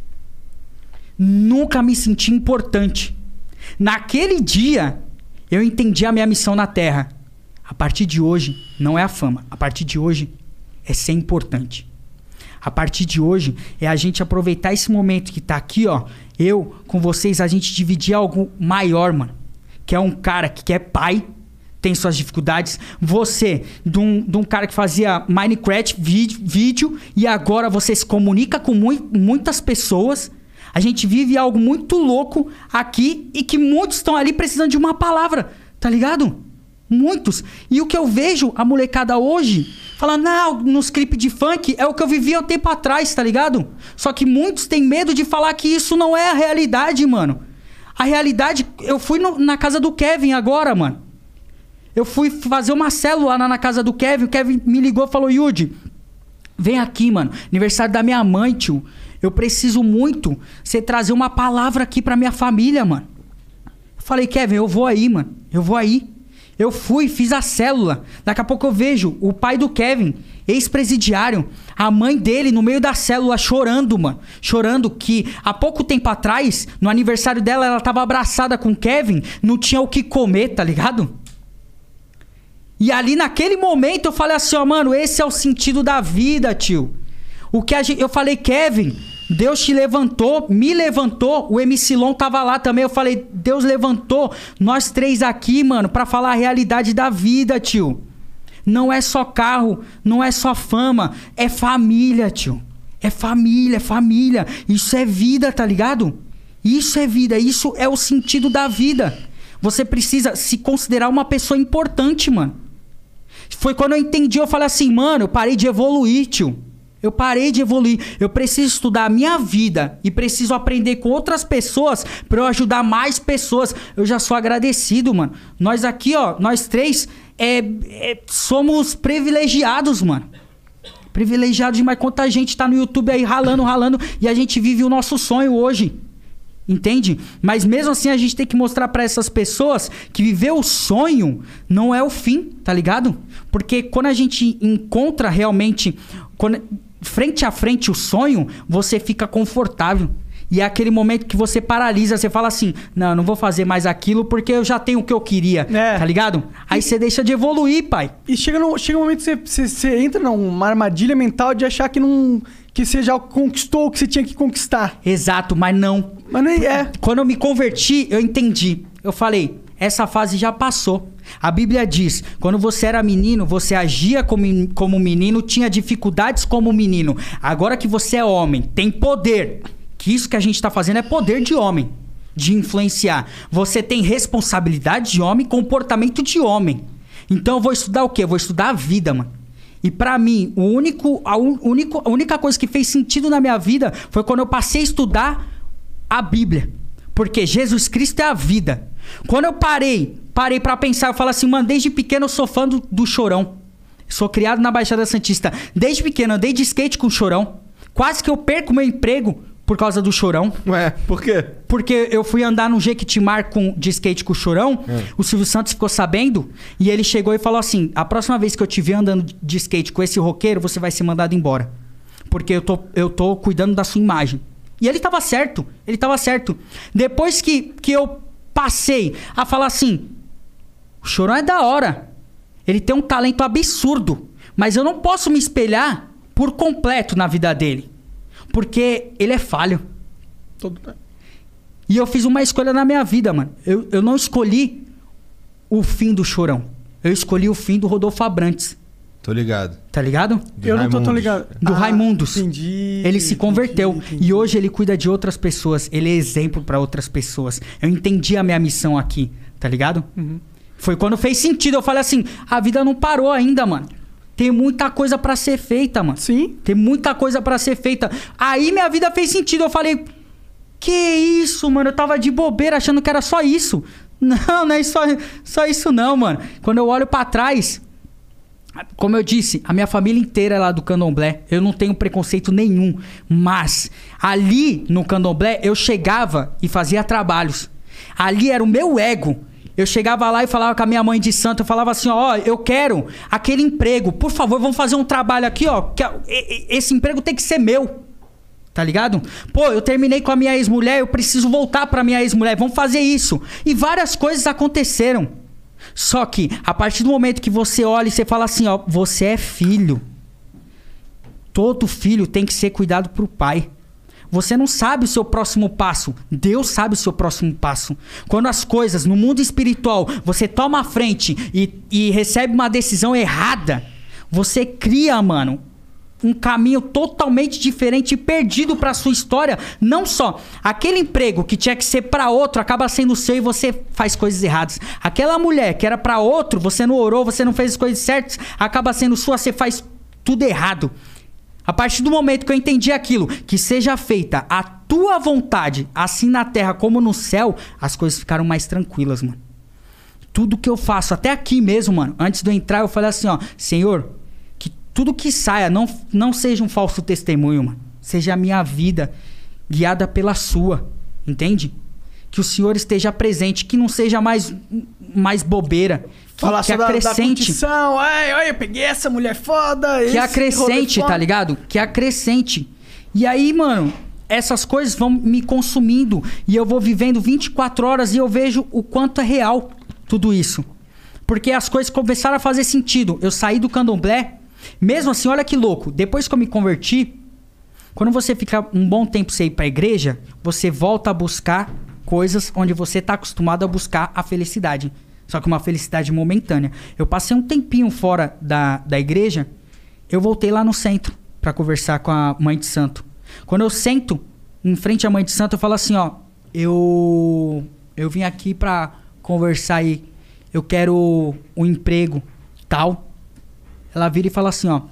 Nunca me senti importante. Naquele dia, eu entendi a minha missão na Terra. A partir de hoje, não é a fama. A partir de hoje, é ser importante. A partir de hoje, é a gente aproveitar esse momento que tá aqui, ó. Eu, com vocês, a gente dividir algo maior, mano. Que é um cara que é pai, tem suas dificuldades. Você, de um cara que fazia Minecraft, vídeo, e agora você se comunica com muitas pessoas. A gente vive algo muito louco aqui e que muitos estão ali precisando de uma palavra, tá ligado? Muitos. E o que eu vejo, a molecada hoje, falando, não, nos clipes de funk é o que eu vivia um tempo atrás, tá ligado? Só que muitos têm medo de falar que isso não é a realidade, mano. A realidade, eu fui na casa do Kevin agora, mano. Eu fui fazer uma célula lá na casa do Kevin, o Kevin me ligou e falou, Yudi, vem aqui, mano, aniversário da minha mãe, tio. Eu preciso muito você trazer uma palavra aqui pra minha família, mano. Eu falei, Kevin, eu vou aí, mano. Eu vou aí. Eu fui, fiz a célula. Daqui a pouco eu vejo o pai do Kevin, ex-presidiário, a mãe dele no meio da célula chorando, mano. Chorando que há pouco tempo atrás, no aniversário dela, ela tava abraçada com o Kevin, não tinha o que comer, tá ligado? E ali naquele momento eu falei assim, ó, mano, esse é o sentido da vida, tio. Eu falei, Kevin, Deus te levantou, me levantou, o MC Lon tava lá também, eu falei, Deus levantou nós três aqui, mano, pra falar a realidade da vida, tio. Não é só carro, não é só fama, é família, tio. É família, é família. Isso é vida, tá ligado? Isso é vida, isso é o sentido da vida. Você precisa se considerar uma pessoa importante, mano. Foi quando eu entendi, eu falei assim, mano, eu parei de evoluir, tio. Eu parei de evoluir. Eu preciso estudar a minha vida e preciso aprender com outras pessoas pra eu ajudar mais pessoas. Eu já sou agradecido, mano. Nós aqui, ó, nós três somos privilegiados, mano. Privilegiados demais. Quanta gente tá no YouTube aí ralando e a gente vive o nosso sonho hoje. Entende? Mas mesmo assim a gente tem que mostrar pra essas pessoas que viver o sonho não é o fim, tá ligado? Porque quando a gente encontra realmente... frente a frente o sonho, você fica confortável. E é aquele momento que você paralisa, você fala assim, não vou fazer mais aquilo porque eu já tenho o que eu queria, tá ligado? Aí você deixa de evoluir, pai. E chega um momento que você entra numa armadilha mental de achar que você já conquistou o que você tinha que conquistar. Exato, mas não. Mas nem é. Quando eu me converti, eu entendi. Eu falei, essa fase já passou. A Bíblia diz, quando você era menino, você agia como menino, tinha dificuldades como menino. Agora que você é homem, tem poder. Que isso que a gente tá fazendo é poder de homem. De influenciar. Você tem responsabilidade de homem, comportamento de homem. Então eu vou estudar o quê? Eu vou estudar a vida, mano. E pra mim, a única coisa que fez sentido na minha vida foi quando eu passei a estudar a Bíblia. Porque Jesus Cristo é a vida. Quando eu parei pra pensar, eu falo assim, mano, desde pequeno eu sou fã do Chorão. Sou criado na Baixada Santista. Desde pequeno eu andei de skate com o Chorão. Quase que eu perco meu emprego por causa do Chorão. Ué, por quê? Porque eu fui andar no Jequitimar de skate com o Chorão, o Silvio Santos ficou sabendo, e ele chegou e falou assim, a próxima vez que eu te ver andando de skate com esse roqueiro, você vai ser mandado embora. Porque eu tô cuidando da sua imagem. E ele tava certo, Depois que eu passei a falar assim, o Chorão é da hora. Ele tem um talento absurdo. Mas eu não posso me espelhar por completo na vida dele. Porque ele é falho. E eu fiz uma escolha na minha vida, mano. Eu não escolhi o fim do Chorão. Eu escolhi o fim do Rodolfo Abrantes. Tô ligado. Tá ligado? Eu não tô tão ligado. Do Raimundos. Entendi. Ele se converteu. Entendi. E hoje ele cuida de outras pessoas. Ele é exemplo pra outras pessoas. Eu entendi a minha missão aqui. Tá ligado? Uhum. Foi quando fez sentido. Eu falei assim, a vida não parou ainda, mano. Tem muita coisa pra ser feita, mano. Sim. Tem muita coisa pra ser feita. Aí minha vida fez sentido. Eu falei, que isso, mano? Eu tava de bobeira achando que era só isso. Não é só isso não, mano. Quando eu olho pra trás... Como eu disse, a minha família inteira é lá do Candomblé. Eu não tenho preconceito nenhum. Mas ali no Candomblé eu chegava e fazia trabalhos. Ali era o meu ego. Eu chegava lá e falava com a minha mãe de santo. Eu falava assim, ó, eu quero aquele emprego. Por favor, vamos fazer um trabalho aqui, ó. Esse emprego tem que ser meu. Tá ligado? Pô, eu terminei com a minha ex-mulher. Eu preciso voltar pra minha ex-mulher. Vamos fazer isso. E várias coisas aconteceram. Só que, a partir do momento que você olha e você fala assim, ó, você é filho. Todo filho tem que ser cuidado pro pai. Você não sabe o seu próximo passo. Deus sabe o seu próximo passo. Quando as coisas, no mundo espiritual, você toma a frente e recebe uma decisão errada, você cria, mano, um caminho totalmente diferente e perdido pra sua história. Não só aquele emprego que tinha que ser pra outro acaba sendo seu e você faz coisas erradas. Aquela mulher que era pra outro, você não orou, você não fez as coisas certas, acaba sendo sua, você faz tudo errado. A partir do momento que eu entendi aquilo, que seja feita a tua vontade, assim na terra como no céu, as coisas ficaram mais tranquilas, mano. Tudo que eu faço, até aqui mesmo, mano, antes de eu entrar, eu falei assim, ó, Senhor, tudo que saia não seja um falso testemunho, mano. Seja a minha vida guiada pela sua. Entende? Que o Senhor esteja presente. Que não seja mais bobeira. Falar só acrescente. Olha, eu peguei essa mulher foda. Que acrescente, tá ligado? Que acrescente. E aí, mano, essas coisas vão me consumindo. E eu vou vivendo 24 horas e eu vejo o quanto é real tudo isso. Porque as coisas começaram a fazer sentido. Eu saí do Candomblé. Mesmo assim, olha que louco. Depois que eu me converti, quando você fica um bom tempo sem ir pra igreja, você volta a buscar coisas onde você tá acostumado a buscar a felicidade. Só que uma felicidade momentânea. Eu passei um tempinho fora da igreja, eu voltei lá no centro pra conversar com a mãe de santo. Quando eu sento em frente à mãe de santo, eu falo assim, ó, eu vim aqui pra conversar aí. Eu quero um emprego tal. Ela vira e fala assim, ó,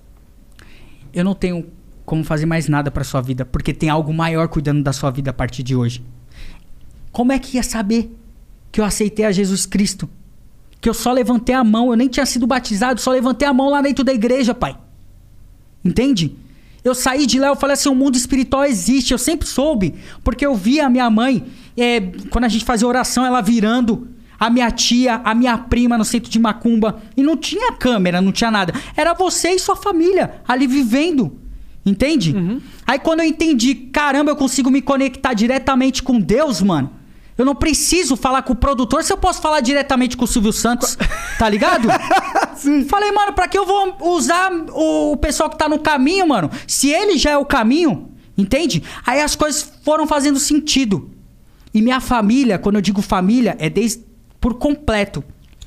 eu não tenho como fazer mais nada pra sua vida, porque tem algo maior cuidando da sua vida a partir de hoje. Como é que ia saber que eu aceitei a Jesus Cristo? Que eu só levantei a mão, eu nem tinha sido batizado, só levantei a mão lá dentro da igreja, pai. Entende? Eu saí de lá, eu falei assim, o mundo espiritual existe, eu sempre soube, porque eu via a minha mãe, quando a gente fazia oração, ela virando... A minha tia, a minha prima no centro de macumba. E não tinha câmera, não tinha nada. Era você e sua família ali vivendo. Entende? Uhum. Aí quando eu entendi, caramba, eu consigo me conectar diretamente com Deus, mano. Eu não preciso falar com o produtor se eu posso falar diretamente com o Silvio Santos. Tá ligado? Sim. Falei, mano, pra que eu vou usar o pessoal que tá no caminho, mano? Se ele já é o caminho, entende? Aí as coisas foram fazendo sentido. E minha família, quando eu digo família, é desde... por completo,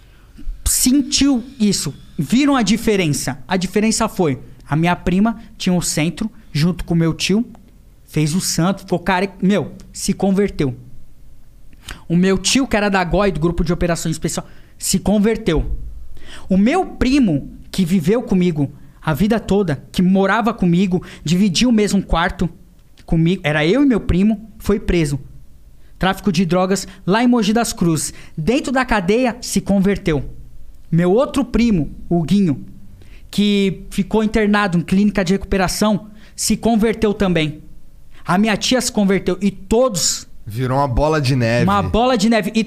sentiu isso, viram a diferença. A diferença foi, a minha prima tinha um centro, junto com o meu tio, fez o santo, ficou cara, se converteu. O meu tio, que era da GOI, do Grupo de Operações Especial, se converteu. O meu primo, que viveu comigo a vida toda, que morava comigo, dividia o mesmo quarto comigo, era eu e meu primo, foi preso. Tráfico de drogas lá em Mogi das Cruzes. Dentro da cadeia, se converteu. Meu outro primo, o Guinho, que ficou internado em clínica de recuperação, se converteu também. A minha tia se converteu. E todos... Virou uma bola de neve. Uma bola de neve. E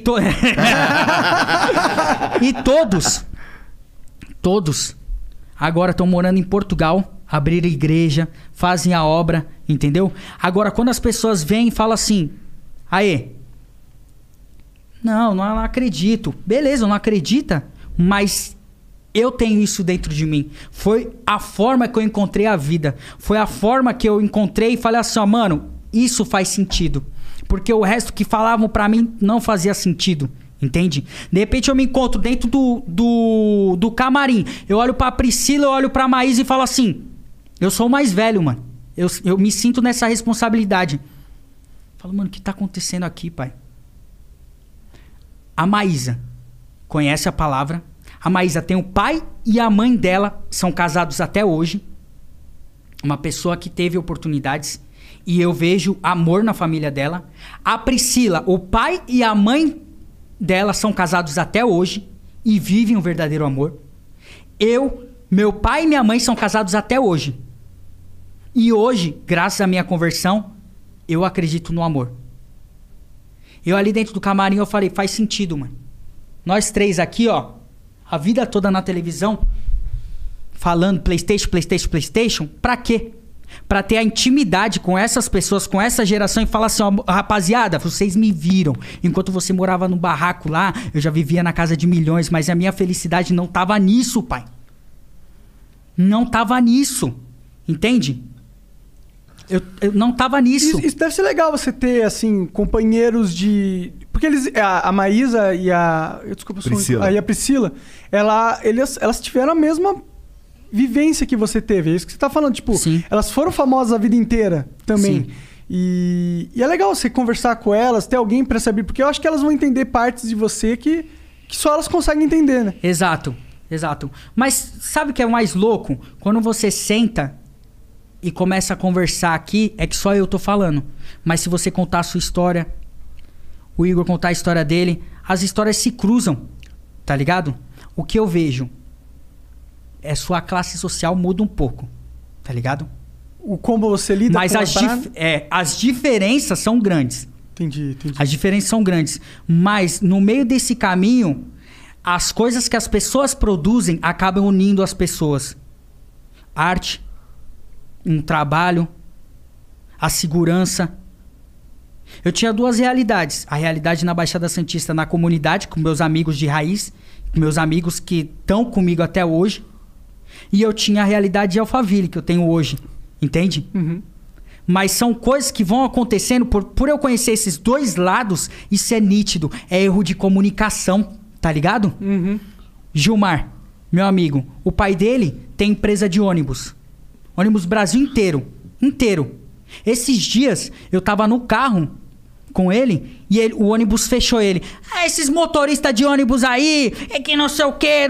todos, agora estão morando em Portugal, abriram igreja, fazem a obra, entendeu? Agora, quando as pessoas vêm e falam assim... Aí, não acredito. Beleza, não acredita, mas Eu tenho isso dentro de mim. Foi a forma que eu encontrei a vida. Foi a forma que eu encontrei e falei assim, ó, mano, isso faz sentido. Porque o resto que falavam pra mim não fazia sentido. Entende? De repente eu me encontro dentro do camarim. Eu olho pra Priscila, eu olho pra Maísa e falo assim, eu sou o mais velho, mano. Eu me sinto nessa responsabilidade. Falo, mano, o que tá acontecendo aqui, pai? A Maísa conhece a palavra. A Maísa tem o pai e a mãe dela, são casados até hoje. Uma pessoa que teve oportunidades. E eu vejo amor na família dela. A Priscila, o pai e a mãe dela são casados até hoje. E vivem um verdadeiro amor. Meu pai e minha mãe são casados até hoje. E hoje, graças à minha conversão, eu acredito no amor. Eu ali dentro do camarim, eu falei, faz sentido, mano. Nós três aqui, ó. A vida toda na televisão, falando PlayStation, pra quê? Pra ter a intimidade com essas pessoas, com essa geração e falar assim, ó, rapaziada, vocês me viram. Enquanto você morava no barraco lá, eu já vivia na casa de milhões, mas a minha felicidade não tava nisso, pai. Não tava nisso. Entende? Eu não tava nisso. Isso deve ser legal você ter, assim, companheiros de... Porque a Maísa e a... Desculpa, Priscila. E a Priscila, elas tiveram a mesma vivência que você teve. É isso que você tá falando. Tipo, sim, elas foram famosas a vida inteira também. Sim. E é legal você conversar com elas, ter alguém pra saber. Porque eu acho que elas vão entender partes de você que só elas conseguem entender, né? Exato. Mas sabe o que é o mais louco? Quando você senta e começa a conversar aqui, é que só eu tô falando. Mas se você contar a sua história, o Igor contar a história dele, as histórias se cruzam, tá ligado? O que eu vejo é sua classe social muda um pouco, tá ligado? Como você lida mas com as diferenças são grandes. Entendi. As diferenças são grandes. Mas no meio desse caminho, as coisas que as pessoas produzem acabam unindo as pessoas. Arte, um trabalho, a segurança. Eu tinha duas realidades. A realidade na Baixada Santista, na comunidade, com meus amigos de raiz, meus amigos que estão comigo até hoje. E eu tinha a realidade de Alphaville, que eu tenho hoje. Entende? Uhum. Mas são coisas que vão acontecendo por eu conhecer esses dois lados. Isso é nítido. É erro de comunicação. Tá ligado? Uhum. Gilmar, meu amigo, o pai dele tem empresa de ônibus. Ônibus Brasil inteiro. Esses dias eu tava no carro com ele e o ônibus fechou ele. Ah, esses motoristas de ônibus aí, é que não sei o que.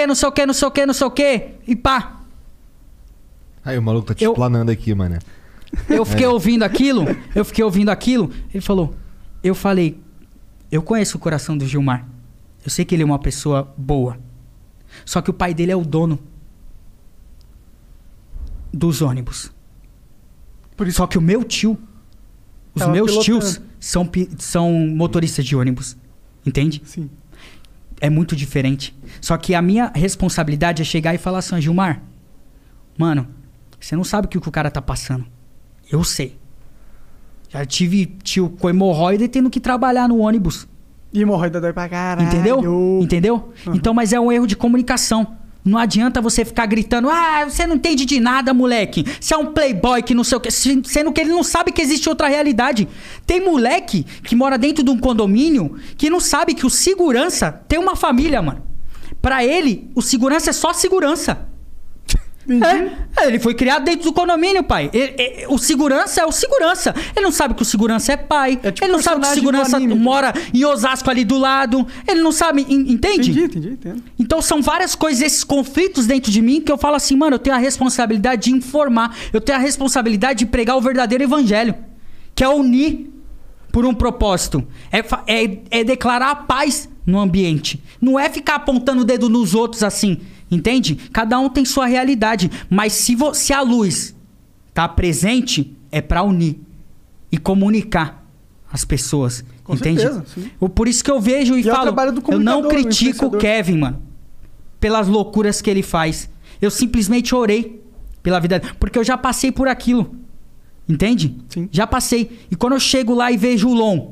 E pá. Aí o maluco tá te explanando aqui, mano. Eu fiquei ouvindo aquilo. Ele falou, eu falei, eu conheço o coração do Gilmar. Eu sei que ele é uma pessoa boa. Só que o pai dele é o dono dos ônibus. Só que o meu tio, os meus tios são motoristas de ônibus. Entende? Sim. É muito diferente. Só que a minha responsabilidade é chegar e falar assim, Gilmar, mano, você não sabe o que o cara tá passando. Eu sei. Já tive tio com hemorroida tendo que trabalhar no ônibus. E hemorroida dói pra caralho. Entendeu? Uhum. Então, mas é um erro de comunicação. Não adianta você ficar gritando, você não entende de nada, moleque. Você é um playboy que não sei o quê. Sendo que ele não sabe que existe outra realidade. Tem moleque que mora dentro de um condomínio que não sabe que o segurança tem uma família, mano. Pra ele, o segurança é só segurança. Ele foi criado dentro do condomínio, pai. O segurança é o segurança. Ele não sabe que o segurança é pai. Tipo ele não sabe que o segurança mora em Osasco ali do lado. Ele não sabe, entende? Entendi. Então são várias coisas, esses conflitos dentro de mim que eu falo assim, mano, eu tenho a responsabilidade de informar. Eu tenho a responsabilidade de pregar o verdadeiro evangelho. Que é unir por um propósito. É declarar a paz no ambiente. Não é ficar apontando o dedo nos outros assim. Entende? Cada um tem sua realidade. Mas se a luz tá presente, é pra unir e comunicar as pessoas. Com entende? Certeza, sim. Por isso que eu vejo e falo, eu não critico o Kevin, mano, pelas loucuras que ele faz. Eu simplesmente orei pela vida dele, porque eu já passei por aquilo. Entende? Sim. Já passei. E quando eu chego lá e vejo o Lon,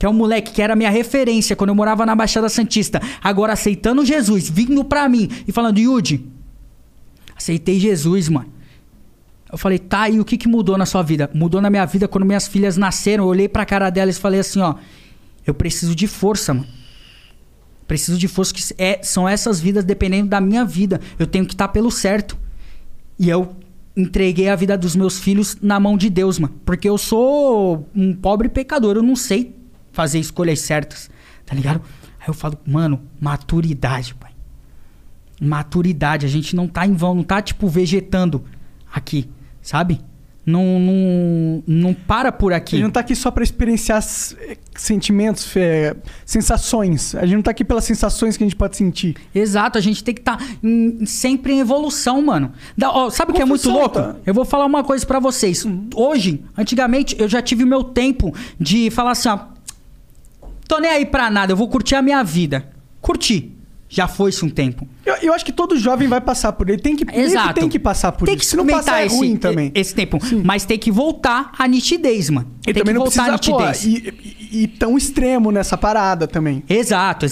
que é um moleque que era minha referência quando eu morava na Baixada Santista, agora aceitando Jesus, vindo pra mim e falando, Yudi, aceitei Jesus, mano. Eu falei, tá, e o que mudou na sua vida? Mudou na minha vida quando minhas filhas nasceram. Eu olhei pra cara delas e falei assim, ó, eu preciso de força, mano. Preciso de força, que são essas vidas dependendo da minha vida. Eu tenho que estar pelo certo. E eu entreguei a vida dos meus filhos na mão de Deus, mano. Porque eu sou um pobre pecador, eu não sei fazer escolhas certas, tá ligado? Aí eu falo, mano, maturidade, pai. Maturidade, a gente não tá em vão, não tá tipo vegetando aqui, sabe? Não para por aqui. A gente não tá aqui só pra experienciar sentimentos, sensações. A gente não tá aqui pelas sensações que a gente pode sentir. Exato, a gente tem que estar sempre em evolução, mano. Sabe o que é muito louco? Eu vou falar uma coisa pra vocês. Hoje, antigamente, eu já tive o meu tempo de falar assim, ó, tô nem aí pra nada, eu vou curtir a minha vida. Curtir. Já foi-se um tempo. Eu acho que todo jovem vai passar por ele. Tem que passar por isso. Tem que se não passar ruim também. Esse tempo. Sim. Mas tem que voltar à nitidez, mano. E tem que voltar à nitidez. E tão extremo nessa parada também. Exato.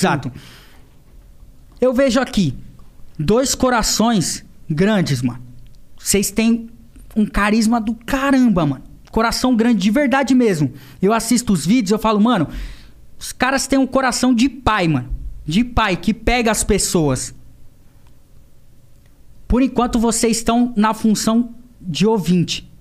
Eu vejo aqui 2 corações grandes, mano. Vocês têm um carisma do caramba, mano. Coração grande, de verdade mesmo. Eu assisto os vídeos, eu falo, mano, os caras têm um coração de pai, mano. De pai, que pega as pessoas. Por enquanto, vocês estão na função de ouvinte.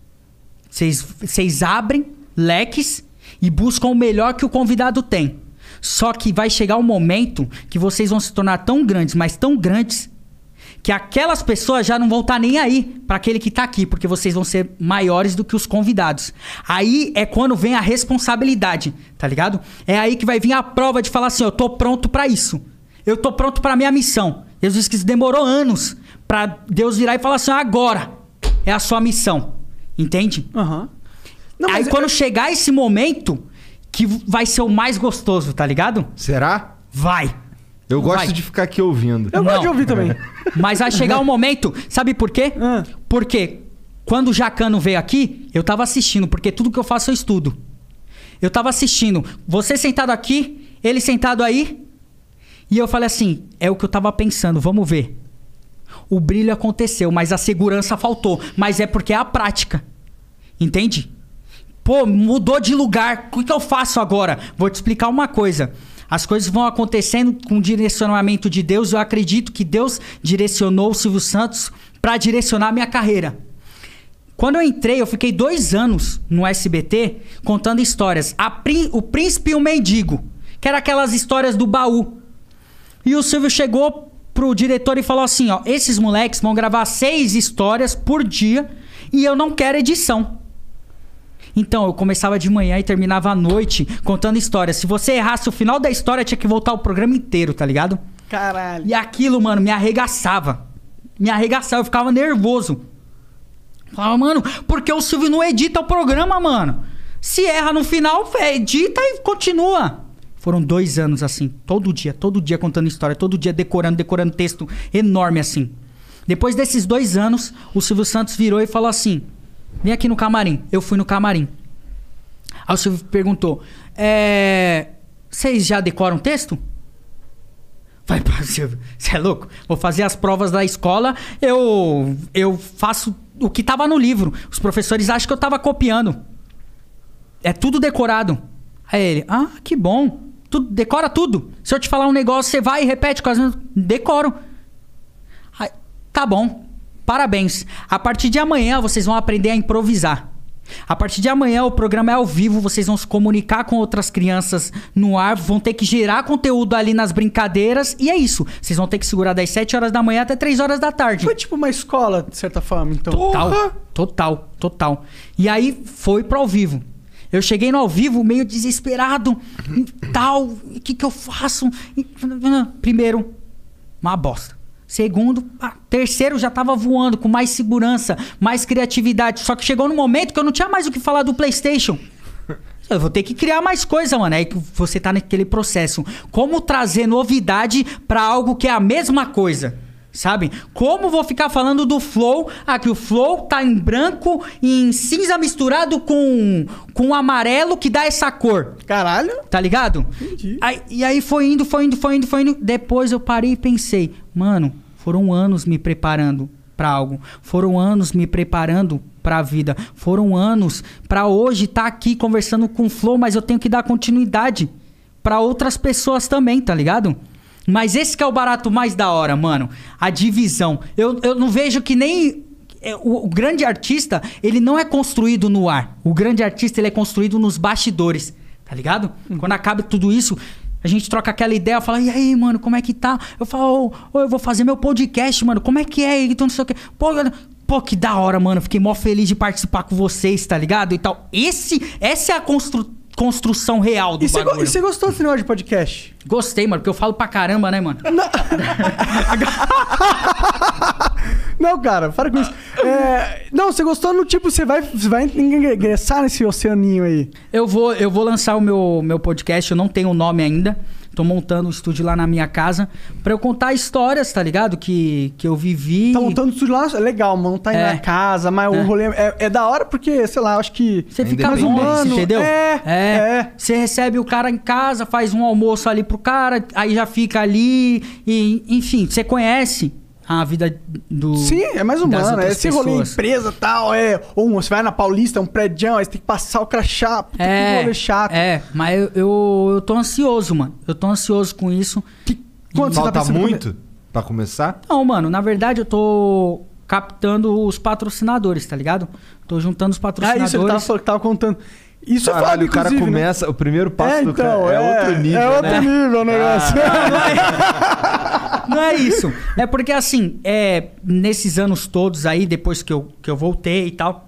Vocês abrem leques e buscam o melhor que o convidado tem. Só que vai chegar um momento que vocês vão se tornar tão grandes, mas tão grandes, que aquelas pessoas já não vão estar nem aí para aquele que está aqui, porque vocês vão ser maiores do que os convidados. Aí é quando vem a responsabilidade, tá ligado? É aí que vai vir a prova de falar assim, eu tô pronto para isso. Eu tô pronto para minha missão. Jesus disse que demorou anos para Deus virar e falar assim, agora é a sua missão. Entende? Uhum. Aí quando chegar esse momento, que vai ser o mais gostoso, tá ligado? Será? Vai. Eu gosto de ficar aqui ouvindo. Eu gosto de ouvir também. Mas vai chegar um momento... Sabe por quê? Porque quando o Jacano veio aqui, eu tava assistindo. Porque tudo que eu faço eu estudo. Eu tava assistindo. Você sentado aqui, ele sentado aí. E eu falei assim, é o que eu tava pensando, vamos ver. O brilho aconteceu, mas a segurança faltou. Mas é porque é a prática. Entende? Pô, mudou de lugar. O que eu faço agora? Vou te explicar uma coisa. As coisas vão acontecendo com o direcionamento de Deus. Eu acredito que Deus direcionou o Silvio Santos para direcionar a minha carreira. Quando eu entrei, eu fiquei 2 anos no SBT contando histórias. O Príncipe e o Mendigo, que era aquelas histórias do baú. E o Silvio chegou pro diretor e falou assim, ó, esses moleques vão gravar 6 histórias por dia e eu não quero edição. Então, eu começava de manhã e terminava à noite contando histórias. Se você errasse o final da história, tinha que voltar o programa inteiro, tá ligado? Caralho. E aquilo, mano, me arregaçava. Eu ficava nervoso. Falava, mano, porque o Silvio não edita o programa, mano? Se erra no final, edita e continua. Foram 2 anos assim, todo dia contando história, todo dia decorando texto enorme assim. Depois desses 2 anos, o Silvio Santos virou e falou assim... Vem aqui no camarim. Eu fui no camarim. Aí o Silvio perguntou... Vocês já decoram texto? Falei, pô, Silvio, você é louco? Vou fazer as provas da escola, eu faço o que tava no livro. Os professores acham que eu tava copiando. É tudo decorado. Aí ele, que bom. Decora tudo. Se eu te falar um negócio, você vai e repete quase. Decoro. Aí, tá bom. Parabéns. A partir de amanhã, vocês vão aprender a improvisar. A partir de amanhã, o programa é ao vivo. Vocês vão se comunicar com outras crianças no ar. Vão ter que gerar conteúdo ali nas brincadeiras. E é isso. Vocês vão ter que segurar das 7 horas da manhã até 3 horas da tarde. Foi tipo uma escola, de certa forma, então. Total. E aí, foi pro ao vivo. Eu cheguei no ao vivo meio desesperado. Tal. O que eu faço? Primeiro, uma bosta. Segundo, terceiro já tava voando com mais segurança, mais criatividade. Só que chegou no momento que eu não tinha mais o que falar do PlayStation. Eu vou ter que criar mais coisa, mano. Aí que você tá naquele processo. Como trazer novidade pra algo que é a mesma coisa, sabe? Como vou ficar falando do Flow? Ah, que o Flow tá em branco e em cinza misturado com amarelo que dá essa cor. Caralho. Tá ligado? Entendi. E aí foi indo. Depois eu parei e pensei, mano, foram anos me preparando pra algo. Foram anos me preparando pra vida. Foram anos pra hoje estar aqui conversando com o Flow, mas eu tenho que dar continuidade pra outras pessoas também, tá ligado? Mas esse que é o barato mais da hora, mano. A divisão. Eu não vejo que nem... O grande artista, ele não é construído no ar. O grande artista, ele é construído nos bastidores. Tá ligado? Quando acaba tudo isso, a gente troca aquela ideia, fala, e aí, mano, como é que tá? Eu falo, eu vou fazer meu podcast, mano. Como é que é? Então, não sei o quê. Pô, que da hora, mano. Fiquei mó feliz de participar com vocês, tá ligado? E tal. Essa é a construção real do bagulho. E você gostou desse negócio de podcast? Gostei, mano, porque eu falo pra caramba, né, mano? Não, cara, para com isso. Não, você gostou no tipo, você vai ingressar nesse oceaninho aí. Eu vou lançar o meu podcast, eu não tenho o nome ainda. Tô montando um estúdio lá na minha casa pra eu contar histórias, tá ligado? Que eu vivi. Tá montando um estúdio lá? É legal, montar aí na casa, mas o rolê é da hora porque, sei lá, acho que... Você fica mais humano, entendeu? Você recebe o cara em casa, faz um almoço ali pro cara, aí já fica ali, e enfim, você conhece a vida do... Sim, é mais humano, esse rolê empresa e tal, ou você vai na Paulista, é um prédio, aí você tem que passar o crachá, puta que rolê chato. Mas eu tô ansioso, mano. Eu tô ansioso com isso. Quanto você tá pensando muito pra começar? Não, mano, na verdade eu tô captando os patrocinadores, tá ligado? Tô juntando os patrocinadores. Isso, ele tava contando. Isso Caralho, é foda, o cara começa... Né? O primeiro passo do cara é outro nível, é outro nível o negócio. Não é isso. É porque, assim, nesses anos todos aí, depois que eu voltei e tal,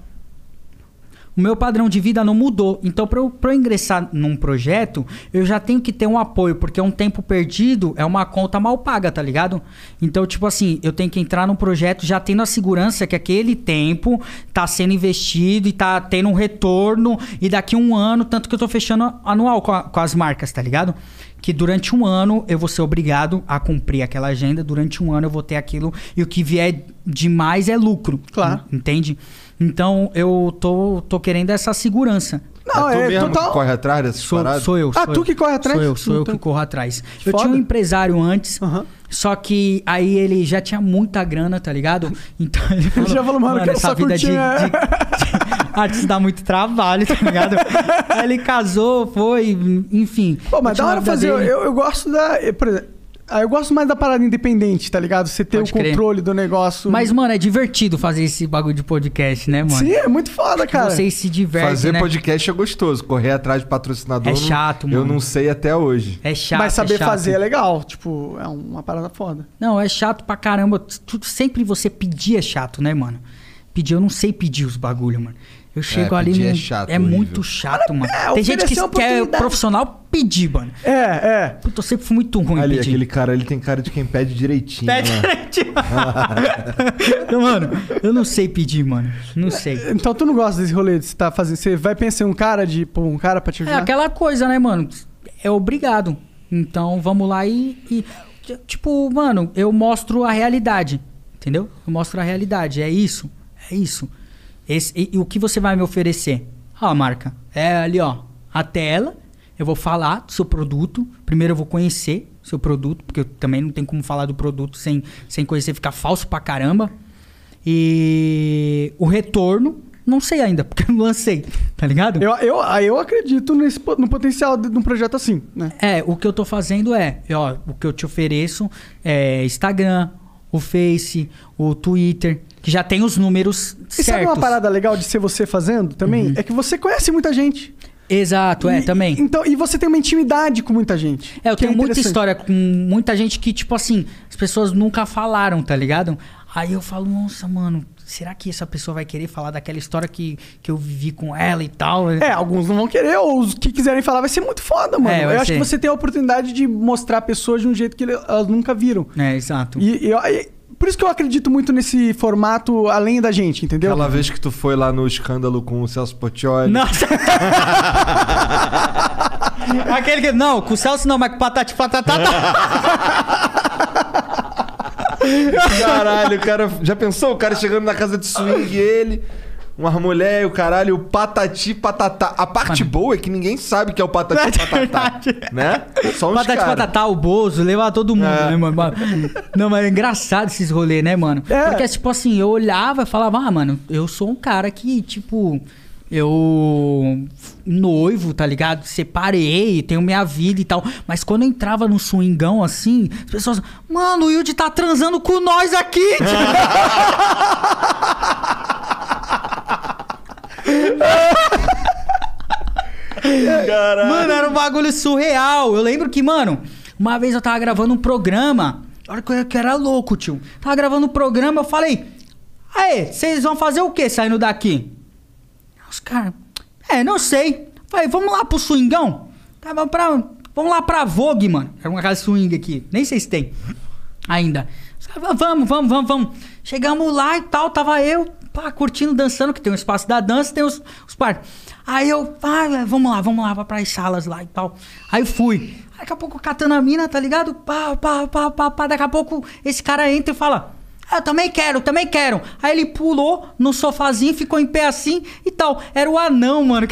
o meu padrão de vida não mudou. Então, pra eu ingressar num projeto, eu já tenho que ter um apoio, porque um tempo perdido é uma conta mal paga, tá ligado? Então, tipo assim, eu tenho que entrar num projeto já tendo a segurança que aquele tempo tá sendo investido e tá tendo um retorno, e daqui um ano, tanto que eu tô fechando anual com as marcas, tá ligado? Que durante um ano eu vou ser obrigado a cumprir aquela agenda, durante um ano eu vou ter aquilo, e o que vier demais é lucro. Claro. Entende? Então eu tô querendo essa segurança. Não, tu mesmo total... que corre atrás dessas paradas? Sou eu. Tu que corre atrás? Sou eu que corro atrás. Eu tinha um empresário antes, só que aí ele já tinha muita grana, tá ligado? Então ele falou, mano, essa vida de artista dá muito trabalho, tá ligado? Aí ele casou, foi, enfim. Pô, mas da hora fazer, eu gosto da... Por exemplo, eu gosto mais da parada independente, tá ligado? Você ter o controle do negócio. Mas, mano, é divertido fazer esse bagulho de podcast, né, mano? Sim, é muito foda, cara. Vocês se divertem, fazer podcast é gostoso. Correr atrás de patrocinador... É chato, mano. Eu não sei até hoje. É chato, mas saber fazer é legal. Tipo, é uma parada foda. Não, é chato pra caramba. Sempre você pedir é chato, né, mano? Pedir, eu não sei pedir os bagulho, mano. Eu chego ali... É chato, muito chato, mano. Tem gente que quer profissional pedir, mano. Puta, eu sempre fui muito ruim ali, pedir. Aquele cara, ele tem cara de quem pede direitinho. Pede direitinho. Mano, eu não sei pedir, mano. Não sei. Então tu não gosta desse rolê de você tá fazendo... Você vai pensar em um cara pra te ajudar? É aquela coisa, né, mano? É obrigado. Então vamos lá e... Tipo, mano, eu mostro a realidade. Entendeu? Eu mostro a realidade. É isso. É isso. E o que você vai me oferecer? A marca. É ali, ó. A tela. Eu vou falar do seu produto. Primeiro eu vou conhecer o seu produto, porque eu também não tenho como falar do produto sem conhecer, ficar falso pra caramba. E o retorno, não sei ainda, porque eu não lancei, tá ligado? Eu acredito no potencial de um projeto assim, né? O que eu tô fazendo o que eu te ofereço é Instagram, o Face, o Twitter, que já tem os números certos. E sabe uma parada legal de ser você fazendo também? É que você conhece muita gente. Exato, também. Então, e você tem uma intimidade com muita gente. Eu tenho muita história com muita gente que, tipo assim, as pessoas nunca falaram, tá ligado? Aí eu falo, nossa, mano, será que essa pessoa vai querer falar daquela história que eu vivi com ela e tal? Alguns não vão querer, ou os que quiserem falar vai ser muito foda, mano. Eu acho que você tem a oportunidade de mostrar a pessoa de um jeito que elas nunca viram. Exato. Por isso que eu acredito muito nesse formato além da gente, entendeu? Aquela vez que tu foi lá no escândalo com o Celso Portiolli. Nossa! Aquele que... Não, com o Celso não, mas com o Patati Patatata. Caralho, o cara... Já pensou? O cara chegando na casa de swing, ele... Uma mulher, o caralho, o patati patatá. A parte boa é que ninguém sabe que é o patati patatá, né? Só uns patati patatá, o Bozo, leva todo mundo, né, mano? Não, mas é engraçado esses rolês, né, mano? Porque, tipo assim, eu olhava e falava, mano, eu sou um cara que, tipo... Eu... noivo, tá ligado? Separei, tenho minha vida e tal. Mas quando eu entrava no swingão, assim... As pessoas... Mano, o Yudi tá transando com nós aqui! Mano, era um bagulho surreal. Eu lembro que, mano... Uma vez eu tava gravando um programa... Olha que eu era louco, tio. Tava gravando um programa, eu falei... Aê, vocês vão fazer o que saindo daqui? Os caras, não sei. Falei, vamos lá pro swingão? Vamos lá pra Vogue, mano. Era uma casa swing aqui. Nem sei se tem ainda. Os caras, vamos. Chegamos lá e tal, tava eu, curtindo, dançando, que tem um espaço da dança, tem os parques. Aí eu, vamos lá para as salas lá e tal. Aí fui. Daqui a pouco catando a mina, tá ligado? Daqui a pouco esse cara entra e fala... Eu também quero. Aí ele pulou no sofazinho, ficou em pé assim e tal. Era o anão, mano.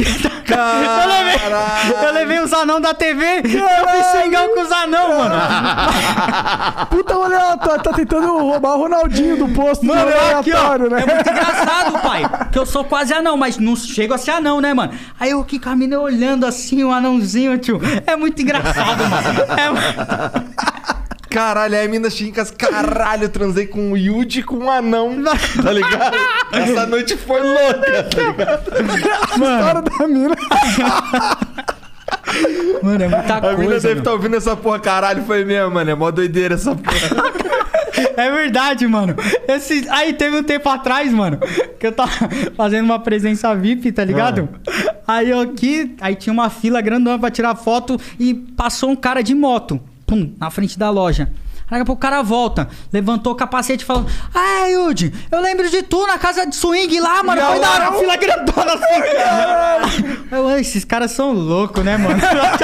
Eu levei os anão da TV. Eu fiz swingão com os anão, mano. Puta, olha, tá tentando roubar o Ronaldinho do posto. Mano, aqui, ó. Né? É muito engraçado, pai. Que eu sou quase anão, mas não chego a ser anão, né, mano? Aí eu aqui caminhei olhando assim, o anãozinho, tio. É muito engraçado, mano. Caralho, aí a mina chincas, caralho, eu transei com o Yudi com um anão, tá ligado? Essa noite foi louca, tá ligado? Mano, a história da mina. Mano, é muita coisa. A mina deve estar ouvindo essa porra, caralho, foi mesmo, mano. É mó doideira essa porra. É verdade, mano. Aí teve um tempo atrás, mano, que eu tava fazendo uma presença VIP, tá ligado? Aí eu aqui, aí tinha uma fila grandona pra tirar foto e passou um cara de moto. Pum, na frente da loja. Daqui a pouco o cara volta, levantou o capacete e falou: Yudi, eu lembro de tu na casa de swing lá, mano. Foi da fila grandona assim. Esses caras são loucos, né, mano?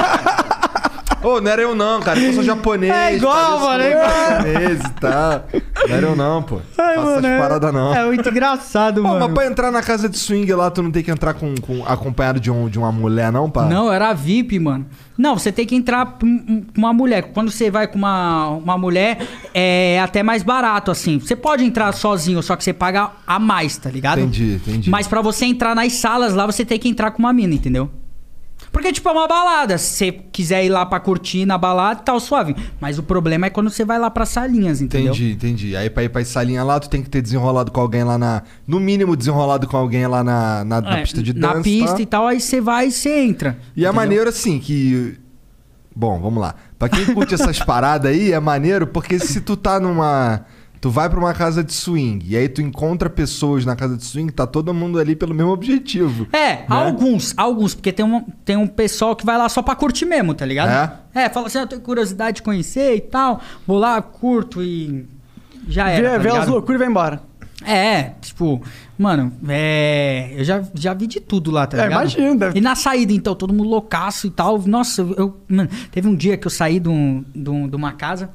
Não era eu não, cara. Eu sou japonês. É igual, mano. É igual. Japonês e tal. Não era eu não, pô. Faça essas paradas não. É muito engraçado, mano. Mas pra entrar na casa de swing lá, tu não tem que entrar acompanhado de uma mulher, não, pá? Não, era VIP, mano. Não, você tem que entrar com uma mulher. Quando você vai com uma mulher, é até mais barato, assim. Você pode entrar sozinho, só que você paga a mais, tá ligado? Entendi. Mas pra você entrar nas salas lá, você tem que entrar com uma mina, entendeu? Porque, tipo, é uma balada. Se você quiser ir lá pra curtir na balada, tá suave. Mas o problema é quando você vai lá pras salinhas, entendeu? Entendi. Aí pra ir pra salinha lá, tu tem que ter desenrolado com alguém lá na... No mínimo, desenrolado com alguém lá na pista de dança. Na pista e tal, aí você vai e você entra. E entendeu? É maneiro, assim, que... Bom, vamos lá. Pra quem curte essas paradas aí, é maneiro porque se tu tá tu vai pra uma casa de swing e aí tu encontra pessoas na casa de swing, tá todo mundo ali pelo mesmo objetivo. Né? Alguns, porque tem um pessoal que vai lá só pra curtir mesmo, tá ligado? Fala assim, eu tenho curiosidade de conhecer e tal, vou lá, curto e já era. Vê as loucuras e vai embora. Tipo, mano, eu já vi de tudo lá, tá ligado? Imagina. E na saída, então, todo mundo loucaço e tal. Nossa, mano, teve um dia que eu saí de uma casa,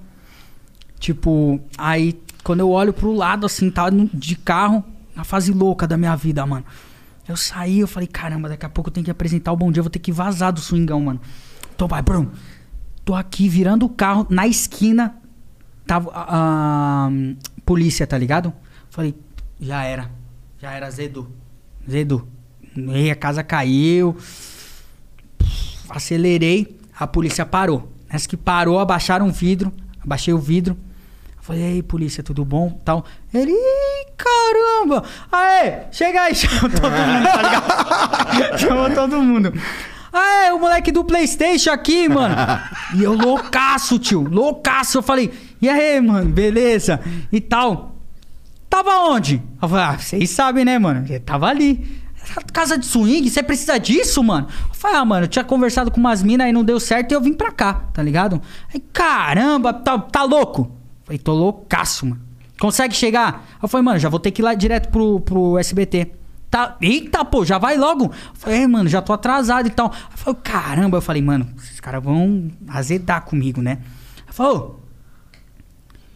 tipo, aí quando eu olho pro lado, assim, tava de carro, na fase louca da minha vida, mano. Eu saí, eu falei, caramba, daqui a pouco eu tenho que apresentar o Bom Dia, eu vou ter que vazar do swingão, mano. Então vai, Bruno. Tô aqui virando o carro, na esquina, tava a polícia, tá ligado? Falei, já era, Zedu. E a casa caiu, acelerei, a polícia parou. Nessa que parou, abaixei o vidro. Falei, ei, polícia, tudo bom? Tal. Ele, caramba! Aê, chega aí, chamou todo mundo, tá ligado? Chamou todo mundo. Aê, o moleque do PlayStation aqui, mano. E eu loucaço, tio, loucaço. Eu falei, e aí, mano, beleza? E tal. Tava onde? Eu falei, vocês sabem, né, mano? Eu tava ali. Casa de swing, você precisa disso, mano? Eu falei, mano, eu tinha conversado com umas minas aí, não deu certo e eu vim pra cá, tá ligado? Aí, caramba, tá louco? Eu falei, tô loucaço, mano. Consegue chegar? Eu falei, mano, já vou ter que ir lá direto pro SBT. Tá, eita, pô, já vai logo. Eu falei, mano, já tô atrasado e tal. Eu falei, caramba, eu falei, mano, esses caras vão azedar comigo, né? Eu falei,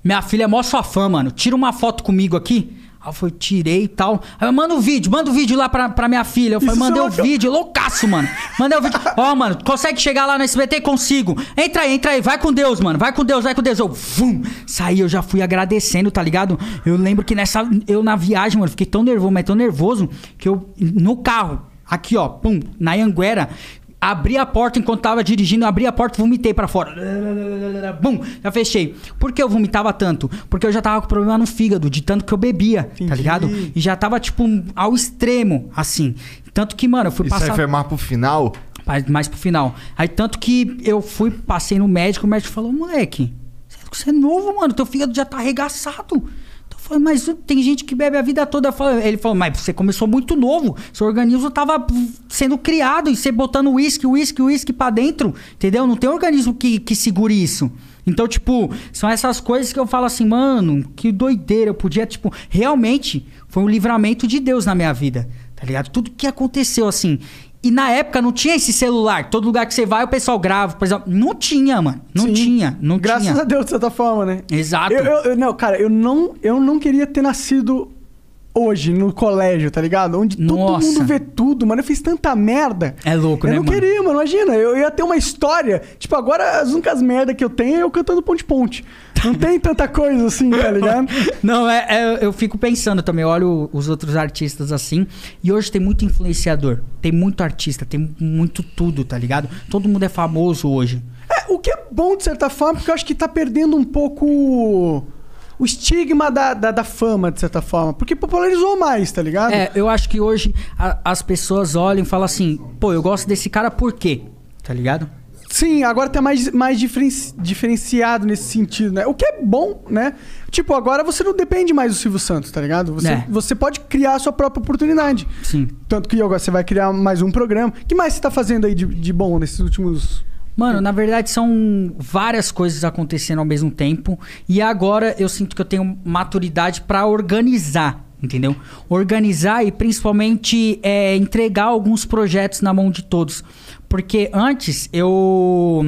minha filha é mó sua fã, mano. Tira uma foto comigo aqui. Aí eu falei, tirei e tal. Aí eu manda um vídeo lá pra minha filha. Eu falei, mandei o vídeo, loucaço, mano. Mandei o vídeo. Ó, mano, consegue chegar lá no SBT? Consigo. Entra aí, vai com Deus, mano. Vai com Deus. Eu, vum, saí, eu já fui agradecendo, tá ligado? Eu lembro que eu na viagem, mano, fiquei tão nervoso, mas tão nervoso, que eu, no carro, aqui, ó, pum, na Anhanguera, abri a porta enquanto tava dirigindo, abri a porta e vomitei pra fora. Bum, já fechei. Por que eu vomitava tanto? Porque eu já tava com problema no fígado, de tanto que eu bebia, tá ligado? E já tava, tipo, ao extremo, assim. Tanto que, mano, eu fui passar... Isso aí foi mais pro final? Mais pro final. Aí, tanto que eu passei no médico, o médico falou, moleque, você é novo, mano, teu fígado já tá arregaçado. Falei, mas tem gente que bebe a vida toda. Ele falou, mas você começou muito novo. Seu organismo tava sendo criado e você botando uísque pra dentro. Entendeu? Não tem organismo que segure isso. Então, tipo, são essas coisas que eu falo assim, mano, que doideira. Eu podia, tipo, realmente foi um livramento de Deus na minha vida. Tá ligado? Tudo que aconteceu, assim. E na época não tinha esse celular. Todo lugar que você vai, o pessoal grava. Por exemplo, não tinha, mano. Não tinha. Graças a Deus, de certa forma, né? Exato. Não, cara, eu não queria ter nascido hoje no colégio, tá ligado? Onde todo mundo vê tudo, mano. Eu fiz tanta merda. É louco, né, mano? Eu não queria, mano. Imagina, eu ia ter uma história. Tipo, agora as únicas merdas que eu tenho é eu cantando ponte-ponte. Não tem tanta coisa assim, tá ligado? Não, eu fico pensando também. Eu olho os outros artistas assim. E hoje tem muito influenciador. Tem muito artista. Tem muito tudo, tá ligado? Todo mundo é famoso hoje. O que é bom, de certa forma, porque eu acho que tá perdendo um pouco o estigma da fama, de certa forma. Porque popularizou mais, tá ligado? Eu acho que hoje as pessoas olham e falam assim, pô, eu gosto desse cara por quê? Tá ligado? Sim, agora tá mais diferenciado nesse sentido, né? O que é bom, né? Tipo, agora você não depende mais do Silvio Santos, tá ligado? Você pode criar a sua própria oportunidade. Sim. Tanto que agora você vai criar mais um programa. O que mais você tá fazendo aí de bom nesses últimos... Mano, na verdade são várias coisas acontecendo ao mesmo tempo. E agora eu sinto que eu tenho maturidade pra organizar, entendeu? Organizar e principalmente entregar alguns projetos na mão de todos. Porque antes eu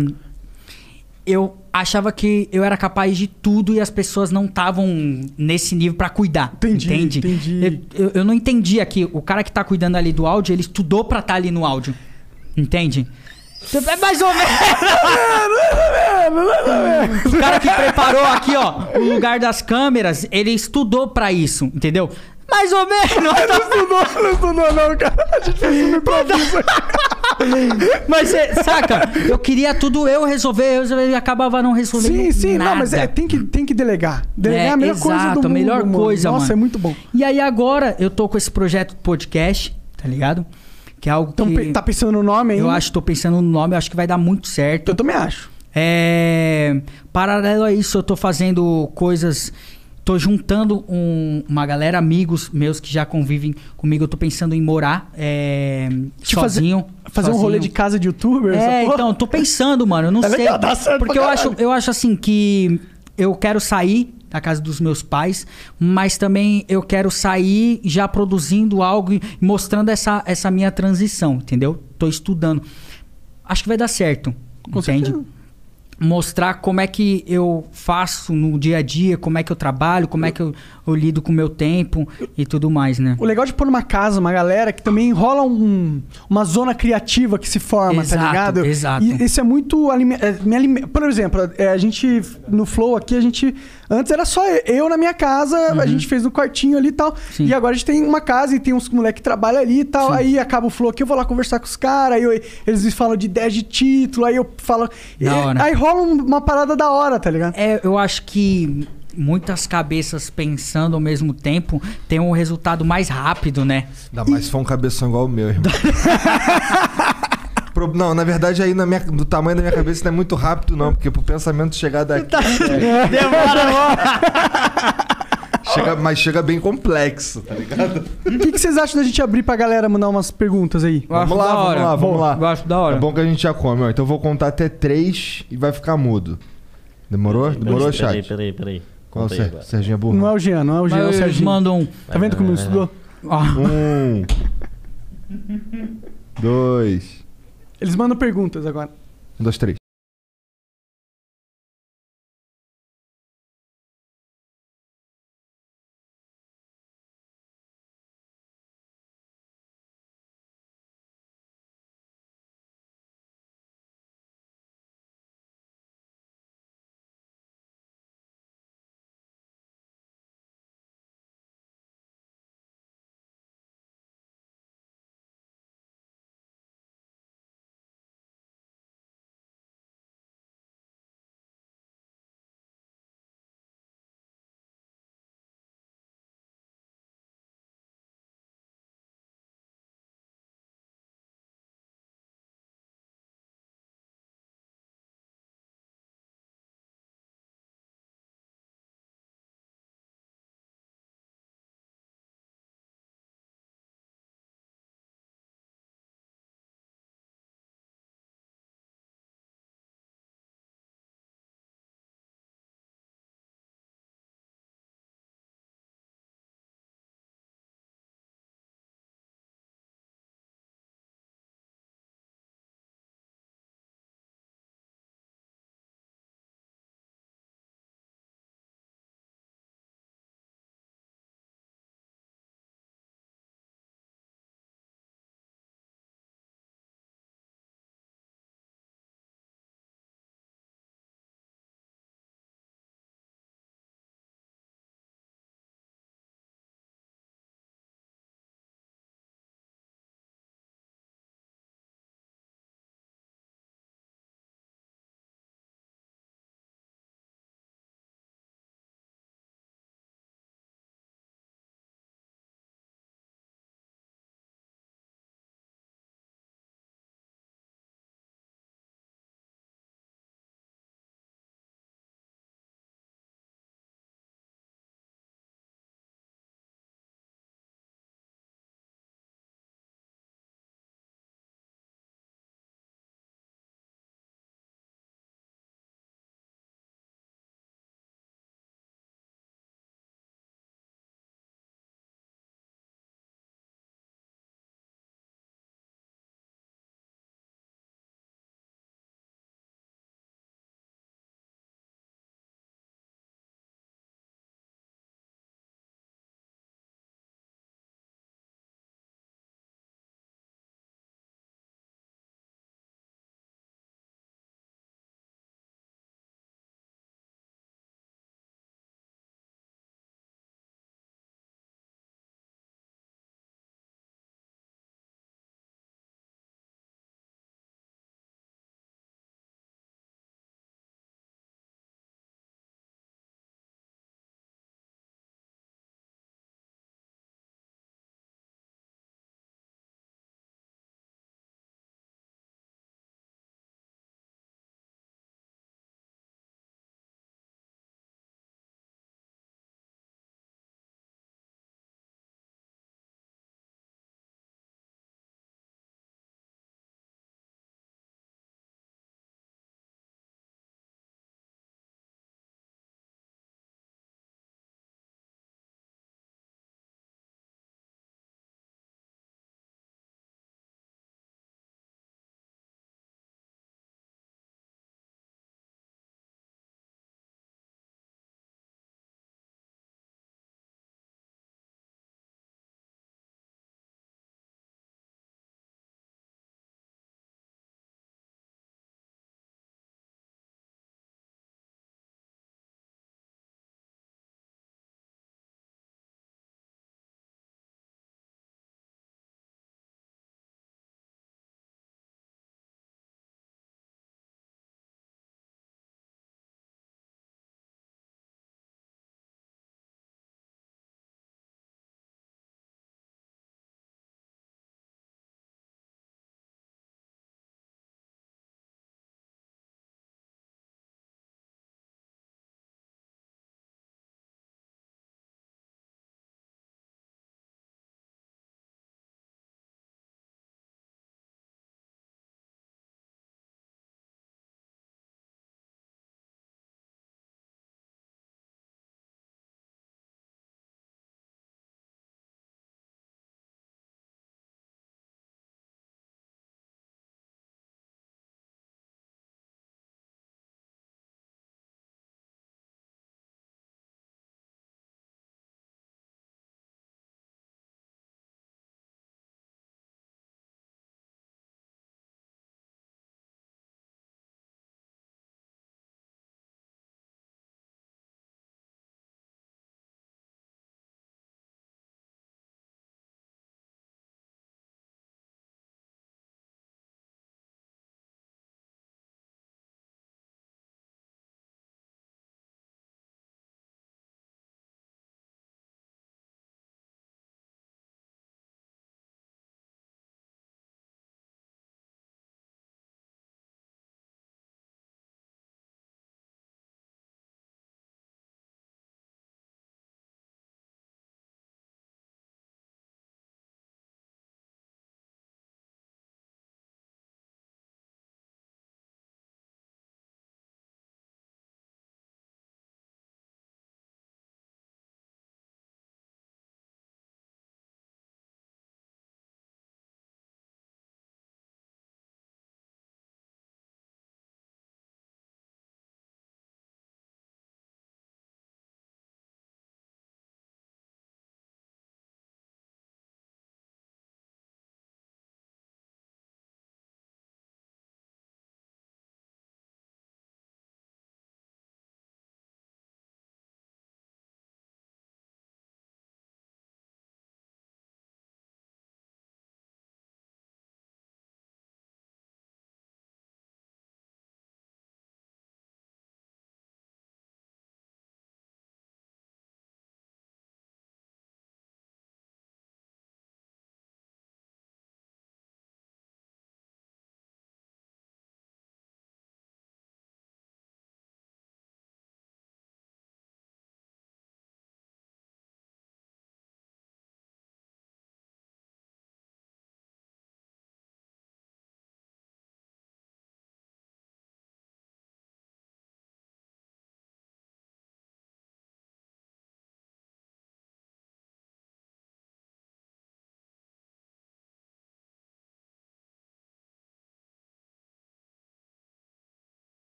achava que eu era capaz de tudo e as pessoas não estavam nesse nível pra cuidar. Entendi. Eu não entendia que o cara que tá cuidando ali do áudio, ele estudou pra estar ali no áudio. Entende? É mais ou menos. O cara que preparou aqui, ó, o lugar das câmeras, ele estudou pra isso, entendeu? Mais ou menos. Não estudou não, cara. A gente fez um improviso. Mas você, saca? Eu queria tudo eu resolver e acabava não resolvendo sim, nada. Não, mas tem que delegar. Delegar é a melhor coisa do mundo, a melhor coisa, mano. Nossa, é muito bom. E aí agora eu tô com esse projeto de podcast, tá ligado? Que é algo então, que... tá pensando no nome ainda? Tô pensando no nome, eu acho que vai dar muito certo. Eu também acho. Paralelo a isso, eu tô fazendo coisas... Tô juntando uma galera, amigos meus que já convivem comigo. Eu tô pensando em morar sozinho. Fazer um rolê de casa de youtuber? Então, eu tô pensando, mano. Eu não sei. Legal, dá certo porque eu acho assim que eu quero sair da casa dos meus pais, mas também eu quero sair já produzindo algo e mostrando essa minha transição, entendeu? Tô estudando. Acho que vai dar certo. Com entende? certeza. Mostrar como é que eu faço no dia a dia, como é que eu trabalho, como é que eu lido com o meu tempo e tudo mais, né? O legal de pôr numa casa, uma galera que também rola uma zona criativa que se forma, exato, tá ligado? Exato. E isso é muito... Por exemplo, a gente, no Flow aqui, antes era só eu na minha casa, a gente fez no quartinho ali e tal. Sim. E agora a gente tem uma casa e tem uns moleques que trabalham ali e tal. Sim. Aí acaba o Flow aqui, eu vou lá conversar com os caras, aí eles me falam de ideias de título, aí eu falo... Aí rola uma parada da hora, tá ligado? Eu acho que muitas cabeças pensando ao mesmo tempo tem um resultado mais rápido, né? Ainda mais se for um cabeção igual o meu, irmão. Não, na verdade aí do tamanho da minha cabeça não é muito rápido não, porque pro pensamento chegar daqui... Demora. Mas chega bem complexo, tá ligado? O que vocês acham da gente abrir pra galera mandar umas perguntas aí? Vamos lá. Eu acho da hora. É bom que a gente já come, ó. Então eu vou contar até 3 e vai ficar mudo. Demorou? Demorou, chat? Peraí. Qual é o Serginho é burro? Não é o Jean, é o Serginho. Mandam um. Tá vendo como ele estudou? 1 2 Eles mandam perguntas agora. 1 2 3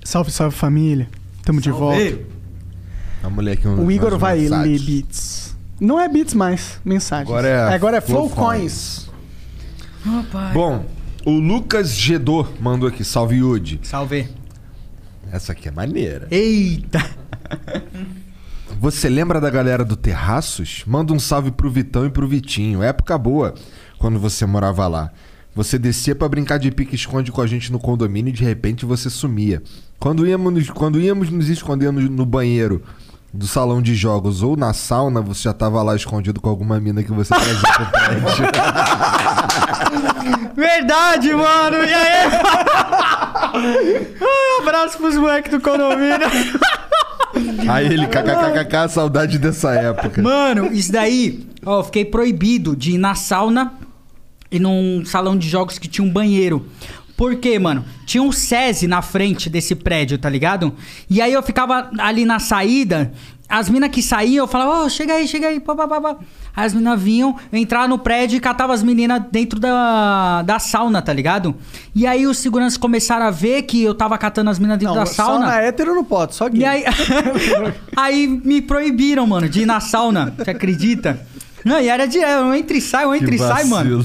Salve, salve família. Tamo de volta. A mulher aqui, o Igor vai ler beats. Não é beats mais, mensagens. Agora é Flow Coins. Rapaz. Bom, o Lucas Gedor mandou aqui. Salve, Yudi. Salve. Essa aqui é maneira. Eita. Você lembra da galera do Terraços? Manda um salve pro Vitão e pro Vitinho. Época boa, quando você morava lá. Você descia pra brincar de pique-esconde com a gente no condomínio e de repente você sumia. Quando íamos nos esconder no banheiro do salão de jogos ou na sauna, você já tava lá escondido com alguma mina que você trazia pro prédio. Verdade, mano! E aí? Um abraço pros moleques do condomínio. Aí ele, kkkk, saudade dessa época. Mano, isso daí, ó, eu fiquei proibido de ir na sauna e num salão de jogos que tinha um banheiro. Por quê, mano? Tinha um SESI na frente desse prédio, tá ligado? E aí eu ficava ali na saída, as minas que saíam, eu falava, chega aí, pá. Aí as meninas vinham, eu entrava no prédio e catava as meninas dentro da sauna, tá ligado? E aí os seguranças começaram a ver que eu tava catando as meninas dentro da sauna. Sauna hétero não pode, só gay. E aí... aí me proibiram, mano, de ir na sauna, você acredita? Não, e era direto, eu entro e sai, mano.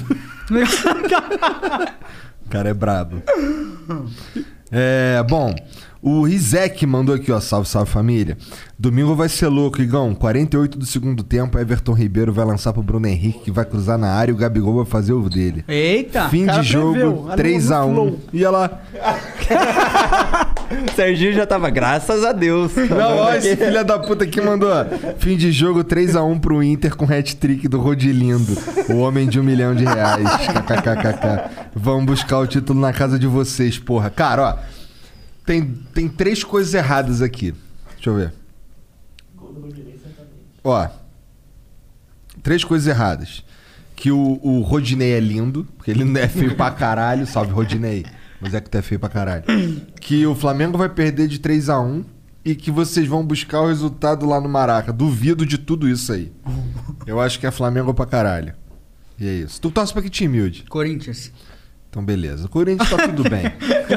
O cara é brabo. Bom, o Rizek mandou aqui, ó. Salve, salve família. Domingo vai ser louco, Igão. 48 do segundo tempo, Everton Ribeiro vai lançar pro Bruno Henrique, que vai cruzar na área e o Gabigol vai fazer o dele. Eita! Fim de jogo, 3x1. Ia lá. Serginho já tava, graças a Deus. Não, ó, esse filho da puta que mandou. Fim de jogo, 3x1 pro Inter com hat-trick do Rodilindo. O homem de R$1 milhão. KKKKK. Vamos buscar o título na casa de vocês, porra. Cara, ó. Tem 3 coisas erradas aqui. Deixa eu ver. Ó. 3 coisas erradas. Que o Rodinei é lindo, porque ele não é feio pra caralho. Salve, Rodinei. Mas é que tu é feio pra caralho. Que o Flamengo vai perder de 3x1 e que vocês vão buscar o resultado lá no Maraca. Duvido de tudo isso aí. Eu acho que é Flamengo pra caralho. E é isso. Tu torce pra que time, Yudi? Corinthians. Então beleza. O Corinthians tá tudo bem.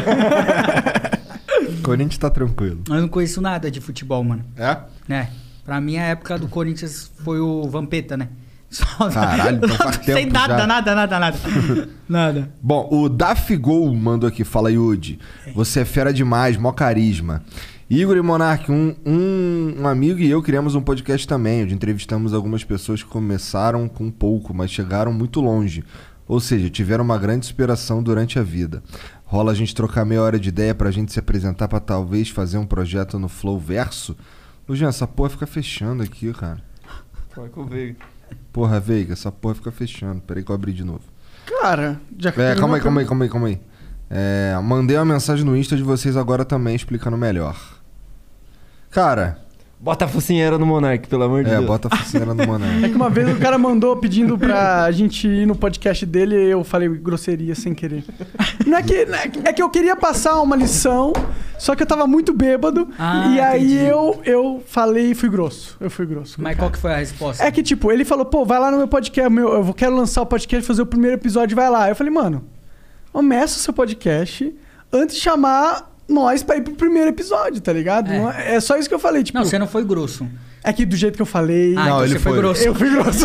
O Corinthians tá tranquilo. Eu não conheço nada de futebol, mano. É? Pra mim, a época do Corinthians foi o Vampeta, né? Caralho, então faz tempo sem nada, já. Nada. Bom, o Dafigol mandou aqui. Fala, Yudi. Você é fera demais, mó carisma. Igor e Monark, um amigo e eu criamos um podcast também, onde entrevistamos algumas pessoas que começaram com pouco, mas chegaram muito longe. Ou seja, tiveram uma grande inspiração durante a vida. Rola a gente trocar meia hora de ideia pra gente se apresentar pra talvez fazer um projeto no Flow Verso? Ô, Jean, essa porra fica fechando aqui, cara. Fala com o Veiga. Porra, Veiga, essa porra fica fechando. Peraí que eu abri de novo. Cara, já que calma aí. Mandei uma mensagem no Insta de vocês agora também, explicando melhor. Cara... Bota a focinheira no Monark, pelo amor de Deus. Bota a focinheira no Monark. É que uma vez o cara mandou pedindo pra gente ir no podcast dele e eu falei grosseria sem querer. É que eu queria passar uma lição, só que eu tava muito bêbado. E aí eu falei e fui grosso. Mas qual que foi a resposta? É que tipo, ele falou, pô, vai lá no meu podcast, eu quero lançar o podcast, fazer o primeiro episódio, vai lá. Eu falei, mano, começa o seu podcast antes de chamar... nós pra ir pro primeiro episódio, tá ligado? É só isso que eu falei, tipo... Não, você não foi grosso. É que do jeito que eu falei... Não, então ele foi grosso. Eu fui grosso.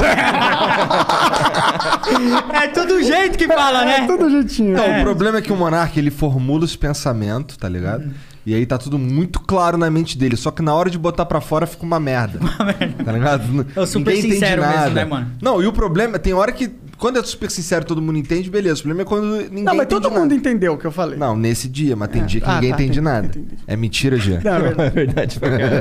É tudo jeito que fala, né? É tudo jeitinho. Não, o problema é que o Monark, ele formula os pensamentos, tá ligado? E aí tá tudo muito claro na mente dele. Só que na hora de botar pra fora fica uma merda. Tá ligado? Eu super Ninguém sincero entende nada. mesmo, né, mano? Não, e o problema... Tem hora que... Quando é super sincero, todo mundo entende, beleza. O problema é quando ninguém entende. Não, mas todo mundo entendeu o que eu falei. Não, nesse dia, mas tem dia que ninguém entende nada. Entendi. É mentira, Jean. Não, é verdade.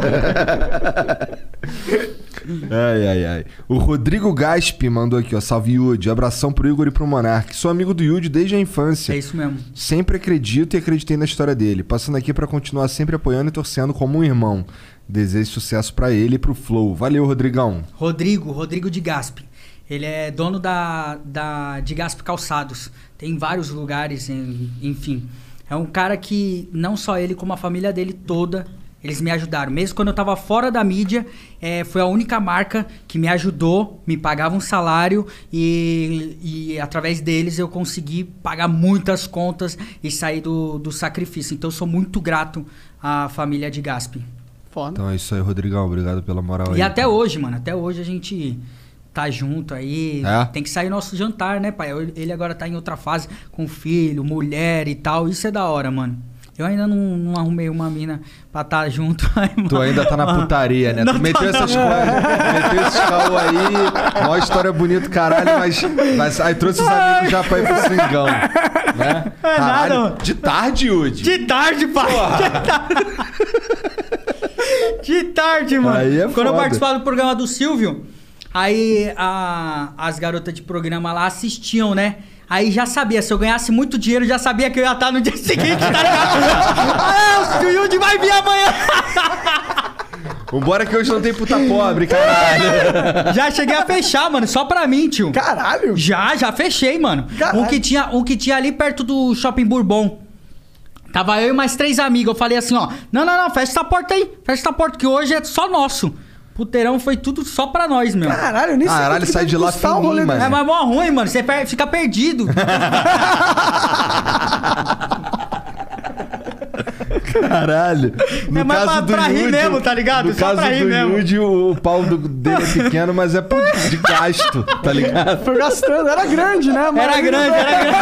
Ai. O Rodrigo Gaspi mandou aqui, ó. Salve, Yudi. Abração pro Igor e pro Monark. Sou amigo do Yudi desde a infância. É isso mesmo. Sempre acredito e acreditei na história dele. Passando aqui pra continuar sempre apoiando e torcendo como um irmão. Desejo sucesso pra ele e pro Flow. Valeu, Rodrigão. Rodrigo de Gaspi. Ele é dono de Gaspi Calçados. Tem vários lugares, enfim. É um cara que, não só ele, como a família dele toda, Eles me ajudaram. Mesmo quando eu tava fora da mídia, foi a única marca que me ajudou, me pagava um salário e através deles eu consegui pagar muitas contas e sair do sacrifício. Então eu sou muito grato à família de Gaspi. Foda. Então é isso aí, Rodrigão. Obrigado pela moral aí. E até hoje, mano. Até hoje a gente tá junto aí. Tem que sair nosso jantar, né, pai? Ele agora tá em outra fase com filho, mulher e tal. Isso é da hora, mano. Eu ainda não arrumei uma mina pra estar junto. Aí, tu ainda tá na putaria, né? Tu meteu essas coisas, meteu esses caô aí, uma história bonita, caralho, mas aí trouxe os amigos já pra ir pro swingão, né? Caralho, nada, de tarde, Yudi. De tarde, pai. De tarde, mano. Aí é Quando eu foda. participava do programa do Silvio, aí as garotas de programa lá assistiam, né? Aí já sabia, se eu ganhasse muito dinheiro, já sabia que eu ia estar no dia seguinte, tá ligado? O Yudi vai vir amanhã. Vambora que hoje não tem puta pobre, caralho. Já cheguei a fechar, mano, só pra mim, tio. Caralho. Já fechei, mano. Um que tinha ali perto do Shopping Bourbon. Tava eu e mais 3 amigos. Eu falei assim, ó, não, fecha essa porta aí. Fecha essa porta que hoje é só nosso. Puteirão foi tudo só pra nós, meu. Caralho, eu nem sei. Caralho, sai de lá fininho, mano. É, mas mó ruim, mano. Você fica perdido. Caralho. No caso mas pra rir mesmo, tá ligado? No Só caso do Yudi, o pau dele é pequeno, mas é de gasto, tá ligado? Foi gastando. Era grande, né? Mas era grande.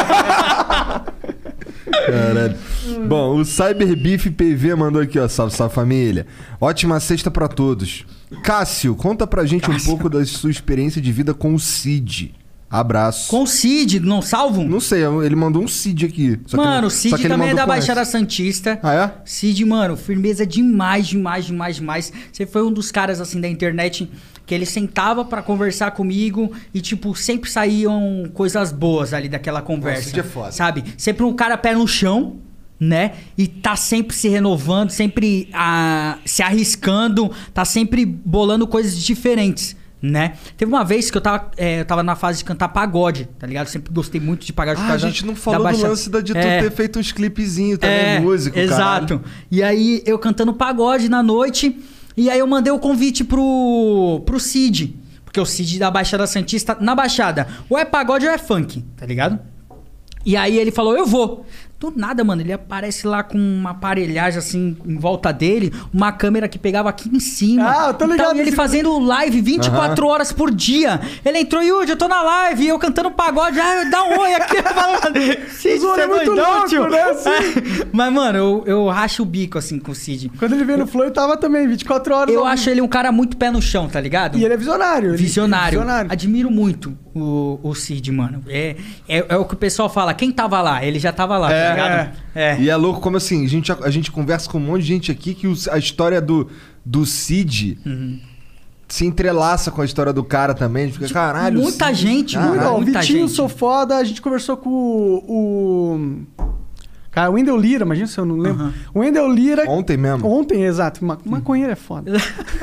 Caralho. Bom, o Cyberbeef PV mandou aqui, ó. Salve, salve família. Ótima sexta pra todos. Cássio, conta pra gente um pouco da sua experiência de vida com o Cid. Abraço. Com o Cid, não salvo? Não sei, ele mandou um Cid aqui. Mano, o Cid também é da Baixada Santista. Ah, é? Cid, mano, firmeza demais. Você foi um dos caras, assim, da internet que ele sentava pra conversar comigo e, tipo, sempre saíam coisas boas ali daquela conversa. Cid é foda. Sabe? Sempre um cara pé no chão, né? E tá sempre se renovando, sempre se arriscando, tá sempre bolando coisas diferentes. Né? Teve uma vez que eu tava na fase de cantar pagode, tá ligado? Eu sempre gostei muito de pagode. A gente não falou do lance de tu ter feito uns clipezinhos também, músico, exato. Caralho. E aí, eu cantando pagode na noite, e aí eu mandei o convite pro Cid. Porque o Cid da Baixada Santista, na Baixada, ou é pagode ou é funk, tá ligado? E aí ele falou, eu vou. Do nada, mano, ele aparece lá com uma aparelhagem assim em volta dele, uma câmera que pegava aqui em cima. Ah, tô ligado. E ele fazendo live 24 horas por dia. Ele entrou, Yudi, eu tô na live, e eu cantando pagode, dá um oi aqui. Cid, você é muito louco, tio. Né? Assim. Mas, mano, eu racho o bico assim com o Cid. Quando ele veio no Flow, ele tava também 24 horas. Eu acho ele um cara muito pé no chão, tá ligado? E ele é visionário. Visionário. Admiro muito o Cid, mano. É o que o pessoal fala, quem tava lá? Ele já tava lá, tá ligado? E é louco como assim, a gente conversa com um monte de gente aqui que a história do Cid se entrelaça com a história do cara também. A gente fica, caralho. Muita gente, mano. Muita Vitinho, gente. Sou Foda, a gente conversou com o cara, o Wendel Lira, imagina se eu não lembro. O Wendel Lira... Ontem mesmo. Ontem, exato. Maconheiro é foda.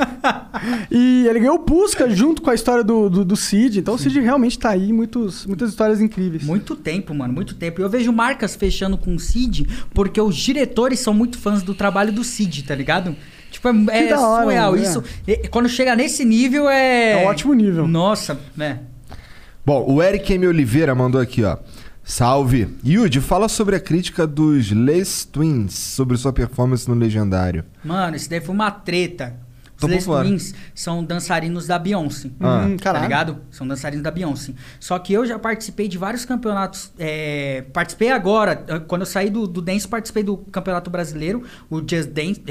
E ele ganhou o Pusca junto com a história do Cid. Então o Cid realmente tá aí, muitas histórias incríveis. Muito tempo, mano, muito tempo. Eu vejo marcas fechando com o Cid porque os diretores são muito fãs do trabalho do Cid, tá ligado? Tipo, é surreal. Isso, quando chega nesse nível é um ótimo nível. Nossa, né? Bom, o Eric M. Oliveira mandou aqui, ó. Salve! Yudi, fala sobre a crítica dos Les Twins sobre sua performance no Legendário. Mano, isso daí foi uma treta. Os Les Twins são dançarinos da Beyoncé. Tá ligado? São dançarinos da Beyoncé. Só que eu já participei de vários campeonatos. Participei agora, quando eu saí do Dance, participei do Campeonato Brasileiro, o Just Dance,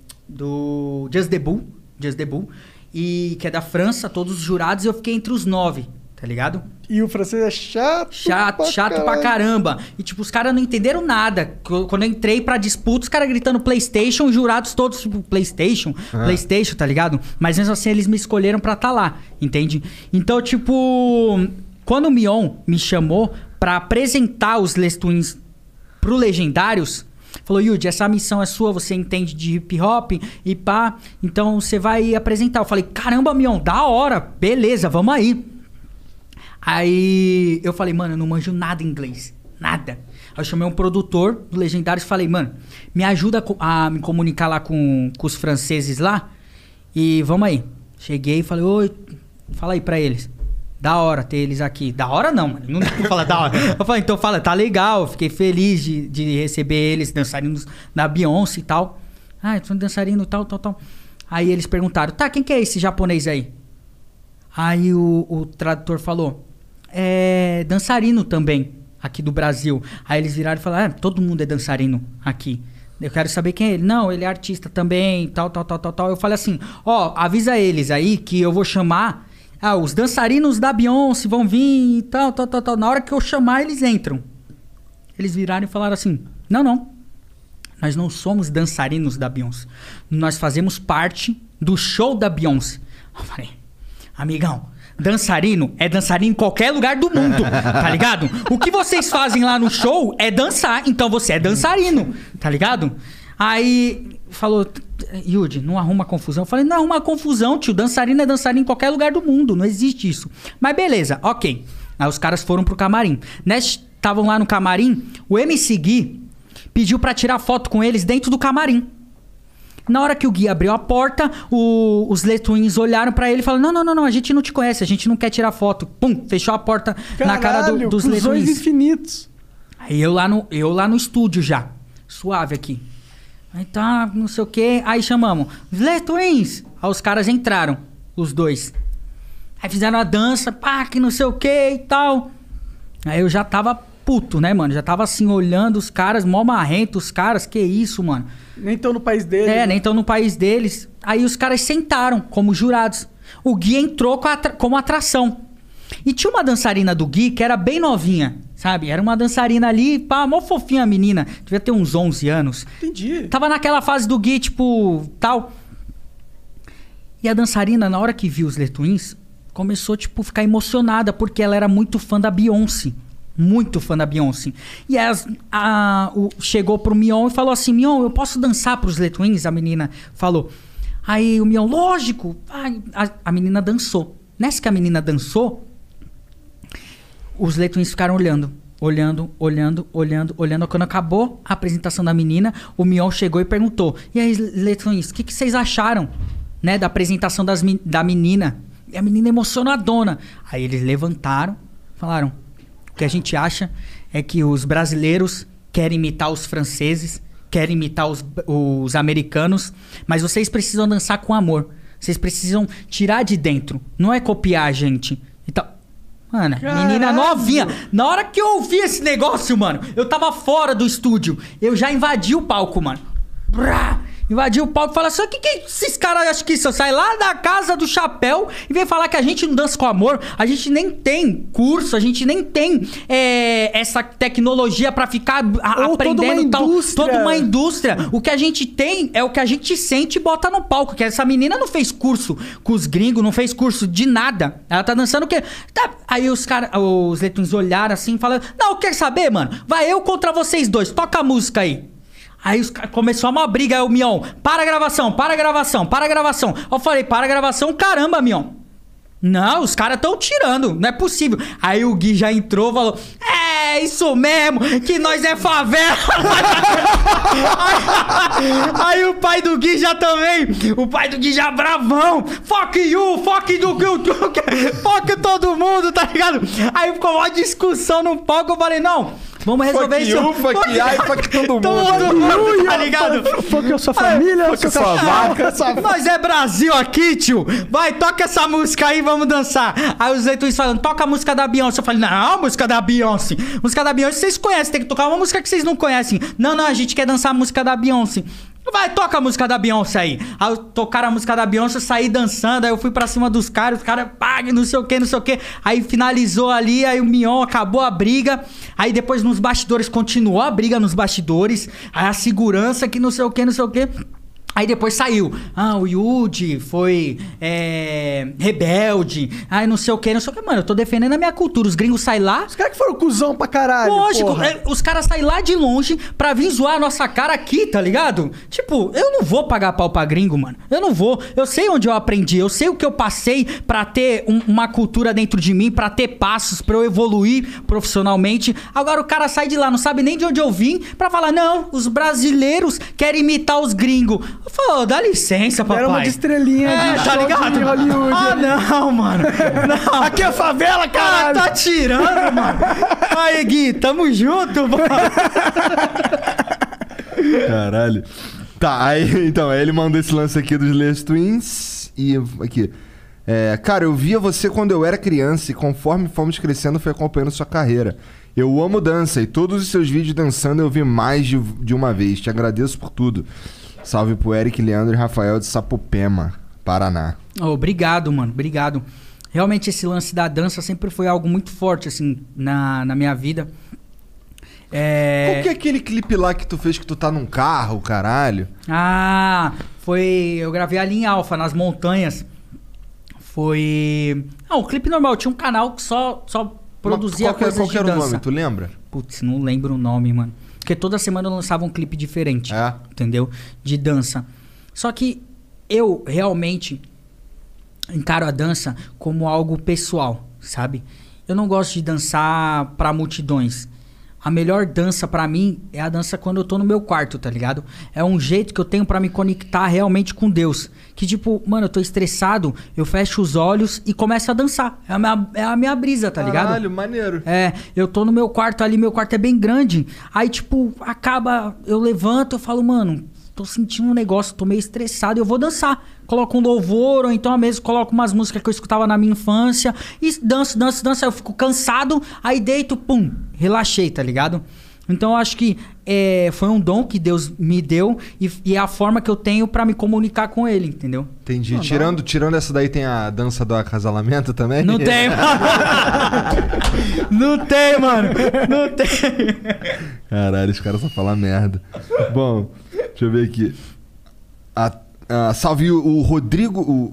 do Just the Bull, e que é da França, todos os jurados, e eu fiquei entre os 9. Tá ligado? E o francês é chato pra caramba. E tipo, os caras não entenderam nada. Quando eu entrei pra disputa, os caras gritando PlayStation, os jurados todos, tipo, PlayStation, tá ligado? Mas mesmo assim, eles me escolheram pra tá lá, entende? Então, tipo, quando o Mion me chamou pra apresentar os Les Twins pro Legendários, falou, Yudi, essa missão é sua, você entende de hip hop e pá, então você vai apresentar. Eu falei, caramba, Mion, da hora, beleza, vamos aí. Aí eu falei, mano, eu não manjo nada em inglês. Nada. Aí eu chamei um produtor do Legendários e falei, mano, me ajuda a me comunicar lá com os franceses lá e vamos aí. Cheguei e falei, oi, fala aí pra eles. Da hora ter eles aqui. Da hora não, mano. Não fala da hora. Eu falei, então fala, tá legal. Fiquei feliz de receber eles, dançarinos da Beyoncé e tal. Ah, eu sou dançarino tal. Aí eles perguntaram, tá, quem que é esse japonês aí? Aí o tradutor falou, é dançarino também, aqui do Brasil. Aí eles viraram e falaram, todo mundo é dançarino aqui. Eu quero saber quem é ele. Não, ele é artista também, tal. Eu falei assim, avisa eles aí que eu vou chamar... os dançarinos da Beyoncé vão vir e tal. Na hora que eu chamar, eles entram. Eles viraram e falaram assim, não. Nós não somos dançarinos da Beyoncé. Nós fazemos parte do show da Beyoncé. Eu falei, amigão, dançarino é dançarino em qualquer lugar do mundo, tá ligado? O que vocês fazem lá no show é dançar, então você é dançarino, tá ligado? Aí falou, Yudi, não arruma confusão. Eu falei, não arruma confusão, tio. Dançarino é dançarino em qualquer lugar do mundo. Não existe isso. Mas beleza, ok. Aí os caras foram pro camarim. Estavam lá no camarim, o MC Gui pediu pra tirar foto com eles dentro do camarim. Na hora que o Gui abriu a porta, os Le Twins olharam pra ele e falaram, não, a gente não te conhece, a gente não quer tirar foto. Pum, fechou a porta. Caralho, na cara dos Le Twins. Infinitos. Aí eu lá no estúdio já, suave aqui. Aí tá, não sei o que. Aí chamamos, Le Twins. Aí os caras entraram, os dois. Aí fizeram a dança, pá, que não sei o que e tal. Aí eu já tava puto, né, mano? Já tava assim, olhando os caras, mó marrento, os caras, que isso, mano? Nem tão no país deles. Nem tão no país deles. Aí os caras sentaram como jurados. O Gui entrou como atração. E tinha uma dançarina do Gui que era bem novinha, sabe? Era uma dançarina ali, pá, mó fofinha a menina. Devia ter uns 11 anos. Entendi. Tava naquela fase do Gui, tipo, tal. E a dançarina, na hora que viu os Le Twins, começou, tipo, ficar emocionada, porque ela era muito fã da Beyoncé. Muito fã da Beyoncé. E chegou pro Mion e falou assim, Mion, eu posso dançar pros Le Twins? A menina falou. Aí o Mion, lógico. A menina dançou. Nessa que a menina dançou, os Le Twins ficaram olhando. Quando acabou a apresentação da menina, o Mion chegou e perguntou, e aí, Le Twins, o que vocês acharam, né, da apresentação da menina? E a menina emocionadona. Aí eles levantaram, falaram, o que a gente acha é que os brasileiros querem imitar os franceses, querem imitar os americanos, mas vocês precisam dançar com amor. Vocês precisam tirar de dentro. Não é copiar a gente. Então, mano, caralho, menina novinha. Na hora que eu ouvi esse negócio, mano, eu tava fora do estúdio. Eu já invadi o palco, mano. Invadiu o palco e falou assim, o que esses caras acham que isso? Sai lá da casa do chapéu e vem falar que a gente não dança com amor. A gente nem tem curso, a gente nem tem essa tecnologia pra ficar aprendendo tal. Toda uma indústria. O que a gente tem é o que a gente sente e bota no palco. Que essa menina não fez curso com os gringos, não fez curso de nada. Ela tá dançando o quê? Tá. Aí os Le Twins olharam assim e falaram, não, quer saber, mano? Vai eu contra vocês dois, toca a música aí. Aí começou uma briga, aí o Mion, para a gravação. Eu falei, para a gravação, caramba, Mion. Não, os caras estão tirando, não é possível. Aí o Gui já entrou e falou, é isso mesmo, que nós é favela. aí o pai do Gui já também, o pai do Gui já bravão. Fuck you, fuck todo mundo, tá ligado? Aí ficou uma discussão no palco, eu falei, não... Vamos resolver isso. Fuck I, fuck todo mundo. Todo mundo, tá ligado? Fuck a sua família, fuck a sua vaca. Nós é Brasil aqui, tio. Vai, toca essa música aí, vamos dançar. Aí os Le Twins falando, toca a música da Beyoncé. Eu falei, não, música da Beyoncé. Música da Beyoncé vocês conhecem, tem que tocar uma música que vocês não conhecem. Não, a gente quer dançar a música da Beyoncé. Vai, toca a música da Beyoncé aí. Aí tocaram a música da Beyoncé, eu saí dançando, aí eu fui pra cima dos caras, os caras, pague, não sei o que. Aí finalizou ali, aí o Mion acabou a briga. Aí depois nos bastidores, continuou a briga nos bastidores. Aí a segurança que não sei o que. Aí depois saiu. O Yudi foi rebelde. Não sei o que, não sei o que. Mano, eu tô defendendo a minha cultura. Os gringos saem lá... Os caras que foram cuzão pra caralho, lógico, os caras saem lá de longe pra vir zoar a nossa cara aqui, tá ligado? Tipo, eu não vou pagar pau pra gringo, mano. Eu não vou. Eu sei onde eu aprendi. Eu sei o que eu passei pra ter uma cultura dentro de mim, pra ter passos, pra eu evoluir profissionalmente. Agora o cara sai de lá, não sabe nem de onde eu vim, pra falar, não, os brasileiros querem imitar os gringos. Eu falo, dá licença, papai. Era uma de estrelinha de tá ligado? De Hollywood. Não, mano. Não. Aqui é a favela, caralho. Tá tirando, mano. Aí, Gui, tamo junto, mano. Caralho. Tá, aí ele mandou esse lance aqui dos Les Twins. E aqui. Cara, eu via você quando eu era criança e conforme fomos crescendo, fui acompanhando sua carreira. Eu amo dança e todos os seus vídeos dançando eu vi mais de uma vez. Te agradeço por tudo. Salve pro Eric, Leandro e Rafael de Sapopema, Paraná. Obrigado, mano. Obrigado. Realmente esse lance da dança sempre foi algo muito forte, assim, na minha vida. Qual que é aquele clipe lá que tu fez que tu tá num carro, caralho? Eu gravei ali em Alfa, nas montanhas. Foi... um clipe normal. Tinha um canal que só produzia coisas de dança. Qual que era o nome? Tu lembra? Putz, não lembro o nome, mano. Porque toda semana eu lançava um clipe diferente. Entendeu? De dança. Só que eu realmente encaro a dança como algo pessoal, sabe? Eu não gosto de dançar pra multidões. A melhor dança pra mim é a dança quando eu tô no meu quarto, tá ligado? É um jeito que eu tenho pra me conectar realmente com Deus. Que tipo, mano, eu tô estressado, eu fecho os olhos e começo a dançar. É a minha brisa, tá ligado? Caralho, maneiro. Eu tô no meu quarto ali, meu quarto é bem grande. Aí tipo, eu levanto, eu falo, mano, tô sentindo um negócio, tô meio estressado, eu vou dançar. Coloco um louvor, ou então mesmo coloco umas músicas que eu escutava na minha infância e danço, aí eu fico cansado, aí deito, pum, relaxei, tá ligado? Então eu acho que foi um dom que Deus me deu e é a forma que eu tenho pra me comunicar com Ele, entendeu? Entendi. Tirando essa daí, tem a dança do acasalamento também? Não tem, não tem, mano. Não tem. Caralho, os caras só falam merda. Bom, deixa eu ver aqui. Salve o Rodrigo...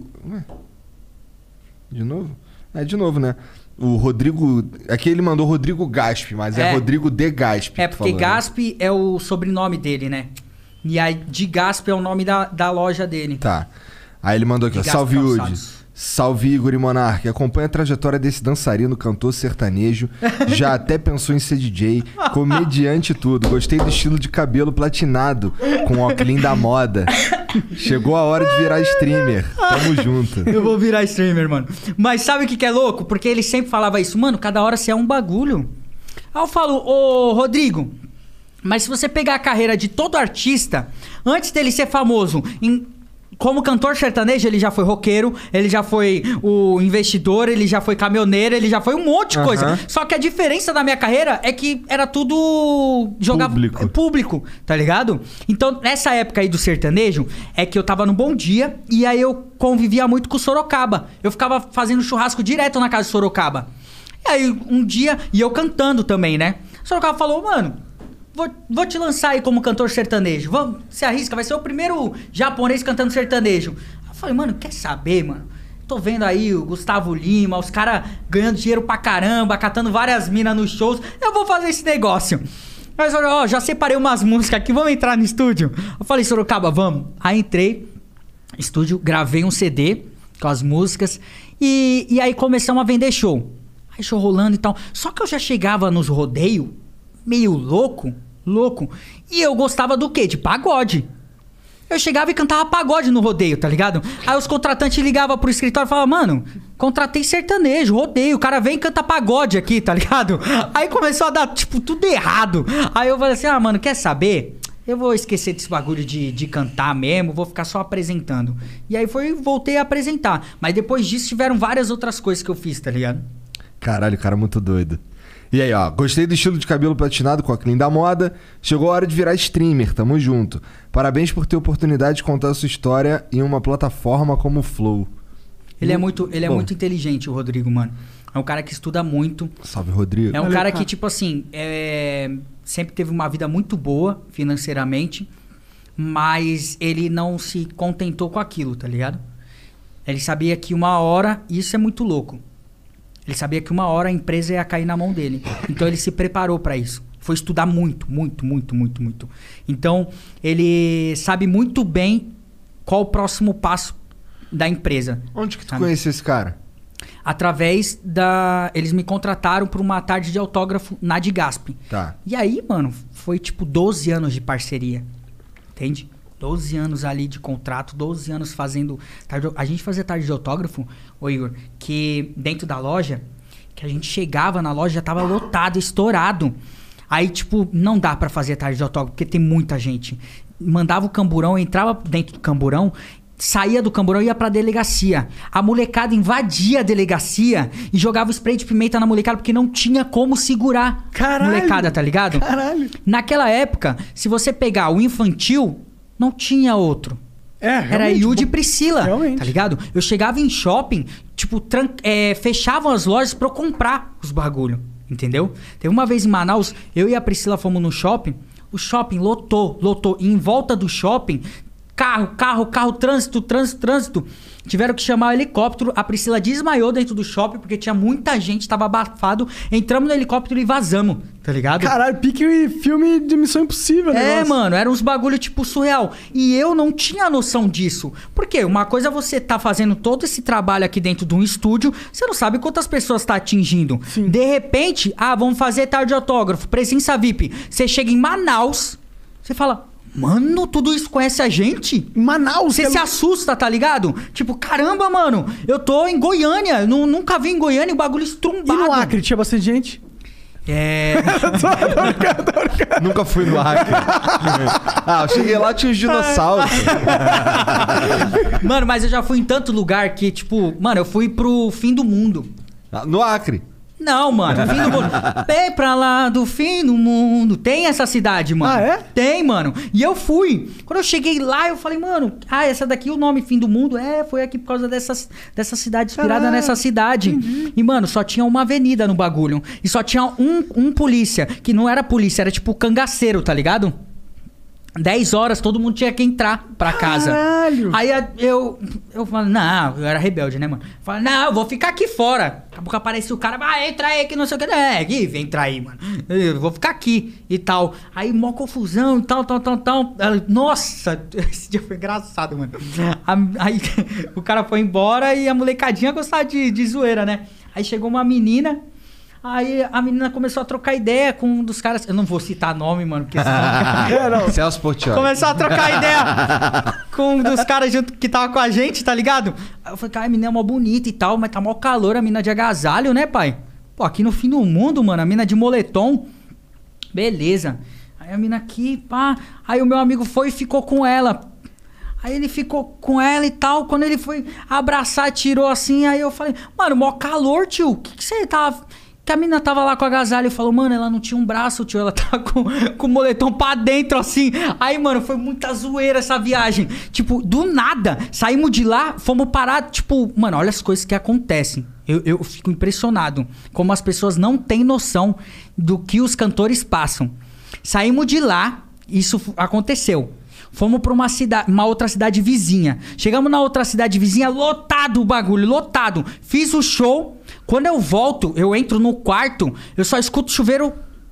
De novo? De novo, né? O Rodrigo... Aqui ele mandou Rodrigo Gasp, mas é Rodrigo de Gasp. Porque falou, Gasp, né? É o sobrenome dele, né? E aí de Gasp é o nome da loja dele. Tá. Aí ele mandou aqui, ó. Salve, Udi. Salve, Igor e Monark. Acompanha a trajetória desse dançarino, cantor sertanejo. Já até pensou em ser DJ, comediante e tudo. Gostei do estilo de cabelo platinado, com óculos da moda. Chegou a hora de virar streamer. Tamo junto. Eu vou virar streamer, mano. Mas sabe o que é louco? Porque ele sempre falava isso. Mano, cada hora você é um bagulho. Aí eu falo, ô Rodrigo, mas se você pegar a carreira de todo artista, antes dele ser famoso como cantor sertanejo, ele já foi roqueiro, ele já foi o investidor, ele já foi caminhoneiro, ele já foi um monte de coisa. Só que a diferença da minha carreira é que era tudo público, tá ligado? Então, nessa época aí do sertanejo, é que eu tava no Bom Dia e aí eu convivia muito com o Sorocaba. Eu ficava fazendo churrasco direto na casa do Sorocaba. E aí, um dia, e eu cantando também, né? O Sorocaba falou, mano... Vou te lançar aí como cantor sertanejo. Se arrisca, vai ser o primeiro japonês cantando sertanejo. Eu falei, mano, quer saber, mano? Tô vendo aí o Gustavo Lima, os caras ganhando dinheiro pra caramba, catando várias minas nos shows. Eu vou fazer esse negócio. Mas, ó, já separei umas músicas aqui, vamos entrar no estúdio? Eu falei, Sorocaba, vamos. Aí entrei, estúdio, gravei um CD com as músicas e aí começamos a vender show. Aí show rolando e tal. Só que eu já chegava nos rodeios meio louco. E eu gostava do quê? De pagode. Eu chegava e cantava pagode no rodeio, tá ligado? Aí os contratantes ligavam pro escritório e falavam, mano, contratei sertanejo, rodeio, o cara vem e canta pagode aqui, tá ligado? Aí começou a dar, tipo, tudo errado. Aí eu falei assim, mano, quer saber? Eu vou esquecer desse bagulho de cantar mesmo, vou ficar só apresentando. E aí voltei a apresentar. Mas depois disso tiveram várias outras coisas que eu fiz, tá ligado? Caralho, cara muito doido. E aí, ó, gostei do estilo de cabelo platinado com a clean da moda. Chegou a hora de virar streamer, tamo junto. Parabéns por ter a oportunidade de contar a sua história em uma plataforma como o Flow. Ele é muito inteligente, o Rodrigo, mano. É um cara que estuda muito. Salve, Rodrigo. É um cara que, tipo assim, sempre teve uma vida muito boa financeiramente. mas ele não se contentou com aquilo, tá ligado? Ele sabia que uma hora, isso é muito louco, ele sabia que uma hora a empresa ia cair na mão dele. Então ele se preparou pra isso. Foi estudar muito. Então ele sabe muito bem qual o próximo passo da empresa. Onde que tu conheceu esse cara? Através da... Eles me contrataram para uma tarde de autógrafo na Digasp. Tá. E aí, mano, foi tipo 12 anos de parceria. Entende? 12 anos ali de contrato, 12 anos fazendo... A gente fazia tarde de autógrafo, ô Igor, que dentro da loja, que a gente chegava na loja, já tava lotado, estourado. Aí, tipo, não dá pra fazer tarde de autógrafo, porque tem muita gente. Mandava o camburão, entrava dentro do camburão, saía do camburão e ia pra delegacia. A molecada invadia a delegacia e jogava spray de pimenta na molecada, porque não tinha como segurar a molecada, tá ligado? Caralho. Naquela época, se você pegar o infantil, não tinha outro. Era Yudi e Priscila, realmente. Tá ligado? Eu chegava em shopping, tipo, fechavam as lojas pra eu comprar os bagulho. Entendeu? Teve uma vez em Manaus, eu e a Priscila fomos no shopping, o shopping lotou. E em volta do shopping, carro, trânsito. Tiveram que chamar o helicóptero. A Priscila desmaiou dentro do shopping porque tinha muita gente, tava abafado. Entramos no helicóptero e vazamos, tá ligado? Caralho, pique filme de Missão Impossível, né? Mano, era uns bagulho tipo surreal. E eu não tinha noção disso. Por quê? Uma coisa é você tá fazendo todo esse trabalho aqui dentro de um estúdio, você não sabe quantas pessoas tá atingindo. Sim. De repente, vamos fazer tarde de autógrafo, presença VIP. Você chega em Manaus, você fala... Mano, tudo isso conhece a gente? Manaus. Você se assusta, tá ligado? Tipo, caramba, mano, eu tô em Goiânia. Nunca vi em Goiânia o bagulho estrumbado. E no Acre, tinha bastante gente? Nunca fui no Acre. Eu cheguei lá, tinha os dinossauros. Mano, mas eu já fui em tanto lugar que, tipo... Mano, eu fui pro fim do mundo. No Acre? Não, mano, fim do mundo. Bem pra lá do fim do mundo. Tem essa cidade, mano. É? Tem, mano. E eu fui. Quando eu cheguei lá, eu falei, mano, essa daqui, o nome Fim do Mundo, foi aqui por causa dessa cidade, inspirada nessa cidade. Entendi. E, mano, só tinha uma avenida no bagulho. E só tinha um polícia, que não era polícia, era tipo cangaceiro, tá ligado? 10 horas, todo mundo tinha que entrar pra casa. Caralho! Aí eu falei, não, eu era rebelde, né, mano? Falei, não, eu vou ficar aqui fora. Daqui a pouco apareceu o cara, entra aí, que não sei o que. Aqui, entra aí, mano. Eu vou ficar aqui e tal. Aí, mó confusão e tal. Nossa, esse dia foi engraçado, mano. Aí o cara foi embora e a molecadinha gostava de zoeira, né? Aí chegou uma menina... Aí a menina começou a trocar ideia com um dos caras... Eu não vou citar nome, mano, porque senão... Celso Portiolli. Começou a trocar ideia com um dos caras junto que tava com a gente, tá ligado? Aí eu falei, cara, a menina é mó bonita e tal, mas tá mó calor, a menina de agasalho, né, pai? Pô, aqui no fim do mundo, mano, a menina de moletom. Beleza. Aí a menina aqui, pá... Aí o meu amigo foi e ficou com ela. Aí ele ficou com ela e tal. Quando ele foi abraçar, tirou assim. Aí eu falei, mano, mó calor, tio. O que você tava... Que a menina tava lá com a agasalho e falou, mano, ela não tinha um braço, tio. Ela tava com o moletom pra dentro, assim. Aí, mano, foi muita zoeira essa viagem. Tipo, do nada, saímos de lá, fomos parar, tipo... Mano, olha as coisas que acontecem. Eu fico impressionado. Como as pessoas não têm noção do que os cantores passam. Saímos de lá, isso aconteceu. Fomos pra uma outra cidade vizinha. Chegamos na outra cidade vizinha, lotado o bagulho, lotado. Fiz o show... Quando eu volto, eu entro no quarto, eu só escuto o chuveiro... Eu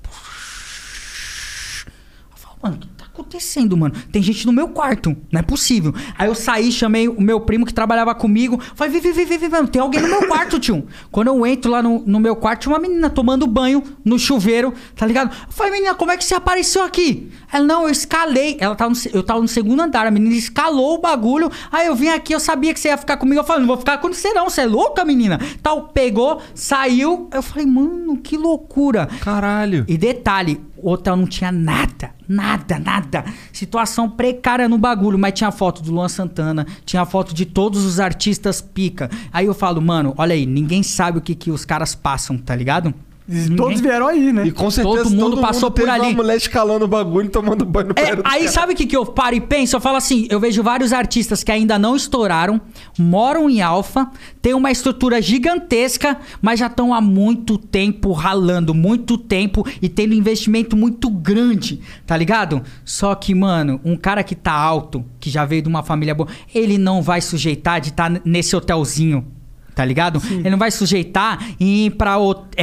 falo, mano, o que tá acontecendo, mano? Tem gente no meu quarto, não é possível. Aí eu saí, chamei o meu primo que trabalhava comigo. Falei, vem, mano, tem alguém no meu quarto, tio. Quando eu entro lá no meu quarto, tinha uma menina tomando banho no chuveiro, tá ligado? Eu falei, menina, como é que você apareceu aqui? Ela, não, eu escalei. Eu tava no segundo andar, a menina escalou o bagulho. Aí eu vim aqui, eu sabia que você ia ficar comigo. Eu falei, não vou ficar com você não, você é louca, menina? Tal, pegou, saiu. Eu falei, mano, que loucura. Caralho. E detalhe, o hotel não tinha nada. Situação precária no bagulho, mas tinha foto do Luan Santana, tinha foto de todos os artistas pica. Aí eu falo, mano, olha aí, ninguém sabe o que os caras passam, tá ligado? Todos vieram aí, né? E com certeza todo mundo passou por ali. Uma mulher escalando o bagulho, tomando banho no banheiro. Aí sabe o que eu paro e penso? Eu falo assim, eu vejo vários artistas que ainda não estouraram, moram em Alfa, têm uma estrutura gigantesca, mas já estão há muito tempo ralando, muito tempo e tendo investimento muito grande, tá ligado? Só que, mano, um cara que tá alto, que já veio de uma família boa, ele não vai sujeitar de estar nesse hotelzinho. Tá ligado? Sim. Ele não vai sujeitar em ir pra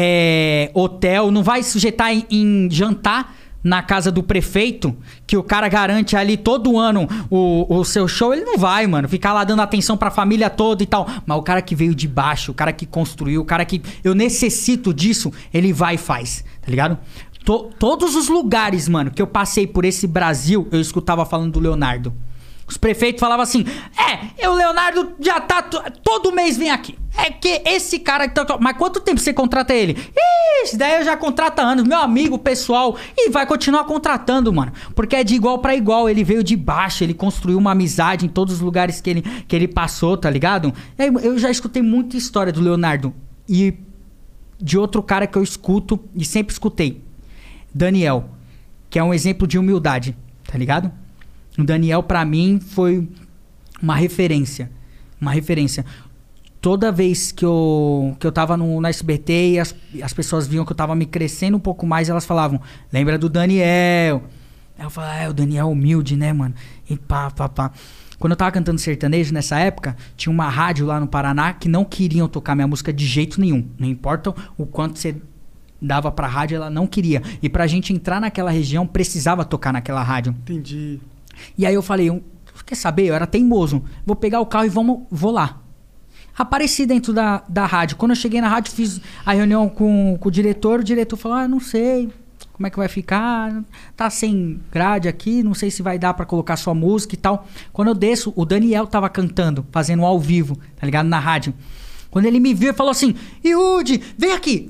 hotel, não vai sujeitar em jantar na casa do prefeito, que o cara garante ali todo ano o seu show. Ele não vai, mano, ficar lá dando atenção pra família toda e tal. Mas o cara que veio de baixo, o cara que construiu, o cara que eu necessito disso, ele vai e faz, tá ligado? Todos os lugares, mano, que eu passei por esse Brasil, eu escutava falando do Leonardo. Os prefeitos falavam assim, o Leonardo já tá... Todo mês vem aqui. É que esse cara... Mas quanto tempo você contrata ele? Ixi, daí eu já contrato há anos. Meu amigo, pessoal. E vai continuar contratando, mano. Porque é de igual pra igual. Ele veio de baixo. Ele construiu uma amizade em todos os lugares que ele passou, tá ligado? Eu já escutei muita história do Leonardo. E de outro cara que eu escuto e sempre escutei. Daniel. Que é um exemplo de humildade, tá ligado? O Daniel, pra mim, foi uma referência. Uma referência. Toda vez que eu tava no SBT e as pessoas viam que eu tava me crescendo um pouco mais, elas falavam, lembra do Daniel? Aí eu falava, o Daniel é humilde, né, mano? E pá. Quando eu tava cantando sertanejo nessa época, tinha uma rádio lá no Paraná que não queriam tocar minha música de jeito nenhum. Não importa o quanto você dava pra rádio, ela não queria. E pra gente entrar naquela região, precisava tocar naquela rádio. Entendi. E aí eu falei, quer saber? Eu era teimoso. Vou pegar o carro e vou lá. Apareci dentro da rádio. Quando eu cheguei na rádio, fiz a reunião com o diretor falou, não sei como é que vai ficar. Tá sem grade aqui, não sei se vai dar pra colocar sua música e tal. Quando eu desço, o Daniel tava cantando, fazendo ao vivo, tá ligado? Na rádio. Quando ele me viu, ele falou assim, Yudi, vem aqui.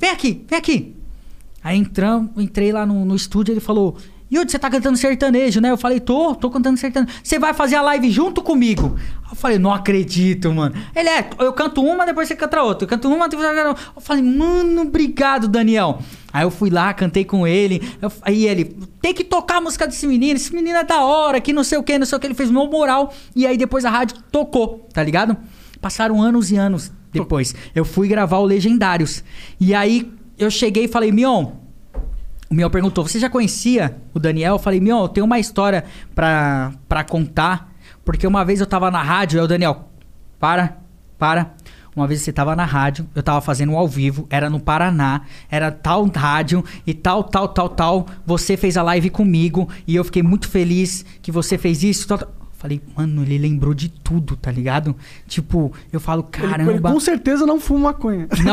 Aí entrei lá no estúdio, ele falou... Yudi, você tá cantando sertanejo, né? Eu falei, tô cantando sertanejo. Você vai fazer a live junto comigo? Eu falei, não acredito, mano. Ele eu canto uma, depois você canta outra. Eu canto uma, depois você canta outra. Eu falei, mano, obrigado, Daniel. Aí eu fui lá, cantei com ele. Aí ele, tem que tocar a música desse menino. Esse menino é da hora, que não sei o que. Ele fez meu moral. E aí depois a rádio tocou, tá ligado? Passaram anos e anos depois. Eu fui gravar o Legendários. E aí eu cheguei e falei, Mion... O Mion perguntou, você já conhecia o Daniel? Eu falei, Mion, eu tenho uma história pra contar. Porque uma vez eu tava na rádio, aí o Daniel, para. Uma vez você tava na rádio, eu tava fazendo um ao vivo, era no Paraná, era tal rádio e tal. Você fez a live comigo e eu fiquei muito feliz que você fez isso. Falei, mano, ele lembrou de tudo, tá ligado? Tipo, eu falo, caramba... Ele com certeza não fuma maconha. Não.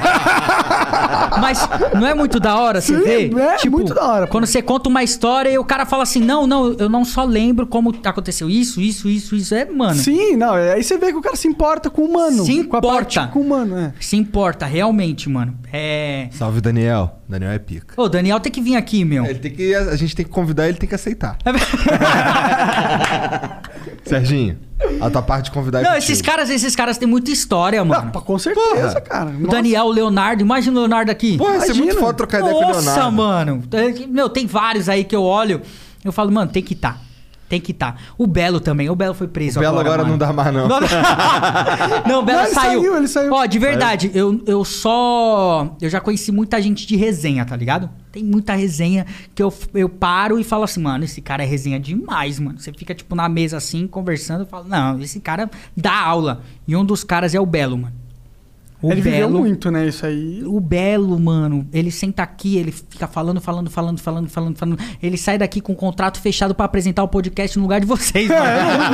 Mas não é muito da hora você ver? É tipo, muito da hora. Quando você conta uma história e o cara fala assim, não, eu não só lembro como aconteceu isso. É, mano... Sim, não, aí você vê que o cara se importa com o humano. Se importa. Com a parte com o humano, é. Se importa, realmente, mano. Salve, Daniel. Daniel é pica. Ô, Daniel tem que vir aqui, meu. A gente tem que convidar, ele tem que aceitar. Serginho, a tua parte de convidar... Não, esses caras têm muita história, mano. Com certeza, cara. O Daniel, o Leonardo, imagina o Leonardo aqui. Porra, isso é muito foda trocar ideia com o Leonardo. Nossa, mano. Meu, tem vários aí que eu olho, eu falo, mano, tem que estar. O Belo também. O Belo foi preso agora. O Belo agora mano. Não dá mais, não. Não, o Belo saiu. Ele saiu. Ó, de verdade, eu já conheci muita gente de resenha, tá ligado? Tem muita resenha que eu paro e falo assim, mano, esse cara é resenha demais, mano. Você fica, tipo, na mesa assim, conversando, e fala, não, esse cara dá aula. E um dos caras é o Belo, mano. Ele viveu muito, né? Isso aí. O Belo, mano, ele senta aqui, ele fica falando. Ele sai daqui com um contrato fechado pra apresentar o podcast no lugar de vocês, mano.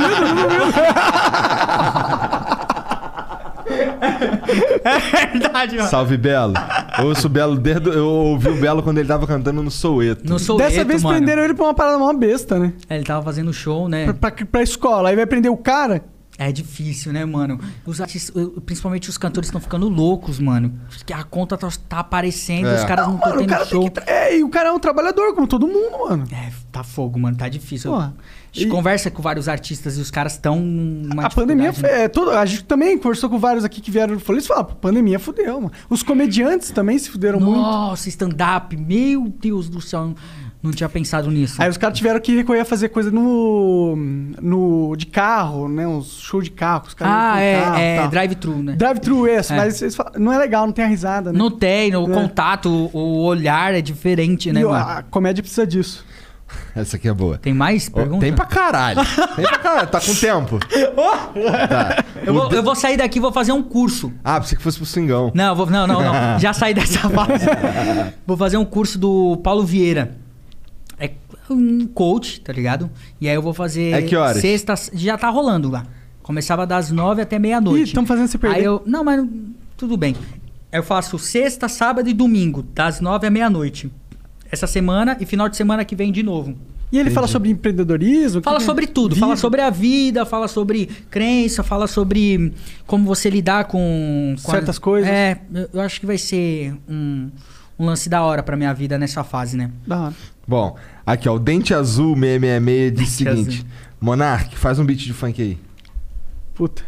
É verdade, mano. Salve, Belo. Eu ouço o Belo eu ouvi o Belo quando ele tava cantando no Soweto. Dessa vez mano. Prenderam ele pra uma parada mó besta, né? Ele tava fazendo show, né? Pra escola. Aí vai prender o cara... É difícil, né, mano? Os artistas, principalmente os cantores, estão ficando loucos, mano. Porque a conta tá aparecendo, os caras não estão tendo show. E o cara é um trabalhador, como todo mundo, mano. Tá fogo, mano. Tá difícil. A gente conversa com vários artistas e os caras estão... A pandemia... A gente também conversou com vários aqui que vieram... Falei isso, a pandemia fudeu, mano. Os comediantes também se fuderam muito. Nossa, stand-up. Meu Deus do céu. Não tinha pensado nisso. Aí os caras tiveram que recorrer a fazer coisa de carro, né? Uns shows de carro. Os caras drive-thru, né? Drive-thru, mas eles falam, não é legal, não tem a risada, né? Não tem, o contato, o olhar é diferente, né, mano? A comédia precisa disso. Essa aqui é boa. Tem mais perguntas? Tem pra caralho. Tá com tempo. Tá. Eu vou sair daqui e vou fazer um curso. Pensei que fosse pro Swingão. Não. Já saí dessa fase. Vou fazer um curso do Paulo Vieira. É um coach, tá ligado? E aí eu vou fazer... É que horas? Sexta... Já tá rolando lá. Começava das 9 até meia-noite. Estão fazendo você perder. Não, mas tudo bem. Eu faço sexta, sábado e domingo, das 9 à meia-noite. Essa semana e final de semana que vem de novo. E ele fala sobre empreendedorismo? Fala sobre tudo. Fala sobre a vida, fala sobre crença, fala sobre como você lidar com certas coisas. Eu acho que vai ser um lance da hora pra minha vida nessa fase, né? Da hora. Bom, aqui ó, o Dente Azul 666 diz o seguinte: Monark, faz um beat de funk aí. Puta.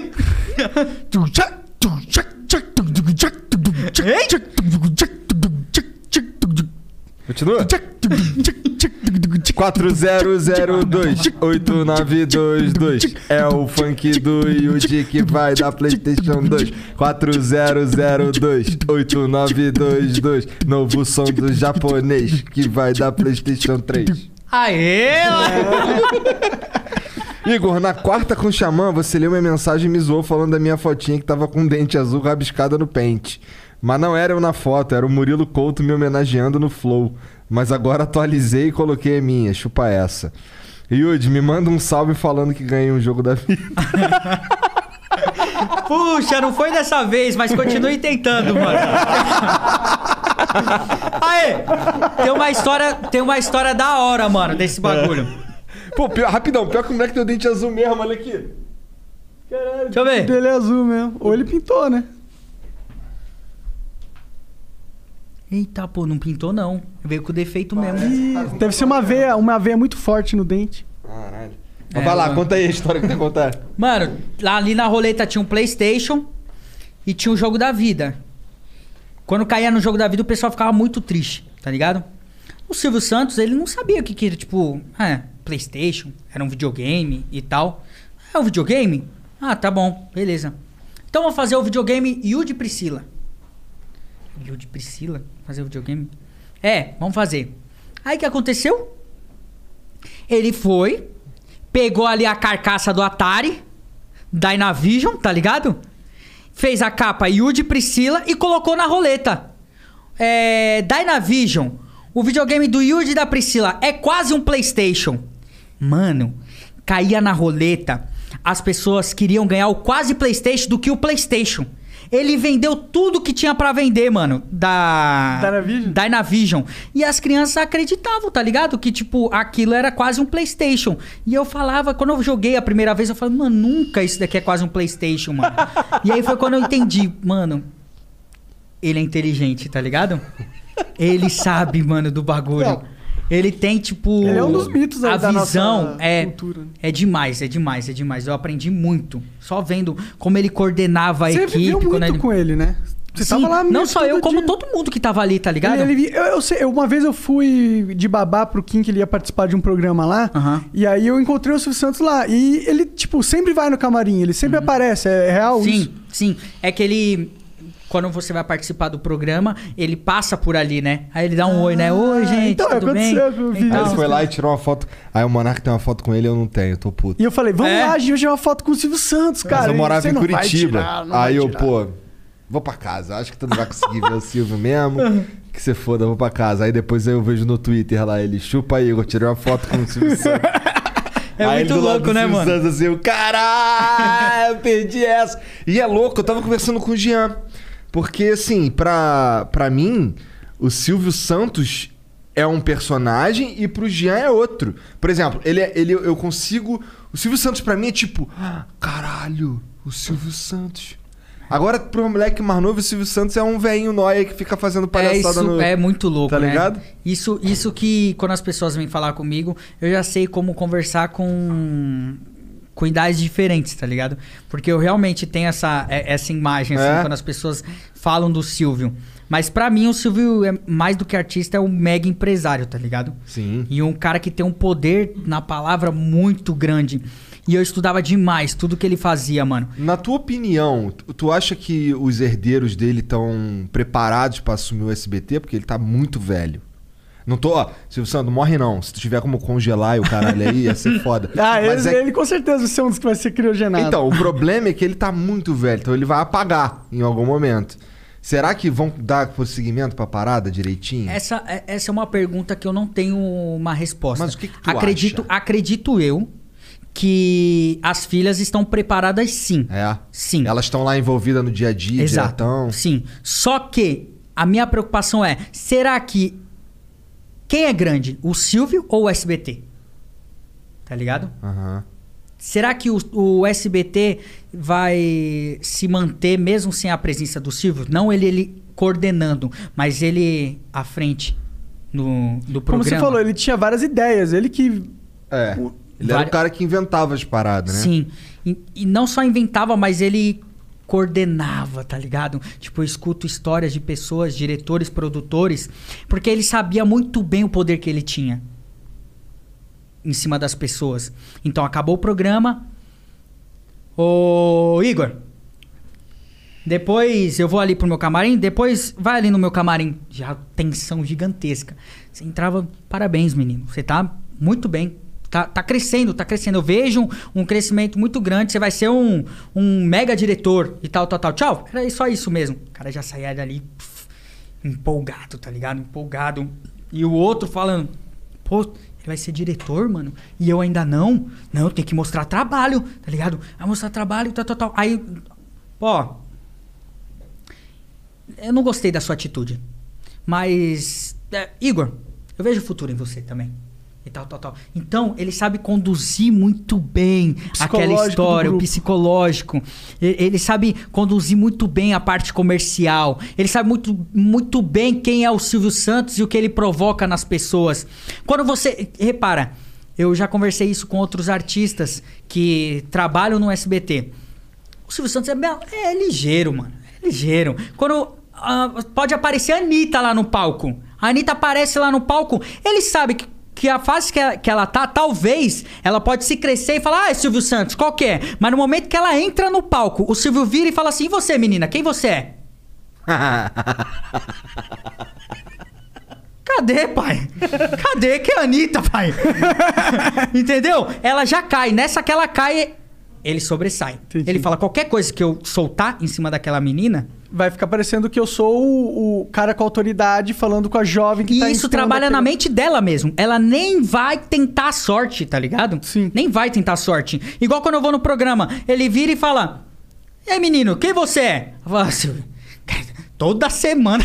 Continua? 4002-8922 é o funk do Yuji que vai da PlayStation 2. 4002-8922 novo som do japonês que vai da PlayStation 3. Aê! Igor, na quarta com o Xamã, você leu minha mensagem e me zoou falando da minha fotinha que tava com um dente azul rabiscada no pente. Mas não era eu na foto, era o Murilo Couto me homenageando no Flow. Mas agora atualizei e coloquei a minha, chupa essa. Yudi, me manda um salve falando que ganhei um jogo da vida. Puxa, não foi dessa vez, mas continue tentando, mano. Aê! Tem uma história da hora, mano, desse bagulho. Pô, rapidão, pior que o moleque tem o dente azul mesmo, olha aqui. Caralho, deixa eu ver. O dele é azul mesmo. Ou ele pintou, né? Eita, pô, não pintou não. Veio com defeito mesmo. Deve ser uma veia muito forte no dente. Caralho. Mas vai lá, conta aí a história que tem que contar. Mano, lá ali na roleta tinha um PlayStation e tinha um jogo da vida. Quando caía no jogo da vida, o pessoal ficava muito triste, tá ligado? O Silvio Santos, ele não sabia o que era, tipo... PlayStation, era um videogame e tal. É um videogame? Ah, tá bom, beleza. Então vamos fazer o videogame Yudi Priscila. Yudi Priscila? Fazer o videogame? Vamos fazer. Aí o que aconteceu? Ele foi, pegou ali a carcaça do Atari, Dynavision, tá ligado? Fez a capa Yudi Priscila e colocou na roleta. Dynavision, o videogame do Yudi e da Priscila é quase um PlayStation. Mano, caía na roleta, as pessoas queriam ganhar o quase PlayStation do que o PlayStation. Ele vendeu tudo que tinha pra vender, mano, da Dynavision. E as crianças acreditavam, tá ligado? Que, tipo, aquilo era quase um PlayStation. E eu falava, quando eu joguei a primeira vez, eu falei, mano, nunca isso daqui é quase um PlayStation, mano. E aí foi quando eu entendi, mano, ele é inteligente, tá ligado? Ele sabe, mano, do bagulho. Não. Ele tem, tipo... Ele é um dos mitos aí da visão nossa cultura. É demais. Eu aprendi muito. Só vendo como ele coordenava a equipe. Você viveu muito com ele, né? Você tava lá mesmo. Não só eu, como todo mundo que tava ali, tá ligado? Uma vez eu fui de babá pro Kim, que ele ia participar de um programa lá. E aí eu encontrei o Silvio Santos lá. E ele, tipo, sempre vai no camarim. Ele sempre aparece. É real isso? Sim. É que ele... Quando você vai participar do programa, ele passa por ali, né? Aí ele dá um oi, né? Oi, gente, então, tudo bem? Aí ele foi lá e tirou uma foto. Aí o Monark tem uma foto com ele, eu não tenho, eu tô puto. E eu falei, vamos lá, a gente vai tirar uma foto com o Silvio Santos, cara. Mas eu morava em Curitiba. Aí eu, vou pra casa. Acho que tu não vai conseguir ver o Silvio mesmo. Que você foda, vou pra casa. Aí depois eu vejo no Twitter lá, ele chupa aí, eu tirei uma foto com o Silvio Santos. Aí muito louco, né, mano? Santos, assim, eu, caralho, perdi essa. E é louco, eu tava conversando com o Jean. Porque, assim, pra mim, o Silvio Santos é um personagem e pro Jean é outro. Por exemplo, eu consigo... O Silvio Santos pra mim é tipo... caralho, o Silvio Santos... Agora, pro moleque mais novo, o Silvio Santos é um velhinho nóia que fica fazendo palhaçada no... É muito louco, tá ligado? Isso que, quando as pessoas vêm falar comigo, eu já sei como conversar com idades diferentes, tá ligado? Porque eu realmente tenho essa imagem, assim, quando as pessoas falam do Silvio. Mas pra mim, o Silvio, mais do que artista, é um mega empresário, tá ligado? Sim. E um cara que tem um poder na palavra muito grande. E eu estudava demais tudo que ele fazia, mano. Na tua opinião, tu acha que os herdeiros dele estão preparados pra assumir o SBT? Porque ele tá muito velho. Não tô... Ó, Silvio Santos, morre não. Se tu tiver como congelar e o caralho aí, ia ser foda. Mas ele com certeza vai ser um dos que vai ser criogenado. Então, o problema é que ele tá muito velho. Então ele vai apagar em algum momento. Será que vão dar prosseguimento pra parada direitinho? Essa é uma pergunta que eu não tenho uma resposta. Mas o que tu acha? Acredito eu que as filhas estão preparadas sim. Sim. Elas estão lá envolvidas no dia a dia, exato. Diretão. Sim. Só que a minha preocupação é, será que quem é grande, o Silvio ou o SBT? Tá ligado? Aham. Será que o SBT vai se manter mesmo sem a presença do Silvio? Não ele coordenando, mas ele à frente do programa. Como você falou, ele tinha várias ideias. Ele que... Ele era o cara que inventava as paradas, né? Sim. E não só inventava, mas ele coordenava, tá ligado? Tipo, eu escuto histórias de pessoas, diretores, produtores, porque ele sabia muito bem o poder que ele tinha em cima das pessoas. Então, acabou o programa. Ô, Igor, depois eu vou ali pro meu camarim, depois vai ali no meu camarim. Já tensão gigantesca. Você entrava, parabéns, menino. Você tá muito bem. Tá crescendo, tá crescendo. Eu vejo um crescimento muito grande. Você vai ser um mega diretor e tal. Tchau. Era só isso mesmo. O cara já saía dali empolgado, tá ligado? Empolgado. E o outro falando, pô, ele vai ser diretor, mano? E eu ainda não? Não, tem que mostrar trabalho, tá ligado? Vai mostrar trabalho, tal. Aí, pô, eu não gostei da sua atitude. Mas, Igor, eu vejo o futuro em você também. E tal. Então, ele sabe conduzir muito bem aquela história, o psicológico. Ele sabe conduzir muito bem a parte comercial. Ele sabe muito bem quem é o Silvio Santos e o que ele provoca nas pessoas. Quando você... Repara, eu já conversei isso com outros artistas que trabalham no SBT. O Silvio Santos é ligeiro, mano. É ligeiro. Quando... pode aparecer a Anitta lá no palco. A Anitta aparece lá no palco. Ele sabe que a fase que ela tá, talvez ela pode se crescer e falar, Silvio Santos, qual que é? Mas no momento que ela entra no palco, o Silvio vira e fala assim, e você, menina, quem você é? Cadê, pai? Cadê que é a Anitta, pai? Entendeu? Ela já cai. Nessa que ela cai, ele sobressai. Entendi. Ele fala, qualquer coisa que eu soltar em cima daquela menina... Vai ficar parecendo que eu sou o cara com autoridade falando com a jovem que tá... E isso trabalha na mente dela mesmo. Ela nem vai tentar a sorte, tá ligado? Sim. Nem vai tentar a sorte. Igual quando eu vou no programa, ele vira e fala... E aí, menino, quem você é? Eu falo assim... Toda semana.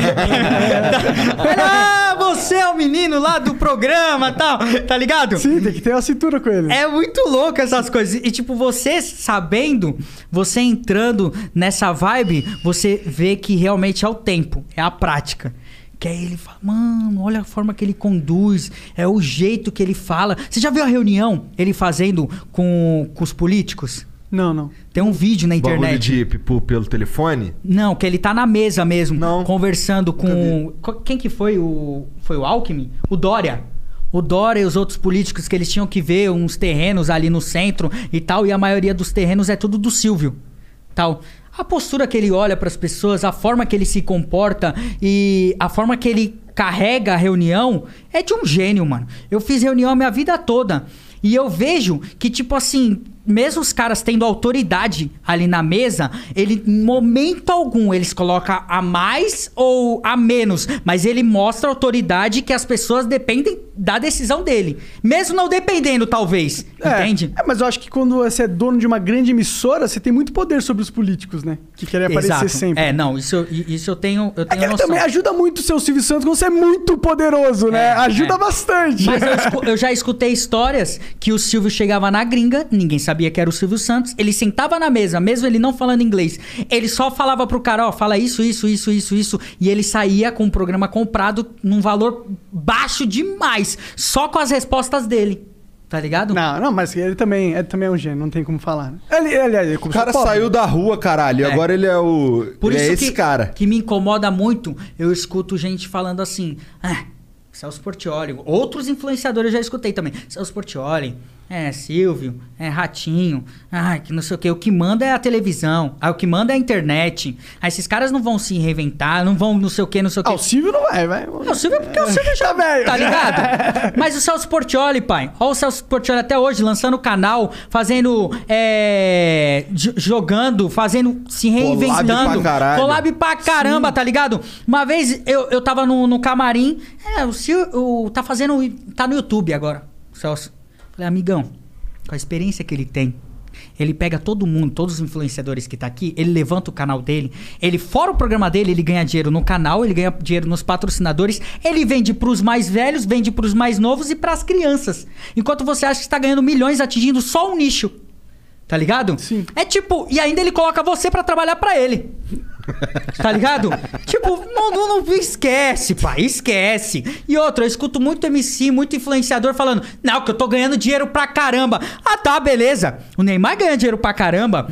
Você é o menino lá do programa e tal, tá ligado? Sim, tem que ter uma cintura com ele. É muito louco essas coisas. E tipo, você sabendo, você entrando nessa vibe, você vê que realmente é o tempo, é a prática. Que aí ele fala, mano, olha a forma que ele conduz, é o jeito que ele fala. Você já viu a reunião, ele fazendo com os políticos? Não. Tem um vídeo na internet. Pelo telefone? Não, que ele tá na mesa mesmo, conversando com... Cadê? Quem que foi? Foi o Alckmin? O Dória. O Dória e os outros políticos que eles tinham que ver uns terrenos ali no centro e tal, e a maioria dos terrenos é tudo do Silvio. Tal. A postura que ele olha pras pessoas, a forma que ele se comporta e a forma que ele carrega a reunião é de um gênio, mano. Eu fiz reunião a minha vida toda e eu vejo que, tipo assim... mesmo os caras tendo autoridade ali na mesa, ele, em momento algum, eles colocam a mais ou a menos. Mas ele mostra a autoridade que as pessoas dependem da decisão dele. Mesmo não dependendo, talvez. Entende? Mas eu acho que quando você é dono de uma grande emissora, você tem muito poder sobre os políticos, né? Que querem aparecer sempre. Não, isso eu tenho noção. Também ajuda muito o seu Silvio Santos quando você é muito poderoso, né? Ajuda bastante. Mas eu já escutei histórias que o Silvio chegava na gringa, ninguém sabia que era o Silvio Santos, ele sentava na mesa, mesmo ele não falando inglês, ele só falava pro cara, ó, fala isso, e ele saía com o programa comprado num valor baixo demais, só com as respostas dele. Tá ligado? Não, mas ele também é um gênio, não tem como falar. Ele o cara saiu da rua, caralho, agora ele é o... Por ele isso é esse cara. Que me incomoda muito, eu escuto gente falando assim, Celso Portiolli, outros influenciadores eu já escutei também, Celso Portiolli, Silvio, Ratinho, que não sei o que manda é a televisão, o que manda é a internet, esses caras não vão se reinventar, não vão não sei o que. O Silvio não vai. O Silvio porque o Silvio já velho, tá ligado? Mas o Celso Portiolli, pai, olha o Celso Portiolli até hoje, lançando canal, fazendo, jogando, se reinventando, collab pra caramba, tá ligado? Uma vez eu tava no camarim, o Silvio tá no YouTube agora, o Celso. Falei, amigão, com a experiência que ele tem, ele pega todo mundo, todos os influenciadores que tá aqui, ele levanta o canal dele, ele fora o programa dele, ele ganha dinheiro no canal, ele ganha dinheiro nos patrocinadores, ele vende pros mais velhos, vende pros mais novos e pras crianças. Enquanto você acha que está ganhando milhões atingindo só um nicho. Tá ligado? Sim. E ainda ele coloca você pra trabalhar pra ele. Tá ligado? Não esquece, pai, esquece. E outra, eu escuto muito MC, muito influenciador falando, não, que eu tô ganhando dinheiro pra caramba. Tá, beleza. O Neymar ganha dinheiro pra caramba,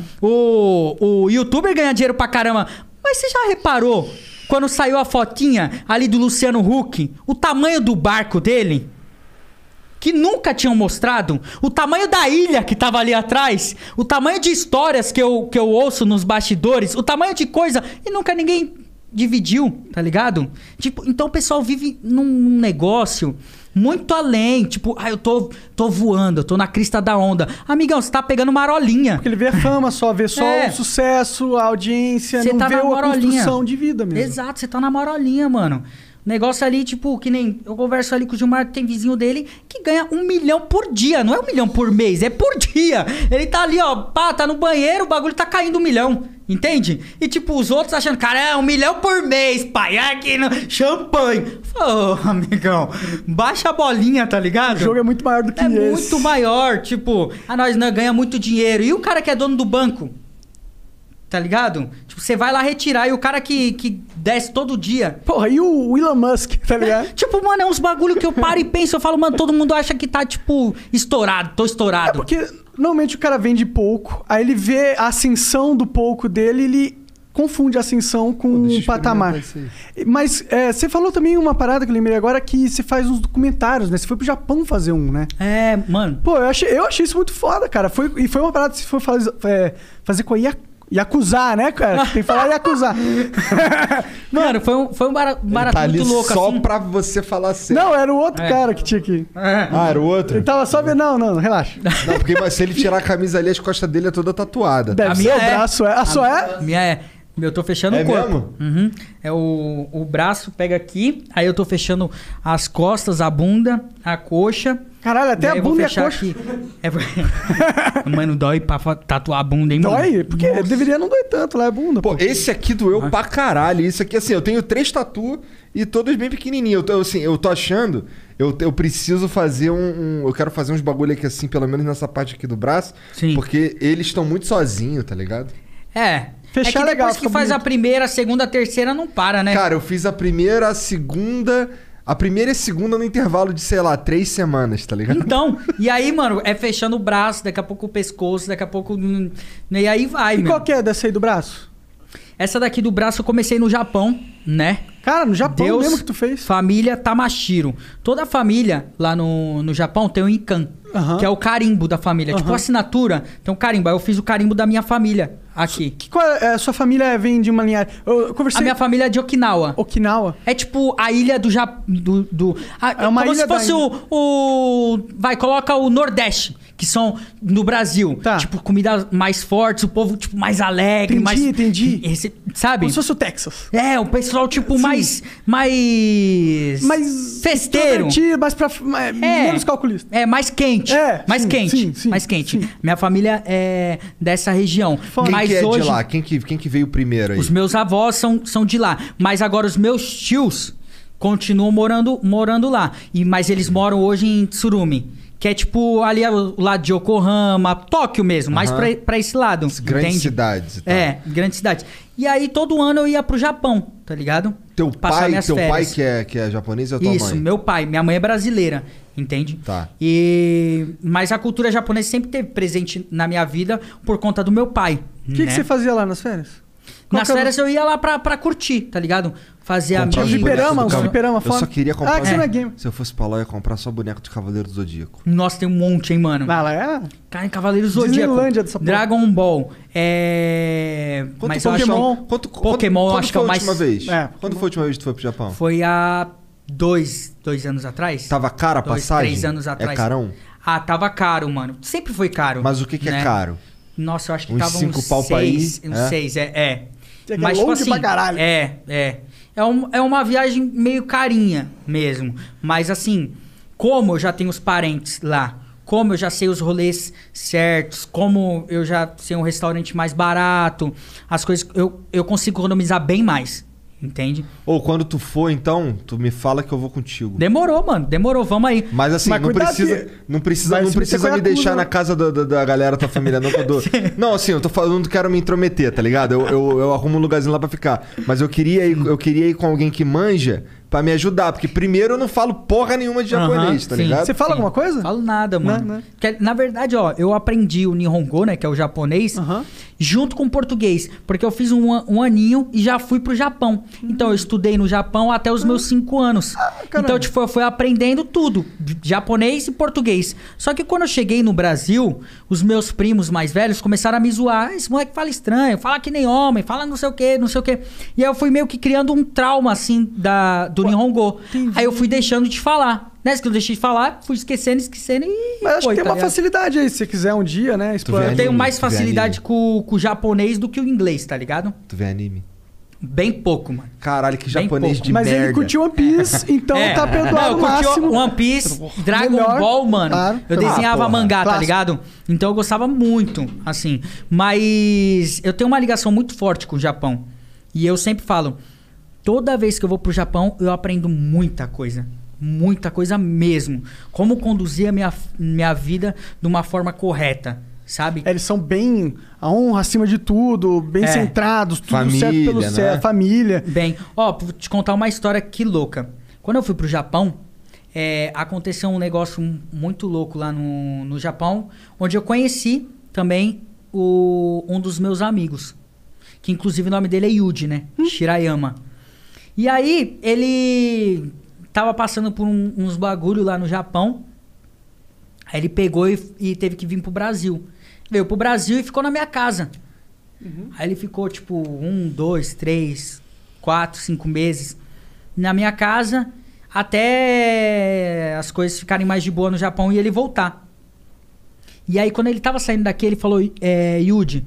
o youtuber ganha dinheiro pra caramba. Mas você já reparou, quando saiu a fotinha ali do Luciano Huck, o tamanho do barco dele? Que nunca tinham mostrado, o tamanho da ilha que tava ali atrás, o tamanho de histórias que eu ouço nos bastidores, o tamanho de coisa, e nunca ninguém dividiu, tá ligado? Então o pessoal vive num negócio muito além, eu tô voando, eu tô na crista da onda. Amigão, você tá pegando marolinha. Porque ele vê a fama só, vê só o sucesso, a audiência, cê não tá vê a construção de vida mesmo. Exato, você tá na marolinha, mano. Negócio ali, que nem... Eu converso ali com o Gilmar, tem vizinho dele que ganha 1 milhão por dia. Não é 1 milhão por mês, é por dia. Ele tá ali, ó, tá no banheiro, o bagulho tá caindo 1 milhão. Entende? E os outros achando, cara, é 1 milhão por mês, pai. Aqui no champanhe. Amigão, baixa a bolinha, tá ligado? O jogo é muito maior do que esse. É muito maior, nós ganha muito dinheiro. E o cara que é dono do banco? Tá ligado? Você vai lá retirar e o cara que desce todo dia. Porra, e o Elon Musk, tá ligado? Mano, é uns bagulho que eu paro e penso. Eu falo, mano, todo mundo acha que tá, estourado. Tô estourado. É porque normalmente o cara vende pouco, aí ele vê a ascensão do pouco dele, ele confunde a ascensão com o patamar. Mas você falou também uma parada que eu lembrei agora, que você faz uns documentários, né? Você foi pro Japão fazer um, né? Mano. Pô, eu achei isso muito foda, cara. E foi uma parada que você foi fazer com a Yakuza, né, cara? Tem que falar Yakuza. Mano, foi um barato tá ali muito louco, só assim. pra você falar assim. Não, era o outro cara que tinha aqui. Era o outro? Ele tava só vendo... Não, relaxa. Não, porque se ele tirar a camisa ali, as costas dele é toda tatuada. Deve ser, o braço é. A sua é? Minha é. Eu tô fechando o corpo. Mesmo? Uhum. O braço pega aqui, aí eu tô fechando as costas, a bunda, a coxa. Caralho, até a bunda e a coxa. Aqui. Mano, dói pra tatuar a bunda, hein, mano? Dói? Porque deveria não doer tanto lá, a bunda. Pô, esse aqui doeu pra caralho. Isso aqui, assim, eu tenho 3 tatu e todos bem pequenininhos. Eu tô achando... Eu preciso fazer eu quero fazer uns bagulho aqui assim, pelo menos nessa parte aqui do braço. Sim. Porque eles estão muito sozinhos, tá ligado? Fechar que legal, depois que faz bonito. a primeira, a segunda, a terceira, não para, né? Cara, eu fiz a primeira, a segunda... A primeira e a segunda no intervalo de, sei lá, 3 semanas, tá ligado? Então, e aí, mano, fechando o braço, daqui a pouco o pescoço, daqui a pouco... E aí vai, E qual que é dessa aí do braço? Essa daqui do braço eu comecei no Japão, né? Cara, no Japão mesmo que tu fez? Família Tamashiro. Toda família lá no Japão tem um Ikan, que é o carimbo da família. Tipo assinatura, tem um carimbo. Aí eu fiz o carimbo da minha família aqui. A sua família vem de uma linha... Eu conversei... A minha família é de Okinawa. Okinawa? É tipo a ilha do Japão... É uma como ilha se fosse vai, coloca o Nordeste. que são no Brasil. Tá. Tipo, comidas mais fortes, o povo, tipo, mais alegre. Entendi. Sabe? Como se fosse o Texas. É, o pessoal, tipo, mais festeiro. Menos calculista. É, mais quente. Mais quente. Sim. Minha família é dessa região. Quem mas que é hoje, de lá? Quem que veio primeiro aí? os meus avós são de lá. Mas agora os meus tios continuam morando lá. Mas eles moram hoje em Tsurumi. Que é tipo ali o lado de Yokohama, Tóquio mesmo, mais pra esse lado. Grandes cidades. Tá? Grandes cidades. E aí todo ano eu ia pro Japão, tá ligado? Teu pai que é japonês ou tua mãe? Isso, meu pai. Minha mãe é brasileira, entende? Tá. Mas a cultura japonesa sempre teve presente na minha vida por conta do meu pai. O que você fazia lá nas férias? Nas férias eu ia lá pra curtir, tá ligado? Fazer amigos. Fliperama Eu só queria comprar. Você não é game. Se eu fosse pra lá, eu ia comprar só boneco de Cavaleiro do Zodíaco. Nossa, tem um monte, hein, mano. Lá é? Cara, Cavaleiro do Zodíaco. Dessa porra. Dragon Ball. Mas Pokémon. Pokémon, eu acho que é o mais. Quando foi a última vez que tu foi pro Japão? Foi há 2 anos atrás. Tava caro a passagem? 3 anos atrás. É carão? Ah, tava caro, mano. Sempre foi caro. Mas o que é caro? Nossa, eu acho que uns tava 5 uns pau 6. pra ir? Uns 6, Mas longe assim, pra caralho. É uma viagem meio carinha mesmo. Mas assim, como eu já tenho os parentes lá, como eu já sei os rolês certos, como eu já sei um restaurante mais barato, as coisas, eu consigo economizar bem mais. Entende? Ou quando tu for, então, tu me fala que eu vou contigo. Demorou, mano. Demorou, vamos aí. Mas assim, não precisa me deixar na casa da galera, tua família, não. Não, assim, eu tô falando, não quero me intrometer, tá ligado? Eu arrumo um lugarzinho lá pra ficar. Mas eu queria ir com alguém que manja pra me ajudar. Porque primeiro eu não falo porra nenhuma de japonês, tá ligado? Você fala alguma coisa? Falo nada, mano. Não. Porque, na verdade, ó, eu aprendi o Nihongo, né, que é o japonês, junto com o português. Porque eu fiz um aninho e já fui pro Japão. Então eu estudei no Japão até os meus 5 anos. Então, tipo, eu fui aprendendo tudo. Japonês e português. Só que quando eu cheguei no Brasil, os meus primos mais velhos começaram a me zoar. Esse moleque fala estranho, fala que nem homem, fala não sei o quê, não sei o quê. E aí eu fui meio que criando um trauma, assim, do Nihongo. Entendi. Aí eu fui deixando de falar. Nessa que eu deixei de falar, fui esquecendo e... Mas acho que tem uma facilidade aí, se você quiser um dia, né? Explorar. Eu tenho mais facilidade com o japonês do que o inglês, tá ligado? Tu vê anime? Bem pouco, mano. Caralho, que japonês de merda. Mas ele curtiu One Piece, então tá perdoado o máximo. One Piece, Dragon Ball, mano. Claro. Eu desenhava mangá, tá ligado? Então eu gostava muito, assim. Mas eu tenho uma ligação muito forte com o Japão. E eu sempre falo, toda vez que eu vou pro Japão, eu aprendo muita coisa. Muita coisa mesmo. Como conduzir a minha vida de uma forma correta. Sabe? Eles são bem a honra acima de tudo, bem centrados, tudo família, certo pelo certo, família. Bem, vou te contar uma história que louca. Quando eu fui pro Japão, aconteceu um negócio muito louco lá no Japão, onde eu conheci também um dos meus amigos, que inclusive o nome dele é Yuji, né? Shirayama. E aí, ele tava passando por uns bagulho lá no Japão, aí ele pegou e teve que vir pro Brasil. Veio pro Brasil e ficou na minha casa. Aí ele ficou, tipo, 1, 2, 3, 4, 5 meses na minha casa, até as coisas ficarem mais de boa no Japão e ele voltar. E aí, quando ele tava saindo daqui, ele falou, Yuji,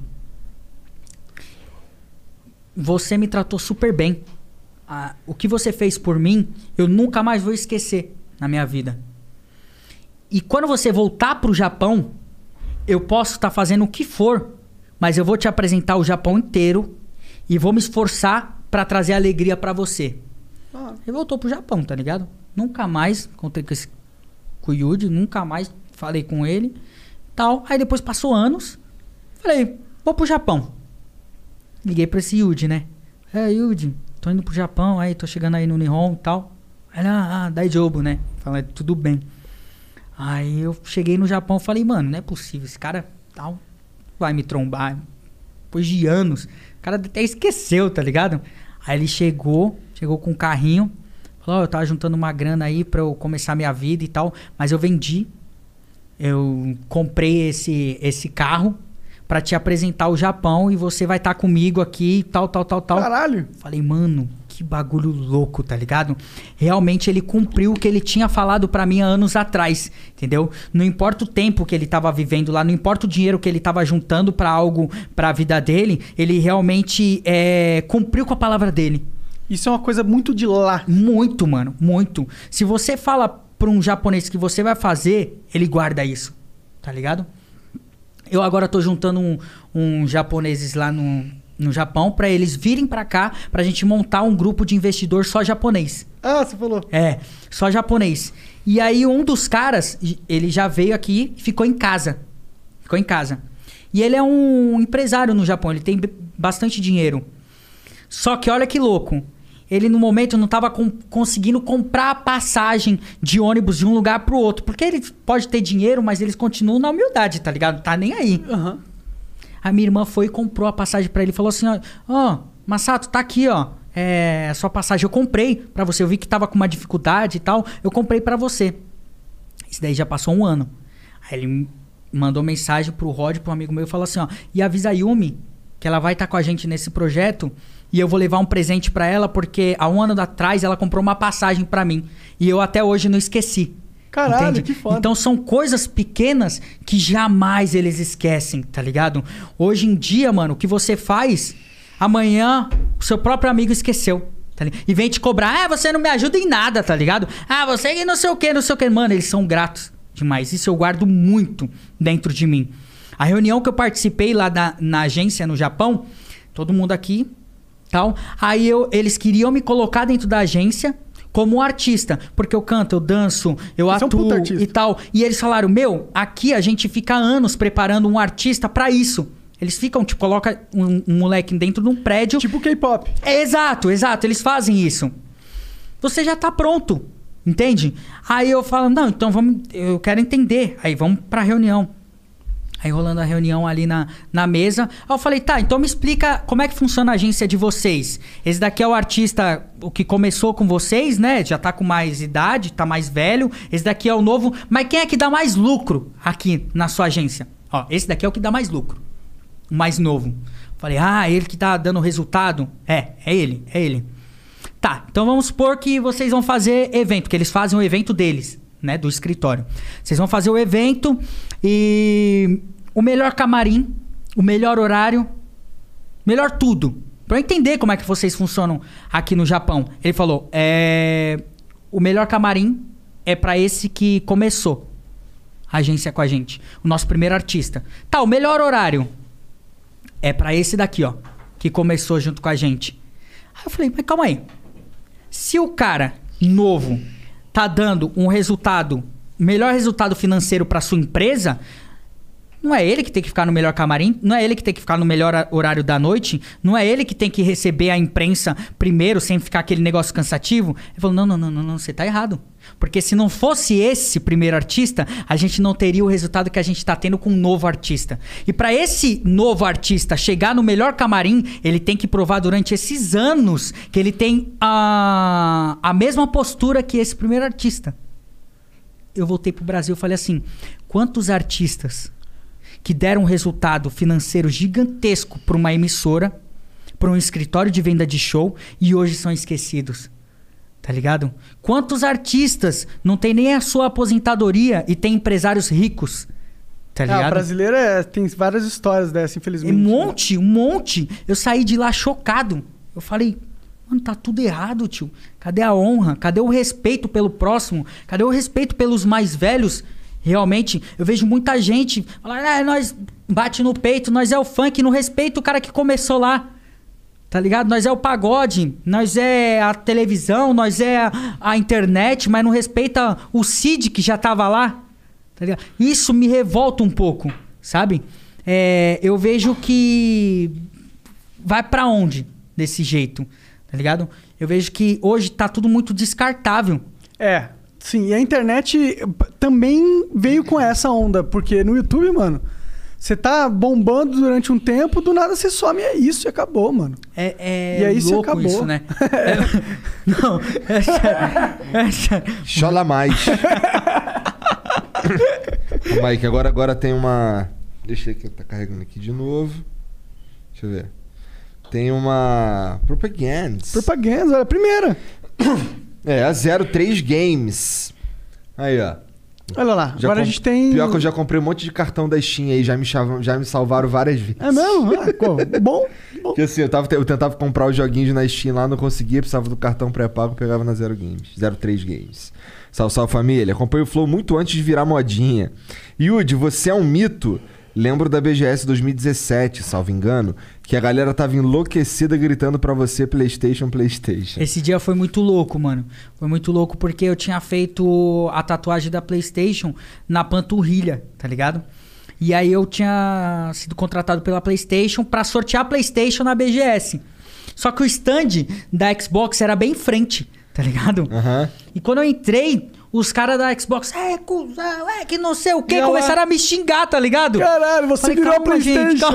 você me tratou super bem. O que você fez por mim, eu nunca mais vou esquecer na minha vida. E quando você voltar pro Japão, eu posso estar fazendo o que for, mas eu vou te apresentar o Japão inteiro e vou me esforçar pra trazer alegria pra você. Ele voltou pro Japão, tá ligado? Nunca mais contei com o Yuji, nunca mais falei com ele, tal. Aí depois passou anos, falei, vou pro Japão. Liguei pra esse Yuji, né? Yuji, tô indo pro Japão, aí tô chegando aí no Nihon e tal. Aí ele, daijoubu, né? Falei, tudo bem. Aí eu cheguei no Japão e falei, mano, não é possível, esse cara tal vai me trombar. Depois de anos, o cara até esqueceu, tá ligado? Aí ele chegou com um carrinho, falou, eu tava juntando uma grana aí pra eu começar minha vida e tal, mas eu vendi, eu comprei esse carro, pra te apresentar o Japão e você vai estar comigo aqui, tal. Caralho. Falei, mano, que bagulho louco, tá ligado? Realmente ele cumpriu o que ele tinha falado pra mim há anos atrás, entendeu? Não importa o tempo que ele tava vivendo lá, não importa o dinheiro que ele tava juntando pra algo, pra vida dele, ele realmente cumpriu com a palavra dele. Isso é uma coisa muito de lá. Muito, mano, muito. Se você fala pra um japonês que você vai fazer, ele guarda isso, tá ligado? Eu agora tô juntando uns japoneses lá no Japão pra eles virem pra cá pra gente montar um grupo de investidor só japonês. Ah, você falou. Só japonês. E aí um dos caras, ele já veio aqui e ficou em casa. E ele é um empresário no Japão, ele tem bastante dinheiro. Só que olha que louco. Ele no momento não tava conseguindo comprar a passagem de ônibus de um lugar pro outro. Porque ele pode ter dinheiro, mas eles continuam na humildade, tá ligado? Tá nem aí. Uhum. A minha irmã foi e comprou a passagem pra ele. Falou assim, ó, Masato, tá aqui, ó. A sua passagem eu comprei pra você. Eu vi que tava com uma dificuldade e tal. Eu comprei pra você. Isso daí já passou 1 ano. Aí ele mandou mensagem pro Rod, pro amigo meu, e falou assim, ó. E avisa a Yumi que ela vai estar com a gente nesse projeto. E eu vou levar um presente pra ela, porque há 1 ano atrás ela comprou uma passagem pra mim. E eu até hoje não esqueci. Caralho, entende? que foda. Então são coisas pequenas que jamais eles esquecem, tá ligado? Hoje em dia, mano, o que você faz, amanhã o seu próprio amigo esqueceu. Tá ligado? E vem te cobrar, você não me ajuda em nada, tá ligado? Você que não sei o que. Mano, eles são gratos demais. Isso eu guardo muito dentro de mim. A reunião que eu participei lá na agência no Japão, todo mundo aqui, tal. Aí eles queriam me colocar dentro da agência como artista, porque eu canto, eu danço, eu atuo e tal. E eles falaram, aqui a gente fica anos preparando um artista pra isso. Eles ficam, tipo, coloca um moleque dentro de um prédio. Tipo K-pop. Exato, eles fazem isso. Você já tá pronto, entende? Aí eu falo, não, então eu quero entender. Aí vamos pra reunião. Aí rolando a reunião ali na mesa. Aí eu falei, tá, então me explica como é que funciona a agência de vocês. Esse daqui é o artista, o que começou com vocês, né? Já tá com mais idade, tá mais velho. Esse daqui é o novo. Mas quem é que dá mais lucro aqui na sua agência? Ó, esse daqui é o que dá mais lucro. O mais novo. Falei, ele que tá dando resultado? É ele. Tá, então vamos supor que vocês vão fazer evento, que eles fazem o evento deles, né? Do escritório. Vocês vão fazer o evento e o melhor camarim, o melhor horário, melhor tudo. Pra eu entender como é que vocês funcionam aqui no Japão. Ele falou, o melhor camarim é pra esse que começou a agência com a gente. O nosso primeiro artista. Tá, o melhor horário é pra esse daqui, ó, que começou junto com a gente. Aí eu falei, mas calma aí. Se o cara novo tá dando um resultado, melhor resultado financeiro pra sua empresa, não é ele que tem que ficar no melhor camarim, não é ele que tem que ficar no melhor horário da noite, não é ele que tem que receber a imprensa primeiro, sem ficar aquele negócio cansativo. Ele falou, não, você tá errado. Porque se não fosse esse primeiro artista, a gente não teria o resultado que a gente tá tendo com um novo artista. E pra esse novo artista chegar no melhor camarim, ele tem que provar durante esses anos que ele tem a mesma postura que esse primeiro artista. Eu voltei pro Brasil e falei assim, quantos artistas que deram um resultado financeiro gigantesco para uma emissora, para um escritório de venda de show e hoje são esquecidos, tá ligado? Quantos artistas não tem nem a sua aposentadoria e tem empresários ricos, tá ligado? O brasileiro tem várias histórias dessas, infelizmente. Um monte. Eu saí de lá chocado. Eu falei, mano, tá tudo errado, tio. Cadê a honra? Cadê o respeito pelo próximo? Cadê o respeito pelos mais velhos? Realmente, eu vejo muita gente falar, nós bate no peito, nós é o funk, não respeita o cara que começou lá, tá ligado? Nós é o pagode, nós é a televisão, nós é a internet, mas não respeita o Cid que já tava lá, tá ligado? Isso me revolta um pouco, sabe? Eu vejo que vai pra onde desse jeito, tá ligado? Eu vejo que hoje tá tudo muito descartável. Sim, e a internet também veio com essa onda, porque no YouTube, mano, você tá bombando durante um tempo, do nada você some, é isso e acabou, mano. E aí você acabou. Isso, né? Não, é sério. Chola mais. Mike, agora tem uma Deixa aqui, tá carregando aqui de novo. Deixa eu ver. Tem uma... Propaganda, olha, a primeira. A 03 Games. Aí, ó. Olha lá, agora a gente tem... Pior que eu já comprei um monte de cartão da Steam aí, já me salvaram várias vezes. É mesmo? Bom. Porque assim, eu tentava comprar os joguinhos na Steam lá, não conseguia, precisava do cartão pré-pago, pegava na 03 Games. Salve família, acompanho o Flow muito antes de virar modinha. Yudi, você é um mito. Lembro da BGS 2017, salvo engano, que a galera tava enlouquecida gritando pra você PlayStation. Esse dia foi muito louco, mano. Foi muito louco porque eu tinha feito a tatuagem da PlayStation na panturrilha, tá ligado? E aí eu tinha sido contratado pela PlayStation pra sortear a PlayStation na BGS. Só que o stand da Xbox era bem em frente, tá ligado? Uhum. E quando eu entrei, os caras da Xbox, cuzão, que não sei o que, começaram a me xingar, tá ligado? Caralho, você virou a PlayStation, gente,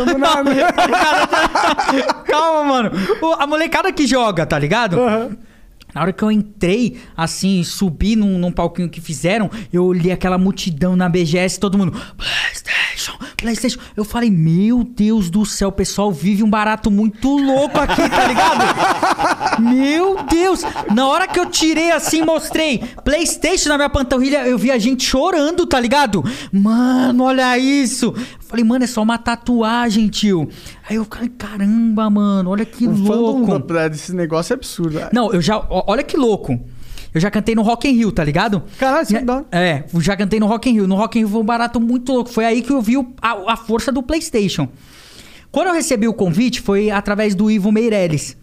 calma, mano. A molecada que joga, tá ligado? Uhum. Na hora que eu entrei, assim, subi num palquinho que fizeram, eu olhei aquela multidão na BGS, todo mundo... PlayStation. Eu falei, meu Deus do céu, o pessoal vive um barato muito louco aqui, tá ligado? Meu Deus! Na hora que eu tirei assim, mostrei PlayStation na minha panturrilha, eu vi a gente chorando, tá ligado? Mano, olha isso! Eu falei, mano, é só uma tatuagem, tio. Aí eu falei, caramba, mano, olha que louco. Esse negócio é absurdo. Não, olha que louco. Eu já cantei no Rock in Rio, tá ligado? Caralho, você dá. Já cantei no Rock in Rio. No Rock in Rio foi um barato muito louco. Foi aí que eu vi a força do PlayStation. Quando eu recebi o convite, foi através do Ivo Meirelles.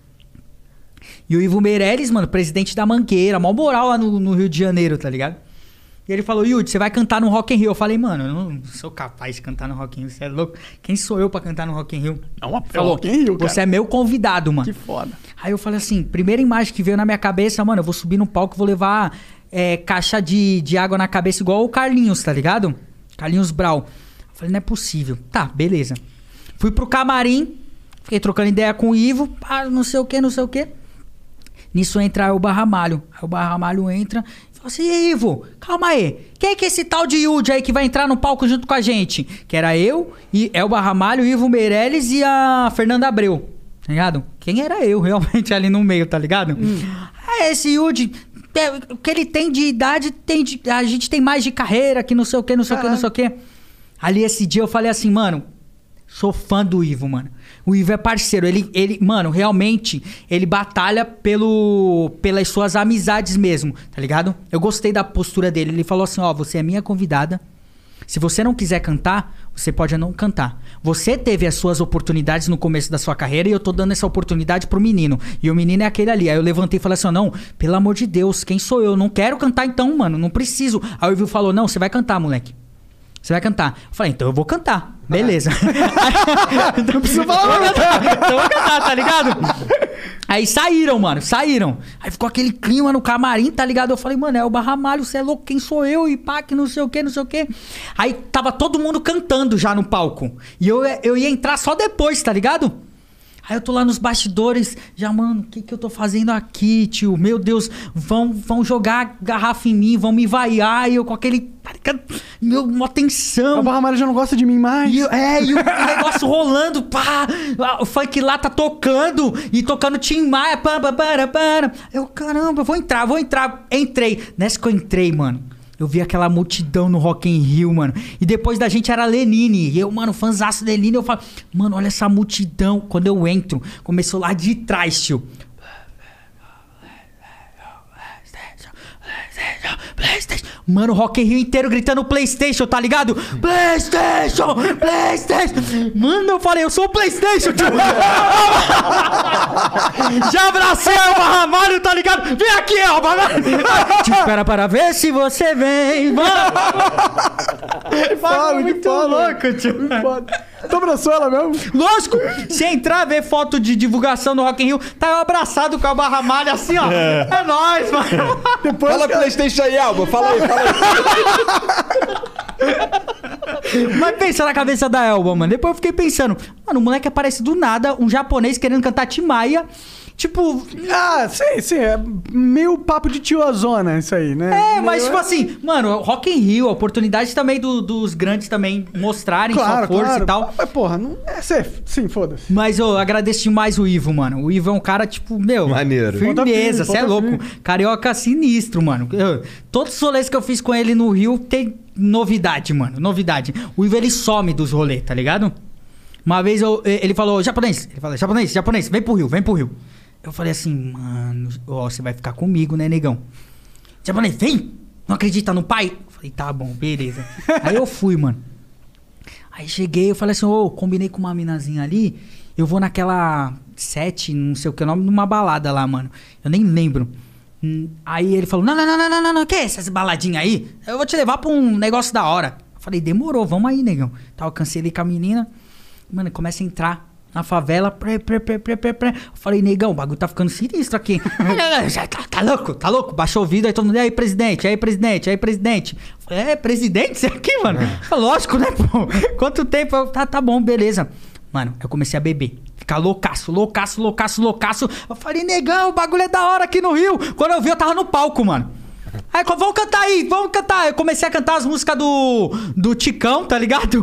E o Ivo Meirelles, mano, presidente da Mangueira, mó moral lá no Rio de Janeiro, tá ligado? E ele falou, Yudi, você vai cantar no Rock in Rio. Eu falei, mano, eu não sou capaz de cantar no Rock in Rio. Você é louco? Quem sou eu pra cantar no Rock in Rio? Falou, Rock in Rio, cara. Você é meu convidado, mano. Que foda. Aí eu falei assim, primeira imagem que veio na minha cabeça, mano, eu vou subir no palco e vou levar caixa de água na cabeça igual o Carlinhos, tá ligado? Carlinhos Brau. Eu falei, não é possível. Tá, beleza. Fui pro camarim, fiquei trocando ideia com o Ivo, não sei o que. Nisso entra o Barramalho. Aí o Barramalho entra e fala assim, Ivo, calma aí. Quem é que é esse tal de Yudi aí que vai entrar no palco junto com a gente? Que era eu, e o Barramalho, o Ivo Meirelles e a Fernanda Abreu. Tá ligado? Quem era eu realmente ali no meio, tá ligado? Esse Yudi, o que ele tem de idade, a gente tem mais de carreira, que não sei o que. Ali esse dia eu falei assim, mano, sou fã do Ivo, mano. O Ivo é parceiro, ele mano, realmente, ele batalha pelas suas amizades mesmo, tá ligado? Eu gostei da postura dele, ele falou assim, você é minha convidada. Se você não quiser cantar, você pode não cantar. Você teve as suas oportunidades no começo da sua carreira e eu tô dando essa oportunidade pro menino. E o menino é aquele ali. Aí eu levantei e falei assim, não, pelo amor de Deus, quem sou eu? Não quero cantar então, mano, não preciso. Aí o Ivo falou, não, você vai cantar, moleque. Você vai cantar. Eu falei, então eu vou cantar. Beleza. Então não precisa falar nada. Então eu vou cantar, tá ligado? Aí saíram, mano, saíram. Aí ficou aquele clima no camarim, tá ligado? Eu falei, mano, é o Barramalho, você é louco, quem sou eu? E pá, que não sei o que. Aí tava todo mundo cantando já no palco. E eu ia entrar só depois, tá ligado? Aí eu tô lá nos bastidores, já, mano, o que eu tô fazendo aqui, tio? Meu Deus, vão jogar garrafa em mim, vão me vaiar, e eu com aquele... uma tensão. O Barramalho já não gosta de mim mais. E o negócio rolando, pá, o funk lá tá tocando, e tocando Tim Maia, pá. Eu, caramba, vou entrar. Entrei. Nessa que eu entrei, mano, eu vi aquela multidão no Rock in Rio, mano. E depois da gente era Lenine. E eu, mano, fãzaço da Lenine. Eu falo, mano, olha essa multidão. Quando eu entro, começou lá de trás, tio. PlayStation. Mano, o Rock in Rio inteiro gritando PlayStation, tá ligado? PlayStation! Mano, eu falei, eu sou o PlayStation, tio. Já abracei o Barramalho, tá ligado? Vem aqui, ó, Barramalho. Te espera para ver se você vem, mano. Que louco, tio. Tu abraçou ela mesmo? Lógico! Se entrar, ver foto de divulgação do Rock in Rio, tá eu abraçado com a Barramalho assim, ó. É nóis, mano. Depois fala PlayStation aí, Alba. Fala aí. Mas pensa na cabeça da Elba, mano. Depois eu fiquei pensando, mano, o moleque aparece do nada, um japonês querendo cantar Tim Maia. Tipo... sim. É meio papo de tiozona isso aí, né? Mas tipo assim... Mano, Rock in Rio, a oportunidade também dos grandes também mostrarem sua força e tal. Mas, porra, não é safe. Sim, foda-se. Mas eu agradeço demais o Ivo, mano. O Ivo é um cara, tipo, maneiro. Firmeza, você é louco. Carioca sinistro, mano. Todos os rolês que eu fiz com ele no Rio tem novidade, mano. Novidade. O Ivo, ele some dos rolês, tá ligado? Uma vez ele falou, japonês. Ele falou, japonês, vem pro Rio. Eu falei assim, mano, você vai ficar comigo, né, negão? Japonês, vem! Não acredita no pai? Eu falei, tá bom, beleza. Aí eu fui, mano. Aí cheguei, eu falei assim, combinei com uma minazinha ali, eu vou naquela 7, não sei o que, nome, numa balada lá, mano. Eu nem lembro. Aí ele falou, não, que é essas baladinhas aí? Eu vou te levar pra um negócio da hora. Eu falei, demorou, vamos aí, negão. Então eu cancelei com a menina. Mano, começa a entrar na favela. Eu falei, negão, o bagulho tá ficando sinistro aqui. Tá louco? Baixou o vidro, aí todo mundo, aí, presidente. Eu falei, presidente? Você aqui, mano? Falei, lógico, né, pô? Quanto tempo? Eu, tá bom, beleza. Mano, eu comecei a beber. Ficar loucaço. Eu falei, negão, o bagulho é da hora aqui no Rio. Quando eu vi, eu tava no palco, mano. Aí, vamos cantar. Eu comecei a cantar as músicas do Ticão, tá ligado?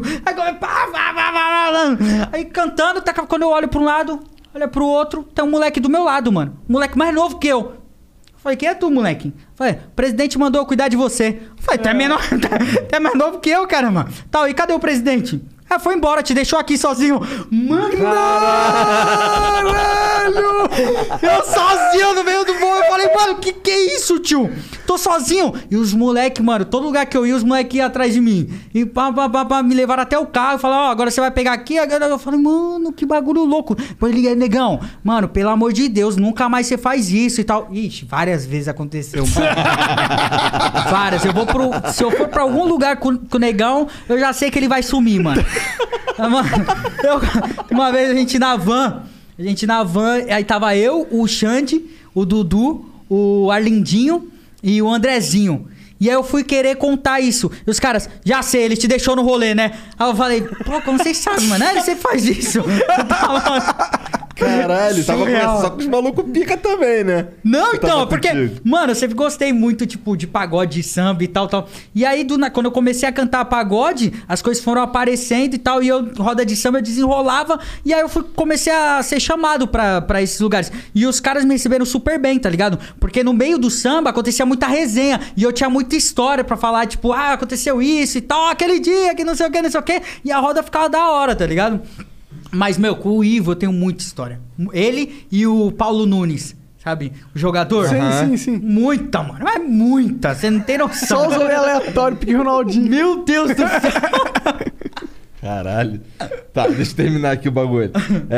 Aí cantando, quando eu olho pra um lado, olho pro outro, tem um moleque do meu lado, mano. Um moleque mais novo que eu. Falei, quem é tu, moleque? Falei, o presidente mandou eu cuidar de você. Falei, tu é mais novo que eu, caramba. Tá, e cadê o presidente? Foi embora, te deixou aqui sozinho. Mano! Caralho! Eu sozinho no meio do voo. Eu falei, mano, que é isso, tio? Tô sozinho. E os moleques, mano, todo lugar que eu ia, os moleques iam atrás de mim. E me levaram até o carro. Falaram, agora você vai pegar aqui. Eu falei, mano, que bagulho louco. Depois liguei, negão, mano, pelo amor de Deus, nunca mais você faz isso e tal. Ixi, várias vezes aconteceu, mano. Várias. Se eu for pra algum lugar com o negão, eu já sei que ele vai sumir, mano. Mano, uma vez a gente na van, aí tava eu, o Xande, o Dudu, o Arlindinho e o Andrezinho. E aí eu fui querer contar isso. E os caras, já sei, ele te deixou no rolê, né? Aí eu falei, pô, como vocês sabem, mano? Você faz isso. Caralho, tava só com os malucos pica também, né? Não, então, porque, mano, eu sempre gostei muito, tipo, de pagode, samba e tal. E aí, quando eu comecei a cantar pagode, as coisas foram aparecendo e tal, e roda de samba, eu desenrolava, e aí eu comecei a ser chamado pra esses lugares. E os caras me receberam super bem, tá ligado? Porque no meio do samba acontecia muita resenha, e eu tinha muita história pra falar, tipo, aconteceu isso e tal, aquele dia, que não sei o que, e a roda ficava da hora, tá ligado? Mas, meu, com o Ivo eu tenho muita história. Ele e o Paulo Nunes, sabe? O jogador. Sim. Muita, mano. Mas muita. Você não tem noção. Só os rolês aleatórios, porque Ronaldinho. Meu Deus do céu. Caralho. Tá, deixa eu terminar aqui o bagulho.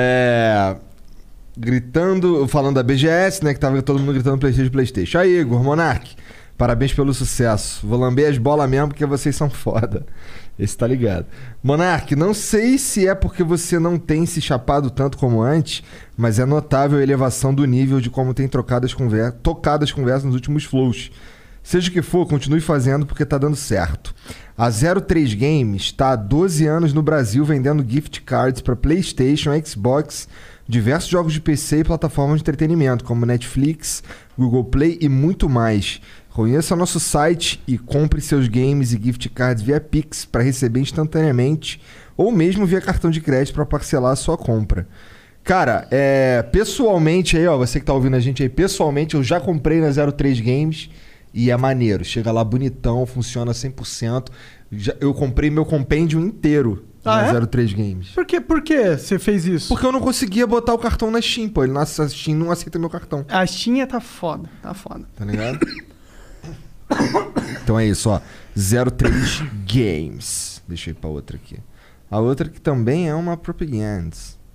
Gritando, falando da BGS, né? Que tava todo mundo gritando PlayStation. Aí, Igor, Monark. Parabéns pelo sucesso. Vou lamber as bolas mesmo porque vocês são foda. Esse tá ligado. Monark, não sei se é porque você não tem se chapado tanto como antes, mas é notável a elevação do nível de como tem tocado as conversas nos últimos flows. Seja o que for, continue fazendo porque tá dando certo. A 03 Games tá há 12 anos no Brasil vendendo gift cards para PlayStation, Xbox, diversos jogos de PC e plataformas de entretenimento, como Netflix, Google Play e muito mais. Conheça nosso site e compre seus games e gift cards via Pix para receber instantaneamente ou mesmo via cartão de crédito para parcelar a sua compra. Cara, pessoalmente aí, ó, você que tá ouvindo a gente aí, pessoalmente eu já comprei na 03 Games e é maneiro. Chega lá bonitão, funciona 100%. Eu comprei meu compêndio inteiro na 03 Games. Por que você fez isso? Porque eu não conseguia botar o cartão na Steam, pô. A Steam não aceita meu cartão. A Steam tá foda. Tá ligado? Então é isso, ó. 03 Games. Deixa eu ir pra outra aqui. A outra que também é uma propaganda.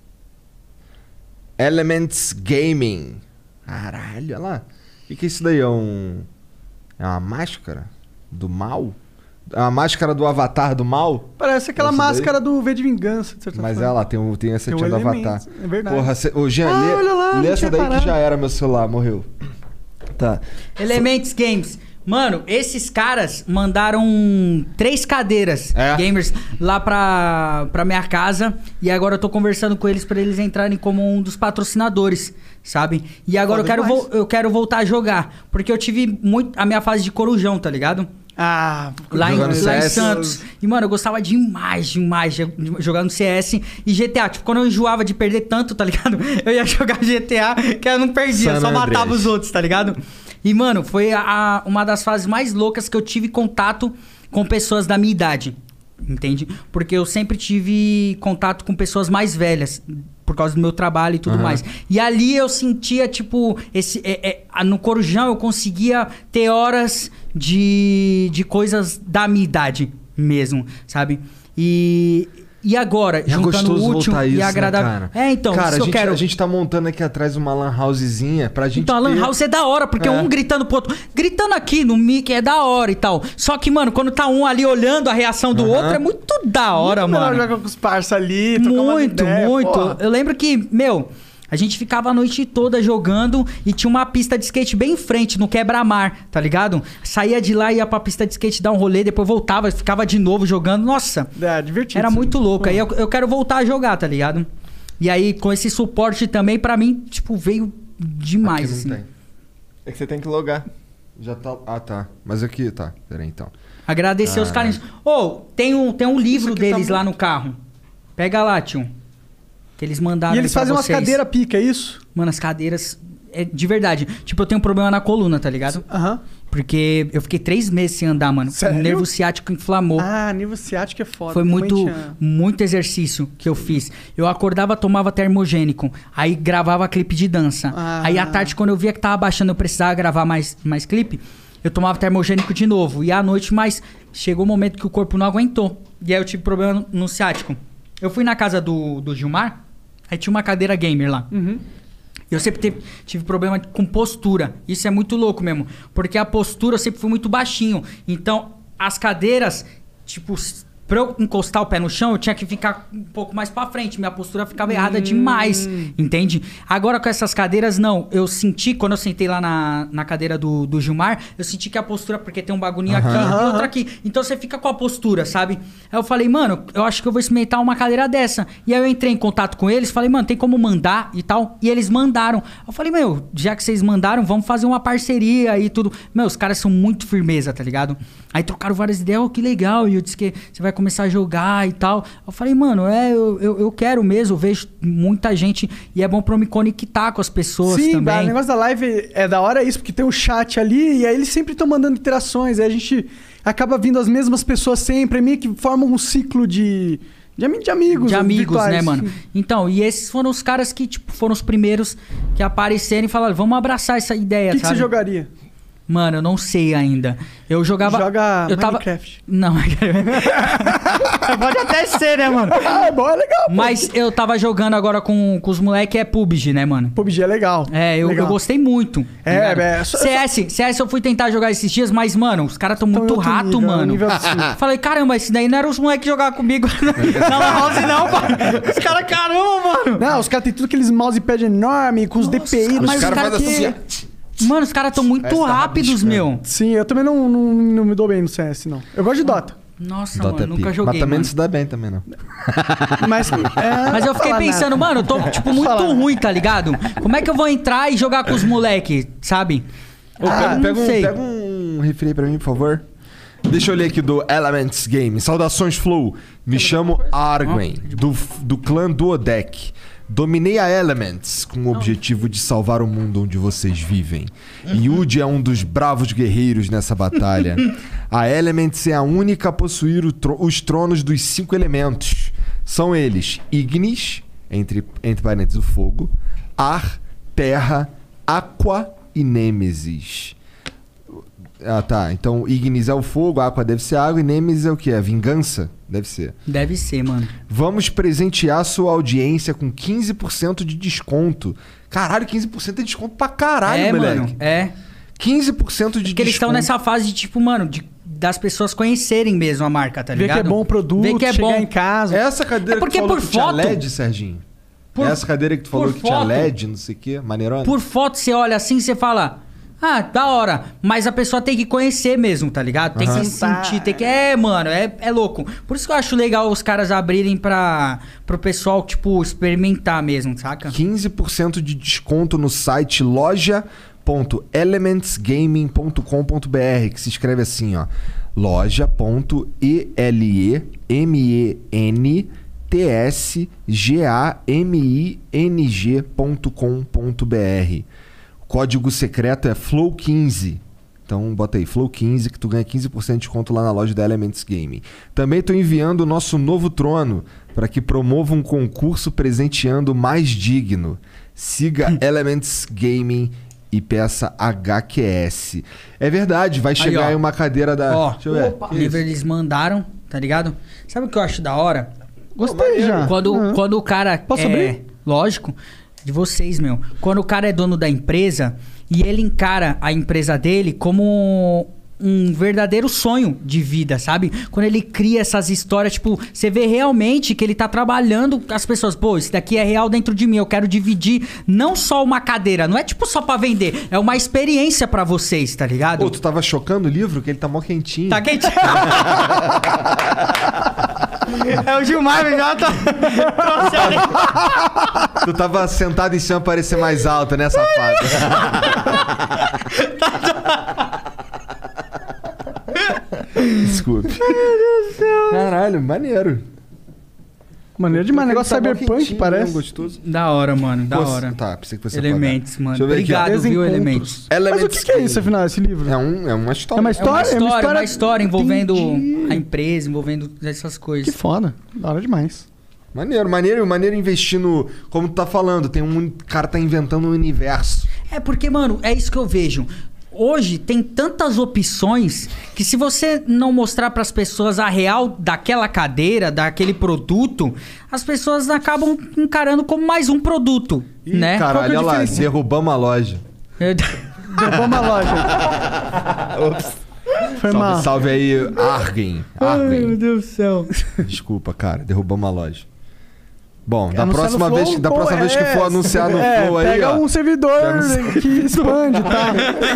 Elements Gaming. Caralho, olha lá. O que é isso daí? É uma máscara do mal? É uma máscara do Avatar do mal? Parece aquela máscara do V de Vingança, de certa Mas forma. Ela tem essa tinha do Avatar. É verdade. Porra, Jean, lê essa daí que já era meu celular, morreu. Tá. Elements Games. Mano, esses caras mandaram 3 cadeiras gamers lá pra minha casa. E agora eu tô conversando com eles pra eles entrarem como um dos patrocinadores, sabe? E agora eu quero voltar a jogar. Porque eu tive a minha fase de corujão, tá ligado? Lá em Santos. E, mano, eu gostava demais de jogar no CS e GTA. Tipo, quando eu enjoava de perder tanto, tá ligado? Eu ia jogar GTA que eu não perdia, só matava os outros, tá ligado? E, mano, foi uma das fases mais loucas que eu tive contato com pessoas da minha idade. Entende? Porque eu sempre tive contato com pessoas mais velhas. Por causa do meu trabalho e tudo mais. E ali eu sentia, tipo... no Corujão eu conseguia ter horas de coisas da minha idade mesmo, sabe? E agora, juntando o útil e agradável... Né, então, cara, a gente tá montando aqui atrás uma lan housezinha pra gente Então, a lan house é da hora, porque um gritando pro outro... Gritando aqui no mic é da hora e tal. Só que, mano, quando tá um ali olhando a reação do outro, é muito da hora, mano. Joga com os parça ali, muito. Porra. Eu lembro que, a gente ficava a noite toda jogando e tinha uma pista de skate bem em frente, no quebra-mar, tá ligado? Saía de lá, ia pra pista de skate dar um rolê, depois voltava, ficava de novo jogando. Nossa, divertido. Era muito louco. Aí eu quero voltar a jogar, tá ligado? E aí, com esse suporte também, pra mim, tipo, veio demais, assim. Tem. É que você tem que logar. Já tá... Ah, tá. Mas aqui, tá. Pera aí, então. Agradecer os carinhos. Tem um livro deles lá no carro. Pega lá, tio. Que eles mandaram. E eles fazem umas cadeiras pica, é isso? Mano, as cadeiras... de verdade. Tipo, eu tenho um problema na coluna, tá ligado? Porque eu fiquei 3 meses sem andar, mano. Sério? O nervo ciático inflamou. Nervo ciático é foda. Foi muito exercício que eu fiz. Eu acordava, tomava termogênico. Aí gravava clipe de dança. Aí à tarde, quando eu via que tava baixando, eu precisava gravar mais clipe, eu tomava termogênico de novo. E à noite, mas chegou um momento que o corpo não aguentou. E aí eu tive problema no ciático. Eu fui na casa do Gilmar, aí tinha uma cadeira gamer lá. Eu sempre tive problema com postura. Isso é muito louco mesmo. Porque a postura eu sempre fui muito baixinho. Então, as cadeiras, tipo... Pra eu encostar o pé no chão, eu tinha que ficar um pouco mais pra frente. Minha postura ficava errada demais, entende? Agora com essas cadeiras, não. Eu senti, quando eu sentei lá na cadeira do Gilmar, eu senti que a postura... Porque tem um bagulhinho aqui e outro aqui. Então você fica com a postura, sabe? Aí eu falei, mano, eu acho que eu vou experimentar uma cadeira dessa. E aí eu entrei em contato com eles, falei, mano, tem como mandar e tal? E eles mandaram. Eu falei, já que vocês mandaram, vamos fazer uma parceria e tudo. Os caras são muito firmeza, tá ligado? Aí trocaram várias ideias, que legal. E eu disse que você vai começar a jogar e tal. Eu falei, mano, eu quero mesmo, eu vejo muita gente e é bom pra eu me conectar com as pessoas também. O negócio da live é da hora isso, porque tem um chat ali e aí eles sempre estão mandando interações, aí a gente acaba vindo as mesmas pessoas sempre, meio que formam um ciclo de amigos. De amigos, virtuais, né, mano? Então, e esses foram os caras que, tipo, foram os primeiros que apareceram e falaram, vamos abraçar essa ideia, sabe? O que você jogaria? Mano, eu não sei ainda. Eu jogava... Minecraft. Não, pode até ser, né, mano? É bom, é legal. Mas eu tava jogando agora com os moleques, PUBG, né, mano? PUBG é legal. Eu gostei muito. CS eu fui tentar jogar esses dias, mas, mano, os caras tão muito rato, mano. Falei, caramba, esse daí não era os moleques jogar comigo na lan house, não, mano. Os caras, caramba, mano. Não, os caras tem tudo aqueles mousepad enorme, com os DPI. Mas os caras fazem assim... Mano, os caras tão muito rápidos, meu. Sim, eu também não me dou bem no CS, não. Eu gosto de Dota. Nossa, Dota mano, nunca joguei, mas também não se dá bem também, não. Mas eu fiquei pensando, mano, eu tô, tipo, muito ruim, tá ligado? Como é que eu vou entrar e jogar com os moleques, sabe? Pega um refri pra mim, por favor. Deixa eu ler aqui do Elements Game. Saudações, Flow. Me chamo Argwen, do clã Duodec. Dominei a Elements com o objetivo de salvar o mundo onde vocês vivem. Yuji é um dos bravos guerreiros nessa batalha. A Elements é a única a possuir os tronos dos 5 elementos. São eles Ignis, entre parênteses o fogo, Ar, Terra, Aqua e Nêmesis. Ah, tá. Então, Ignis é o fogo, Aqua deve ser água e Nêmesis é o quê? A vingança? Deve ser. Deve ser, mano. Vamos presentear sua audiência com 15% de desconto. Caralho, 15% é desconto pra caralho, moleque. Mano, é. 15% de desconto. Porque eles estão nessa fase de, tipo, mano, das pessoas conhecerem mesmo a marca, tá ligado? Ver que é bom o produto, ver que é chegar bom em casa. Essa cadeira que tu falou que tinha LED, Serginho? Essa cadeira que tu falou que tinha LED, não sei o quê, maneirona? Por foto, você olha assim, você fala... Ah, da hora. Mas a pessoa tem que conhecer mesmo, tá ligado? Tem que sentir, tem que... mano, é louco. Por isso que eu acho legal os caras abrirem pro pessoal, tipo, experimentar mesmo, saca? 15% de desconto no site loja.elementsgaming.com.br, que se escreve assim, ó. loja.elementsgaming.com.br. O código secreto é FLOW15. Então bota aí, FLOW15, que tu ganha 15% de desconto lá na loja da Elements Gaming. Também estou enviando o nosso novo trono para que promova um concurso presenteando o mais digno. Siga Elements Gaming e peça HQS. É verdade, vai chegar aí uma cadeira da... Ó, deixa eu ver. Livro eles mandaram, tá ligado? Sabe o que eu acho da hora? Gostei já. Quando o cara... Posso abrir? Lógico. De vocês, meu. Quando o cara é dono da empresa e ele encara a empresa dele como um verdadeiro sonho de vida, sabe? Quando ele cria essas histórias, tipo, você vê realmente que ele tá trabalhando com as pessoas. Pô, isso daqui é real dentro de mim, eu quero dividir não só uma cadeira, não é tipo só pra vender, é uma experiência pra vocês, tá ligado? Pô, tu tava chocando o livro, que ele tá mó quentinho. Tá quentinho. É o Gilmar, já tá... Tu tava sentado em cima pra parecer mais alto, né, safado? Desculpe. Ai, meu Deus do céu. Caralho, maneiro. Maneiro demais, negócio cyberpunk, parece. Gostoso. Da hora, mano, da hora. Tá, pensei que você Elementos, mano. Obrigado, viu, Elementos. Mas o que é isso, afinal, esse livro? É uma história. É uma história? Uma história envolvendo a empresa, envolvendo essas coisas. Que foda. Da hora demais. Maneiro investir no... Como tu tá falando, tem um cara tá inventando um universo. É porque, mano, é isso que eu vejo. Hoje tem tantas opções que se você não mostrar para as pessoas a real daquela cadeira, daquele produto, as pessoas acabam encarando como mais um produto, né? Caralho, olha lá, derrubamos a loja. Derrubamos a loja. Ops. Foi mal. Salve aí, Argen. Ai, meu Deus do céu. Desculpa, cara, derrubamos a loja. Bom, da próxima vez que for anunciar no Flow aí, pega um servidor que expande, tá?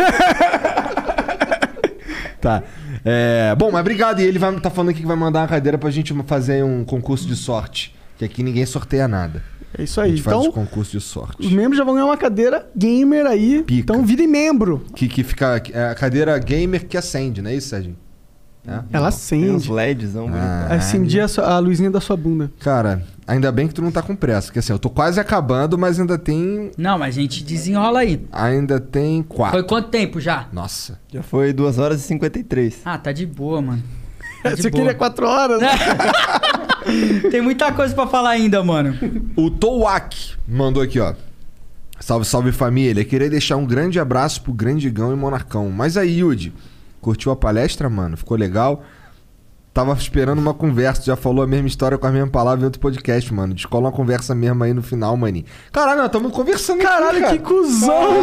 Tá. Bom, mas obrigado. E ele tá falando aqui que vai mandar uma cadeira pra gente fazer um concurso de sorte. Que aqui ninguém sorteia nada. É isso aí. A gente faz um concurso de sorte. Os membros já vão ganhar uma cadeira gamer aí. Pica. Então virem membro. Que fica... a cadeira gamer que acende, não é isso, Serginho? Ela acende. Tem uns LEDs, acendia a luzinha da sua bunda. Cara, ainda bem que tu não tá com pressa. Porque assim, eu tô quase acabando, mas ainda tem... Não, mas a gente desenrola aí. Ainda tem 4. Foi quanto tempo já? Nossa. Já foi 2 horas e 53. Ah, tá de boa, mano. Você queria 4 horas, né? Tem muita coisa pra falar ainda, mano. O Towak mandou aqui, ó. Salve, salve família. Queria deixar um grande abraço pro Grandigão e Monarcão. Mas aí, Yudi... Curtiu a palestra, mano? Ficou legal? Tava esperando uma conversa. Já falou a mesma história com a mesma palavra em outro podcast, mano. Descola uma conversa mesmo aí no final, maninho. Caralho, nós estamos conversando Caralho, aqui, que cuzão!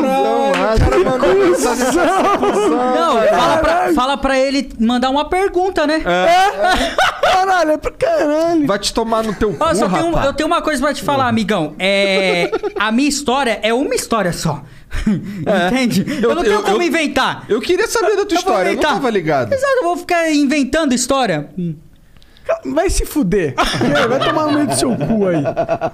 Não, fala pra ele mandar uma pergunta, né? Caralho, é pra caralho. Vai te tomar no teu cu, eu tenho uma coisa pra te falar, amigão. A minha história é uma história só. Entende? Eu não tenho como inventar. Eu queria saber da tua história, eu não tava ligado. Exato, eu vou ficar inventando história. Vai se fuder. Vai tomar no meio do seu cu aí.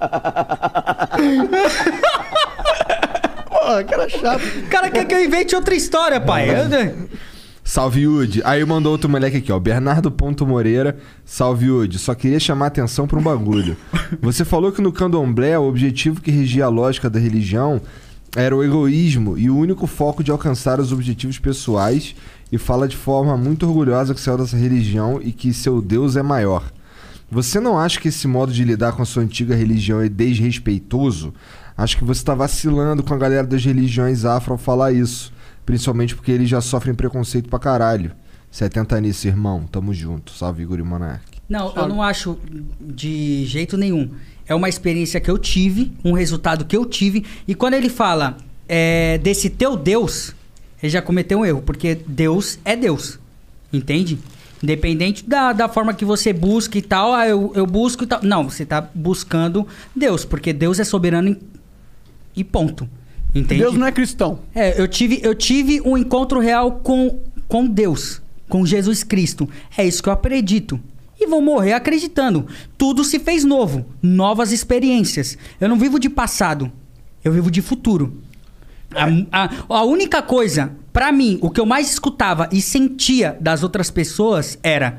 Porra, cara chato. O cara quer que eu invente outra história, pai. Salve, Yudi. Aí mandou outro moleque aqui, ó. Bernardo.Moreira. Salve, Yudi. Só queria chamar a atenção pra um bagulho. Você falou que no candomblé o objetivo que regia a lógica da religião era o egoísmo e o único foco de alcançar os objetivos pessoais, e fala de forma muito orgulhosa que saiu dessa religião e que seu Deus é maior. Você não acha que esse modo de lidar com a sua antiga religião é desrespeitoso? Acho que você está vacilando com a galera das religiões afro ao falar isso, principalmente porque eles já sofrem preconceito pra caralho. 70 nisso, irmão. Tamo junto. Salve, Igor e Monark. Não, eu não acho de jeito nenhum. É uma experiência que eu tive, um resultado que eu tive. E quando ele fala desse teu Deus, ele já cometeu um erro. Porque Deus é Deus. Entende? Independente da forma que você busca e tal. Eu busco e tal. Não, você tá buscando Deus. Porque Deus é soberano e ponto. Entende? Deus não é cristão. Eu tive um encontro real com Deus, com Jesus Cristo. É isso que eu acredito. E vou morrer acreditando. Tudo se fez novo. Novas experiências. Eu não vivo de passado. Eu vivo de futuro. A única coisa, pra mim, o que eu mais escutava e sentia das outras pessoas era...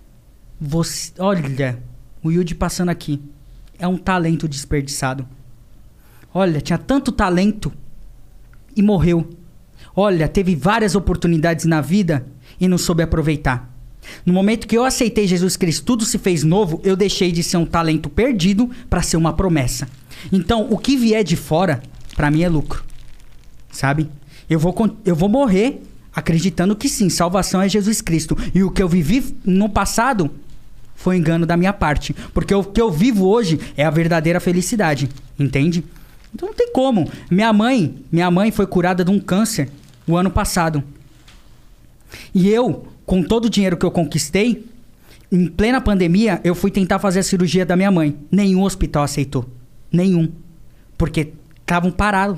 Olha, o Yudi passando aqui. É um talento desperdiçado. Olha, tinha tanto talento e morreu. Olha, teve várias oportunidades na vida e não soube aproveitar. No momento que eu aceitei Jesus Cristo, tudo se fez novo, eu deixei de ser um talento perdido para ser uma promessa. Então, o que vier de fora, para mim é lucro. Sabe? Eu vou morrer acreditando que sim, salvação é Jesus Cristo. E o que eu vivi no passado foi engano da minha parte. Porque o que eu vivo hoje é a verdadeira felicidade. Entende? Então não tem como. Minha mãe foi curada de um câncer o ano passado. E eu, com todo o dinheiro que eu conquistei, em plena pandemia, eu fui tentar fazer a cirurgia da minha mãe. Nenhum hospital aceitou. Nenhum. Porque estavam parados.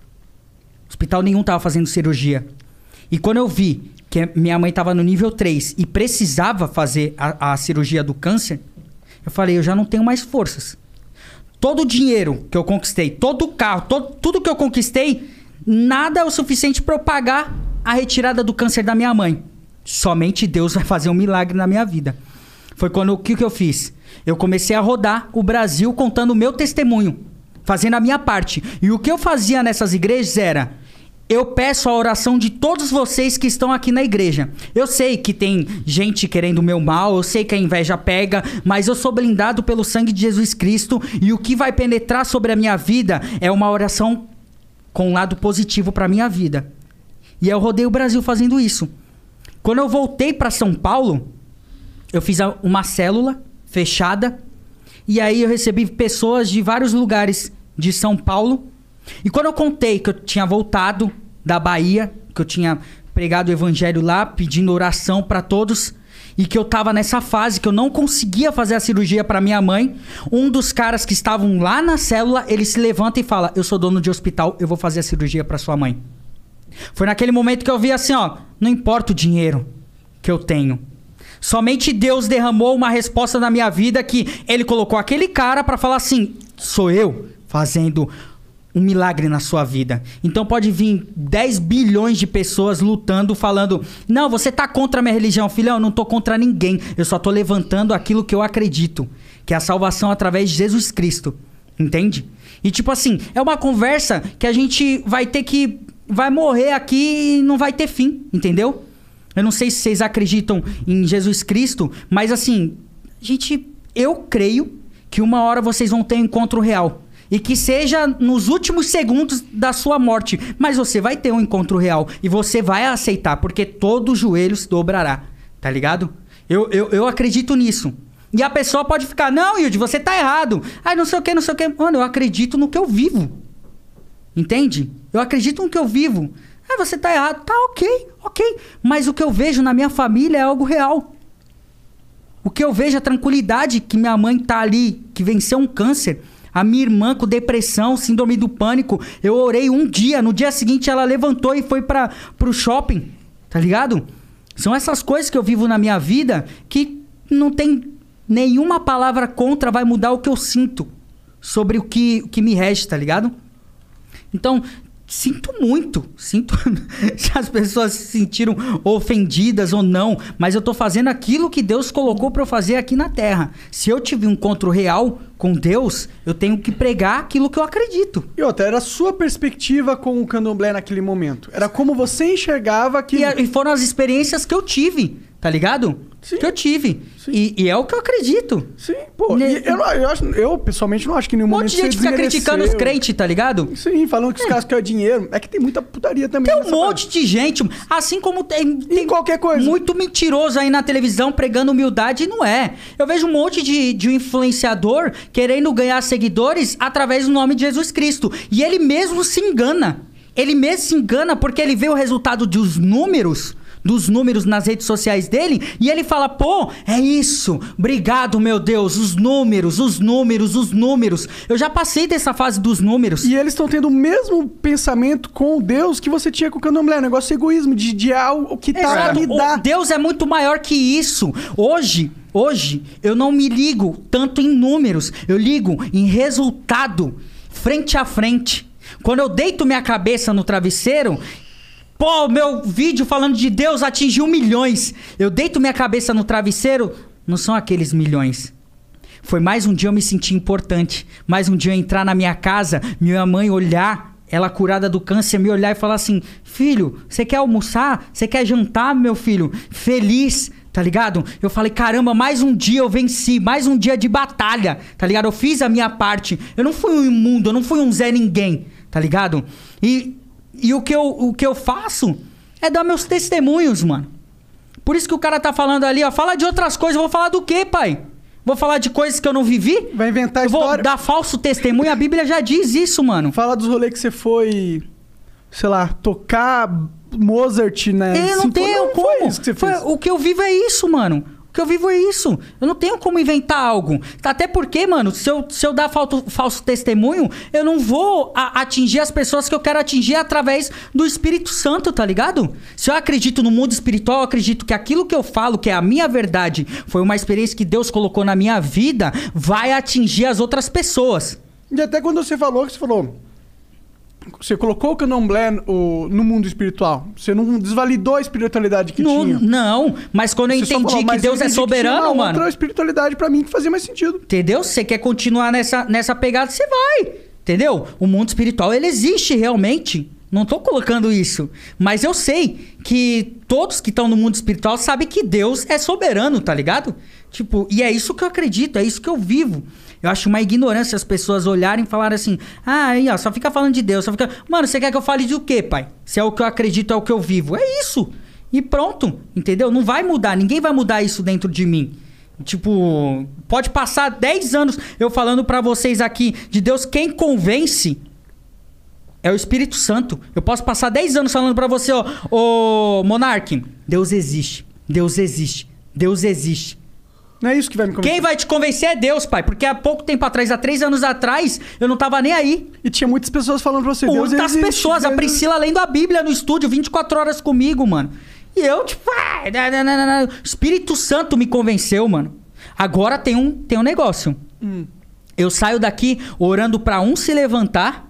Hospital nenhum estava fazendo cirurgia. E quando eu vi que minha mãe estava no nível 3 e precisava fazer a cirurgia do câncer, eu falei, eu já não tenho mais forças. Todo o dinheiro que eu conquistei, todo o carro, tudo que eu conquistei, nada é o suficiente para eu pagar a retirada do câncer da minha mãe. Somente Deus vai fazer um milagre na minha vida. Foi quando o que eu fiz? Eu comecei a rodar o Brasil contando o meu testemunho, fazendo a minha parte. E o que eu fazia nessas igrejas era... Eu peço a oração de todos vocês que estão aqui na igreja. Eu sei que tem gente querendo o meu mal, eu sei que a inveja pega, mas eu sou blindado pelo sangue de Jesus Cristo e o que vai penetrar sobre a minha vida é uma oração com um lado positivo para a minha vida. E eu rodei o Brasil fazendo isso. Quando eu voltei para São Paulo, eu fiz uma célula fechada e aí eu recebi pessoas de vários lugares de São Paulo. E quando eu contei que eu tinha voltado da Bahia, que eu tinha pregado o evangelho lá, pedindo oração para todos, e que eu tava nessa fase que eu não conseguia fazer a cirurgia para minha mãe, um dos caras que estavam lá na célula, ele se levanta e fala, eu sou dono de hospital, eu vou fazer a cirurgia para sua mãe. Foi naquele momento que eu vi assim, ó, não importa o dinheiro que eu tenho. Somente Deus derramou uma resposta na minha vida que ele colocou aquele cara para falar assim, sou eu fazendo um milagre na sua vida. Então pode vir 10 bilhões de pessoas lutando, falando, não, você tá contra a minha religião. Filhão, eu não tô contra ninguém. Eu só tô levantando aquilo que eu acredito, que é a salvação através de Jesus Cristo. Entende? E tipo assim, é uma conversa que a gente vai ter que... vai morrer aqui e não vai ter fim. Entendeu? Eu não sei se vocês acreditam em Jesus Cristo, mas assim, eu creio que uma hora vocês vão ter um encontro real. E que seja nos últimos segundos da sua morte. Mas você vai ter um encontro real. E você vai aceitar. Porque todo joelho se dobrará. Tá ligado? Eu acredito nisso. E a pessoa pode ficar... Não, Yudi, você tá errado. Ai, não sei o que, não sei o que. Mano, eu acredito no que eu vivo. Entende? Eu acredito no que eu vivo. Ah, você tá errado. Tá, ok. Mas o que eu vejo na minha família é algo real. O que eu vejo é a tranquilidade que minha mãe tá ali. Que venceu um câncer... A minha irmã com depressão, síndrome do pânico. Eu orei um dia. No dia seguinte ela levantou e foi pro shopping. Tá ligado? São essas coisas que eu vivo na minha vida que não tem nenhuma palavra contra vai mudar o que eu sinto sobre o que me resta, tá ligado? Então, sinto muito. Sinto se as pessoas se sentiram ofendidas ou não. Mas eu tô fazendo aquilo que Deus colocou pra eu fazer aqui na Terra. Se eu tiver um encontro real com Deus, eu tenho que pregar aquilo que eu acredito. E outra, era a sua perspectiva com o candomblé naquele momento. Era como você enxergava que... E foram as experiências que eu tive, tá ligado? Sim. Que eu tive. E é o que eu acredito. Sim, pô. Eu pessoalmente não acho que em nenhum momento você desmereceu. Um monte de gente fica criticando os crentes, tá ligado? Sim, falando que os caras querem dinheiro. É que tem muita putaria também. Tem um monte de gente, assim como tem qualquer coisa. Muito mentiroso aí na televisão pregando humildade e não é. Eu vejo um monte de influenciador querendo ganhar seguidores através do nome de Jesus Cristo. E ele mesmo se engana. Ele mesmo se engana porque ele vê o resultado dos números dos números nas redes sociais dele, e ele fala, pô, é isso, obrigado, meu Deus, os números. Eu já passei dessa fase dos números. E eles estão tendo o mesmo pensamento com Deus que você tinha com o candomblé, negócio de egoísmo, de algo que tá pra me dar. Deus é muito maior que isso. Hoje, eu não me ligo tanto em números, eu ligo em resultado, frente a frente. Quando eu deito minha cabeça no travesseiro, pô, meu vídeo falando de Deus atingiu milhões. Eu deito minha cabeça no travesseiro, não são aqueles milhões. Foi mais um dia eu me sentir importante. Mais um dia eu entrar na minha casa, minha mãe olhar, ela curada do câncer, me olhar e falar assim, filho, você quer almoçar? Você quer jantar, meu filho? Feliz, tá ligado? Eu falei, caramba, mais um dia eu venci, mais um dia de batalha, tá ligado? Eu fiz a minha parte. Eu não fui um imundo, eu não fui um Zé Ninguém, tá ligado? E o que eu faço é dar meus testemunhos, mano. Por isso que o cara tá falando ali, ó, fala de outras coisas. Eu vou falar do quê, pai? Vou falar de coisas que eu não vivi? Vai inventar história. Vou dar falso testemunho? A Bíblia já diz isso, mano. Fala dos rolês que você foi, sei lá, tocar Mozart, né? Eu não tenho como. Foi isso que você fez. O que eu vivo é isso, mano. O que eu vivo é isso. Eu não tenho como inventar algo. Até porque, mano, se eu dar falso testemunho, eu não vou atingir as pessoas que eu quero atingir através do Espírito Santo, tá ligado? Se eu acredito no mundo espiritual, eu acredito que aquilo que eu falo, que é a minha verdade, foi uma experiência que Deus colocou na minha vida, vai atingir as outras pessoas. E até quando você falou, você colocou o candomblé no mundo espiritual. Você não desvalidou a espiritualidade que tinha. Não, mas quando eu entendi que Deus é soberano, mano... outra espiritualidade pra mim que fazia mais sentido. Entendeu? Se você quer continuar nessa pegada, você vai. Entendeu? O mundo espiritual, ele existe realmente. Não tô colocando isso. Mas eu sei que todos que estão no mundo espiritual sabem que Deus é soberano, tá ligado? Tipo, e é isso que eu acredito, é isso que eu vivo. Eu acho uma ignorância as pessoas olharem e falarem assim, aí ó, só fica falando de Deus, só fica... Mano, você quer que eu fale de quê, pai? Se é o que eu acredito, é o que eu vivo. É isso. E pronto, entendeu? Não vai mudar, ninguém vai mudar isso dentro de mim. Tipo, pode passar 10 anos eu falando pra vocês aqui de Deus, quem convence é o Espírito Santo. Eu posso passar 10 anos falando pra você, ô Monark, Deus existe, Deus existe, Deus existe. Não é isso que vai me convencer. Quem vai te convencer é Deus, pai. Porque há pouco tempo atrás, há 3 anos atrás, eu não tava nem aí. E tinha muitas pessoas falando pra você, Deus existe. Muitas pessoas. A Priscila lendo a Bíblia no estúdio, 24 horas comigo, mano. E eu, tipo... Espírito Santo me convenceu, mano. Agora tem um negócio. Eu saio daqui orando pra um se levantar,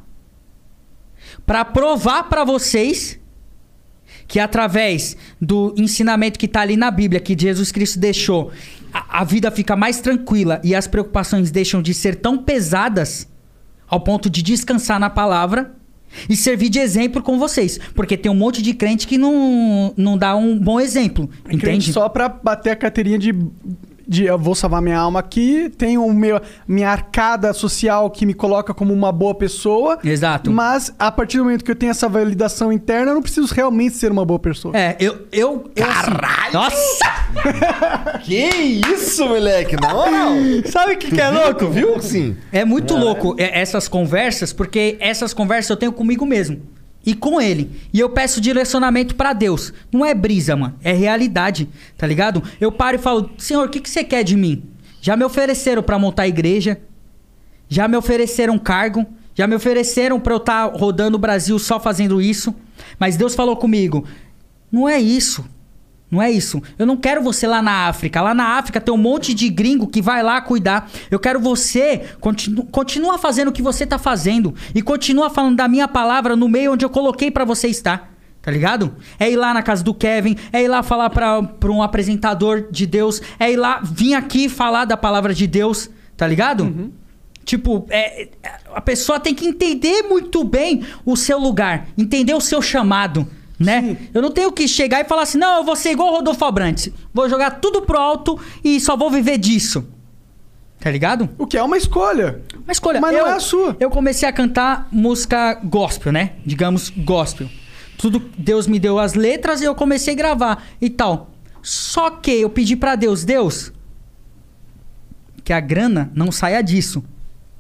pra provar pra vocês que através do ensinamento que tá ali na Bíblia, que Jesus Cristo deixou, a vida fica mais tranquila e as preocupações deixam de ser tão pesadas ao ponto de descansar na palavra e servir de exemplo com vocês. Porque tem um monte de crente que não dá um bom exemplo, entende? Crente só pra bater a carteirinha de eu vou salvar minha alma aqui, tenho minha arcada social que me coloca como uma boa pessoa. Exato. Mas a partir do momento que eu tenho essa validação interna, eu não preciso realmente ser uma boa pessoa. Caralho! Nossa! Que isso, moleque? Na moral! Sabe o que é louco? Viu? Sim. É muito louco essas conversas, porque essas conversas eu tenho comigo mesmo. E com ele. E eu peço direcionamento pra Deus. Não é brisa, mano. É realidade. Tá ligado? Eu paro e falo, Senhor, o que você quer de mim? Já me ofereceram pra montar a igreja. Já me ofereceram cargo. Já me ofereceram pra eu estar rodando o Brasil só fazendo isso. Mas Deus falou comigo, não é isso. Não é isso. Eu não quero você lá na África. Lá na África tem um monte de gringo que vai lá cuidar. Eu quero você... Continua fazendo o que você tá fazendo. E continua falando da minha palavra no meio onde eu coloquei pra você estar. Tá ligado? É ir lá na casa do Kevin. É ir lá falar pra um apresentador de Deus. É ir lá... Vir aqui falar da palavra de Deus. Tá ligado? Uhum. Tipo, a pessoa tem que entender muito bem o seu lugar. Entender o seu chamado. Né? Sim. Eu não tenho que chegar e falar assim, não, eu vou ser igual o Rodolfo Abrantes. Vou jogar tudo pro alto e só vou viver disso. Tá ligado? O que é uma escolha. Uma escolha. Mas não é a sua. Eu comecei a cantar música gospel, né? Digamos, gospel. Tudo, Deus me deu as letras e eu comecei a gravar e tal. Só que eu pedi pra Deus, que a grana não saia disso.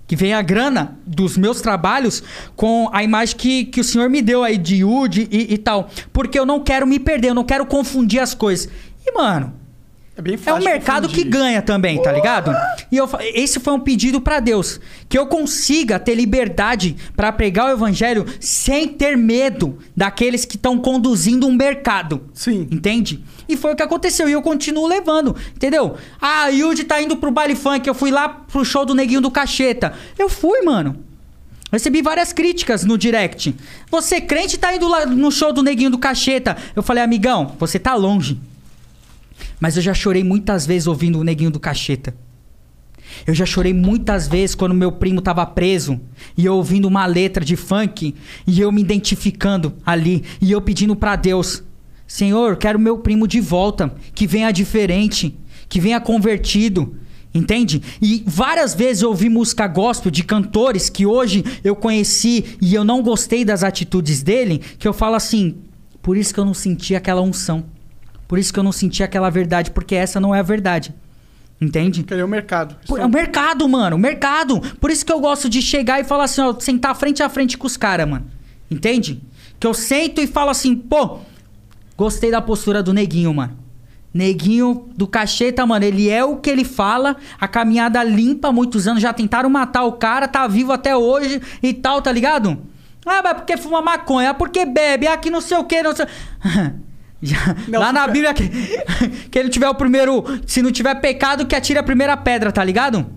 Que vem a grana dos meus trabalhos com a imagem que o senhor me deu aí de Yudi e tal. Porque eu não quero me perder, eu não quero confundir as coisas. E, mano, é bem fácil é um mercado que ganha também, tá ligado? E esse foi um pedido pra Deus. Que eu consiga ter liberdade pra pregar o evangelho sem ter medo daqueles que estão conduzindo um mercado. Sim. Entende? E foi o que aconteceu. E eu continuo levando. Entendeu? Ah, Yudi tá indo pro baile funk. Eu fui lá pro show do Neguinho do Cacheta. Eu fui, mano. Recebi várias críticas no direct. Você crente tá indo lá no show do Neguinho do Cacheta. Eu falei, amigão, você tá longe. Mas eu já chorei muitas vezes ouvindo o Neguinho do Cacheta. Eu já chorei muitas vezes quando meu primo tava preso e eu ouvindo uma letra de funk e eu me identificando ali e eu pedindo pra Deus: Senhor, quero meu primo de volta, que venha diferente, que venha convertido. Entende? E várias vezes eu ouvi música gospel de cantores que hoje eu conheci e eu não gostei das atitudes dele, que eu falo assim, por isso que eu não senti aquela unção. Por isso que eu não senti aquela verdade, porque essa não é a verdade. Entende? Porque é o mercado. É o mercado, mano. O mercado. Por isso que eu gosto de chegar e falar assim, ó, sentar frente a frente com os caras, mano. Entende? Que eu sento e falo assim, pô, gostei da postura do Neguinho, mano. Neguinho do Cacheta, mano, ele é o que ele fala, a caminhada limpa há muitos anos, já tentaram matar o cara, tá vivo até hoje e tal, tá ligado? Ah, mas porque fuma maconha, porque bebe, que não sei o que, não sei... Não, lá na Bíblia que ele tiver o primeiro, se não tiver pecado, que atire a primeira pedra, tá ligado?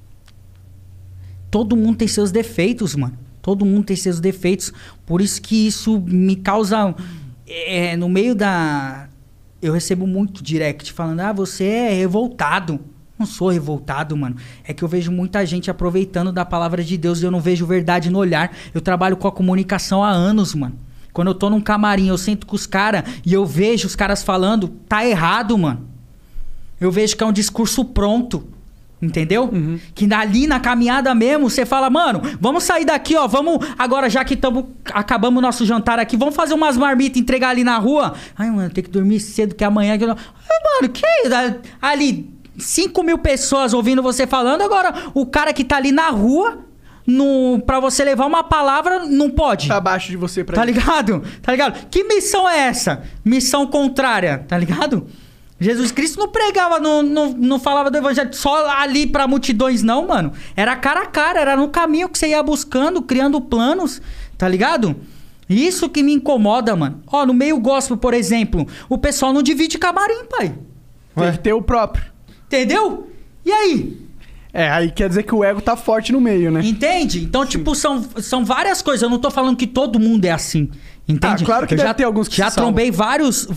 Todo mundo tem seus defeitos, mano. Todo mundo tem seus defeitos. Por isso que isso me causa no meio da... Eu recebo muito direct falando, você é revoltado. Não sou revoltado, mano. É que eu vejo muita gente aproveitando da palavra de Deus e eu não vejo verdade no olhar. Eu trabalho com a comunicação há anos, mano. Quando eu tô num camarim, eu sento com os caras e eu vejo os caras falando, tá errado, mano. Eu vejo que é um discurso pronto, entendeu? Uhum. Que ali na caminhada mesmo, você fala, mano, vamos sair daqui, ó, vamos... Agora, já que acabamos o nosso jantar aqui, vamos fazer umas marmitas e entregar ali na rua? Ai, mano, tem que dormir cedo, que amanhã... Ai, mano, que ali 5 mil pessoas ouvindo você falando, agora o cara que tá ali na rua... Pra você levar uma palavra, não pode. Tá abaixo de você pra Tá ligado? Tá ligado? Que missão é essa? Missão contrária, tá ligado? Jesus Cristo não pregava, não falava do evangelho só ali pra multidões, não, mano. Era cara a cara, era no caminho que você ia buscando, criando planos, tá ligado? Isso que me incomoda, mano. Ó, no meio gospel, por exemplo, o pessoal não divide camarim, pai. Tem que ter o próprio. Entendeu? E aí? Aí quer dizer que o ego tá forte no meio, né? Entende? Então, tipo, são várias coisas. Eu não tô falando que todo mundo é assim. Entende? Claro que eu deve ter alguns que já trombei vários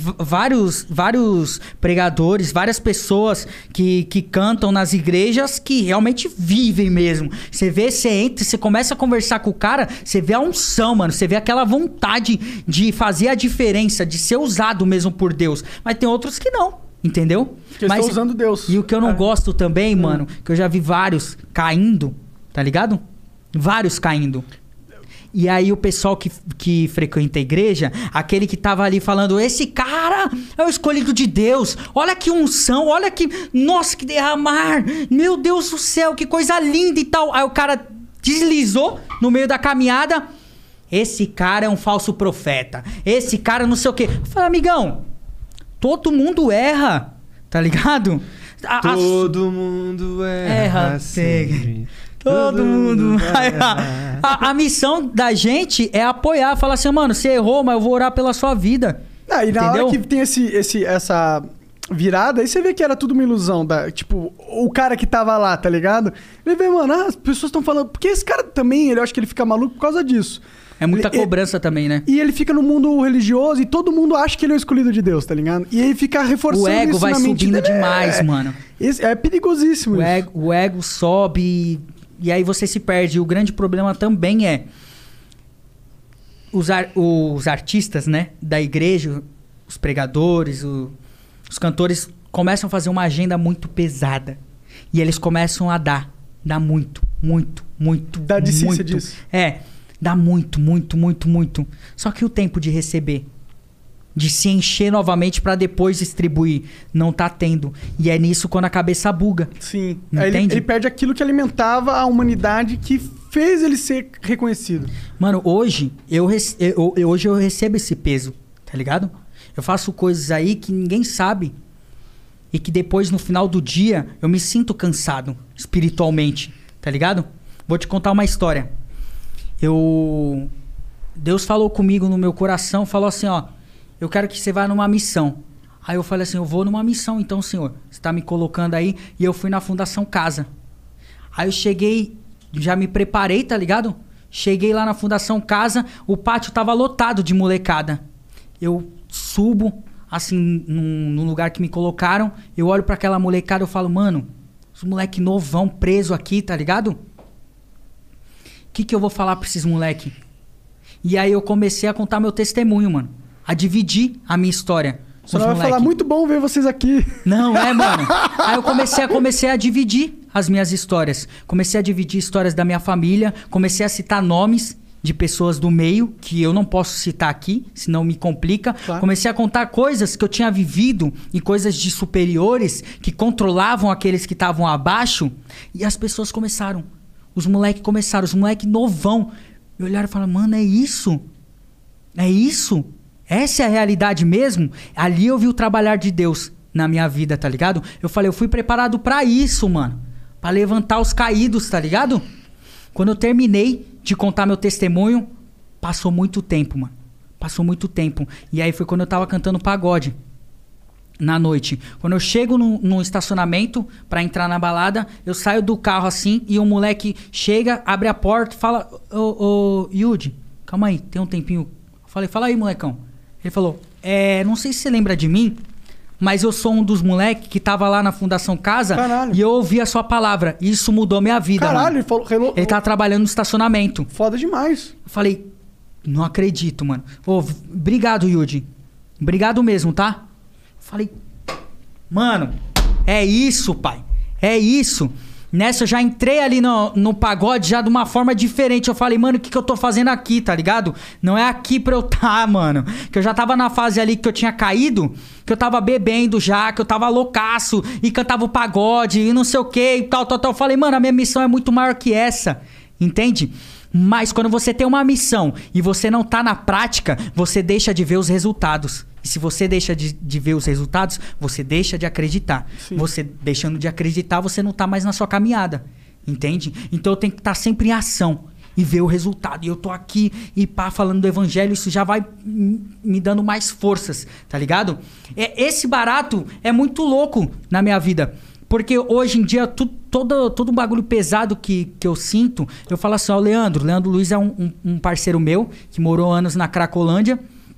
pregadores, várias pessoas que cantam nas igrejas que realmente vivem mesmo. Você vê, você entra, você começa a conversar com o cara, você vê a unção, mano. Você vê aquela vontade de fazer a diferença, de ser usado mesmo por Deus. Mas tem outros que não. Entendeu? Que estão usando Deus. E o que eu não gosto também, mano, que eu já vi vários caindo, tá ligado? Vários caindo. E aí o pessoal que frequenta a igreja, aquele que tava ali falando, esse cara é o escolhido de Deus, olha que unção, olha que... Nossa, que derramar! Meu Deus do céu, que coisa linda e tal. Aí o cara deslizou no meio da caminhada, esse cara é um falso profeta, esse cara não sei o quê. Eu falei, amigão... Todo mundo erra, tá ligado? Todo mundo erra sempre. Todo mundo erra. A missão da gente é apoiar, falar assim, mano, você errou, mas eu vou orar pela sua vida. E na hora que tem essa virada, aí você vê que era tudo uma ilusão. Tipo, o cara que tava lá, tá ligado? Ele vê, mano, as pessoas estão falando... Porque esse cara também, eu acho que ele fica maluco por causa disso. É muita cobrança também, né? E ele fica no mundo religioso e todo mundo acha que ele é o escolhido de Deus, tá ligado? E ele fica reforçando isso. O ego vai subindo demais, mano. É perigosíssimo isso. O ego sobe e aí você se perde. O grande problema também é... Os artistas, né? Da igreja, os pregadores, os cantores começam a fazer uma agenda muito pesada. E eles começam a dar muito. Dá de si, você diz. Dá muito. Só que o tempo de receber? de se encher novamente pra depois distribuir. Não tá tendo. E é nisso quando a cabeça buga. Sim. Ele perde aquilo que alimentava a humanidade, que fez ele ser reconhecido. Mano, hoje eu recebo esse peso, tá ligado? Eu faço coisas aí que ninguém sabe. E que depois, no final do dia, eu me sinto cansado espiritualmente, tá ligado? Vou te contar uma história. Deus falou comigo no meu coração, falou assim, ó, eu quero que você vá numa missão. Aí eu falei assim, eu vou numa missão então, Senhor. Você tá me colocando aí. E eu fui na Fundação Casa. Aí eu cheguei, já me preparei, tá ligado? Cheguei lá na Fundação Casa, o pátio tava lotado de molecada. Eu subo, assim, num lugar que me colocaram, eu olho pra aquela molecada e eu falo, mano, os moleque novão preso aqui, tá ligado? O que eu vou falar pra esses moleque? E aí eu comecei a contar meu testemunho, mano. A dividir a minha história. Você vai falar, muito bom ver vocês aqui. Não, mano. Aí eu comecei a dividir as minhas histórias. Comecei a dividir histórias da minha família. Comecei a citar nomes de pessoas do meio, que eu não posso citar aqui, senão me complica. Claro. Comecei a contar coisas que eu tinha vivido e coisas de superiores que controlavam aqueles que estavam abaixo. E as pessoas começaram. Os moleques novão. Me olharam e falaram, mano, é isso? É isso? Essa é a realidade mesmo? Ali eu vi o trabalhar de Deus na minha vida, tá ligado? Eu falei, eu fui preparado pra isso, mano. Pra levantar os caídos, tá ligado? Quando eu terminei de contar meu testemunho, passou muito tempo, mano. Passou muito tempo. E aí foi quando eu tava cantando pagode. Na noite. Quando eu chego no estacionamento pra entrar na balada, eu saio do carro assim e um moleque chega, abre a porta e fala, ô Yudi, calma aí, tem um tempinho. Eu falei, fala aí, molecão. Ele falou, não sei se você lembra de mim, mas eu sou um dos moleques que tava lá na Fundação Casa. Caralho. E eu ouvi a sua palavra. E isso mudou minha vida, caralho, mano. Ele falou... Ele tava trabalhando no estacionamento. Foda demais. Eu falei, não acredito, mano. Obrigado, Yudi. Obrigado mesmo, tá? Falei, mano, é isso, pai. É isso. Nessa eu já entrei ali no pagode já de uma forma diferente. Eu falei, mano, o que eu tô fazendo aqui, tá ligado? Não é aqui pra eu tá, mano. Que eu já tava na fase ali que eu tinha caído, que eu tava bebendo já, que eu tava loucaço e cantava o pagode e não sei o que e tal. Eu falei, mano, a minha missão é muito maior que essa. Entende? Mas quando você tem uma missão e você não tá na prática, você deixa de ver os resultados. E se você deixa de ver os resultados, você deixa de acreditar. Sim. Você deixando de acreditar, você não tá mais na sua caminhada. Entende? Então eu tenho que estar sempre em ação e ver o resultado. E eu tô aqui e pá, falando do evangelho, isso já vai me dando mais forças, tá ligado? Esse barato é muito louco na minha vida. Porque hoje em dia, todo um bagulho pesado que eu sinto, eu falo assim, ó, Leandro Luiz é um parceiro meu, que morou anos na Cracolândia,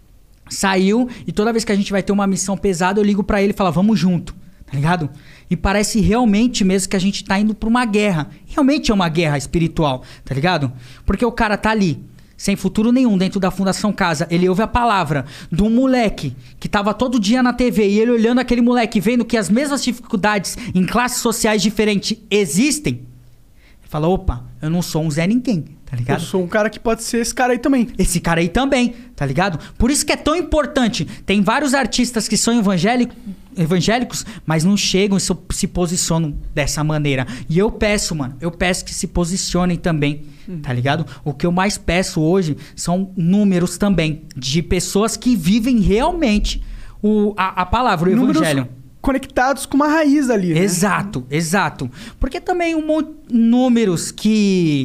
saiu, e toda vez que a gente vai ter uma missão pesada, eu ligo pra ele e falo, vamos junto, tá ligado? E parece realmente mesmo que a gente tá indo pra uma guerra. Realmente é uma guerra espiritual, tá ligado? Porque o cara tá ali, sem futuro nenhum, dentro da Fundação Casa. Ele ouve a palavra de um moleque que tava todo dia na TV e ele olhando aquele moleque, vendo que as mesmas dificuldades em classes sociais diferentes existem. Ele fala, opa, eu não sou um Zé Ninguém, tá ligado? Eu sou um cara que pode ser esse cara aí também. Esse cara aí também, tá ligado? Por isso que é tão importante. Tem vários artistas que são evangélicos, mas não chegam e se posicionam dessa maneira. E eu peço, mano, que se posicionem também, tá ligado? O que eu mais peço hoje são números também, de pessoas que vivem realmente a palavra, o evangelho. Conectados com uma raiz ali, né? Exato. Porque também números que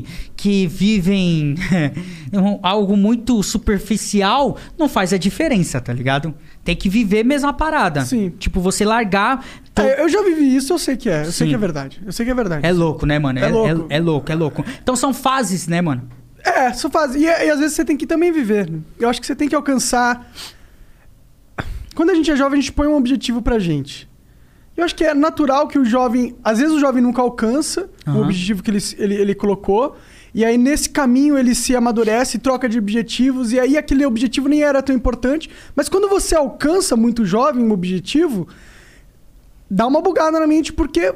vivem algo muito superficial não faz a diferença, tá ligado? Tem que viver mesmo a parada. Sim. Tipo, você largar... Eu já vivi isso, eu sei que é. Eu sei que é verdade. É louco, né, mano? É louco. Então são fases, né, mano? São fases. E às vezes você tem que também viver. Eu acho que você tem que alcançar... Quando a gente é jovem, a gente põe um objetivo pra gente. Eu acho que é natural que o jovem... Às vezes o jovem nunca alcança o objetivo que ele colocou. E aí, nesse caminho, ele se amadurece, troca de objetivos. E aí, aquele objetivo nem era tão importante. Mas quando você alcança muito jovem um objetivo, dá uma bugada na mente. Porque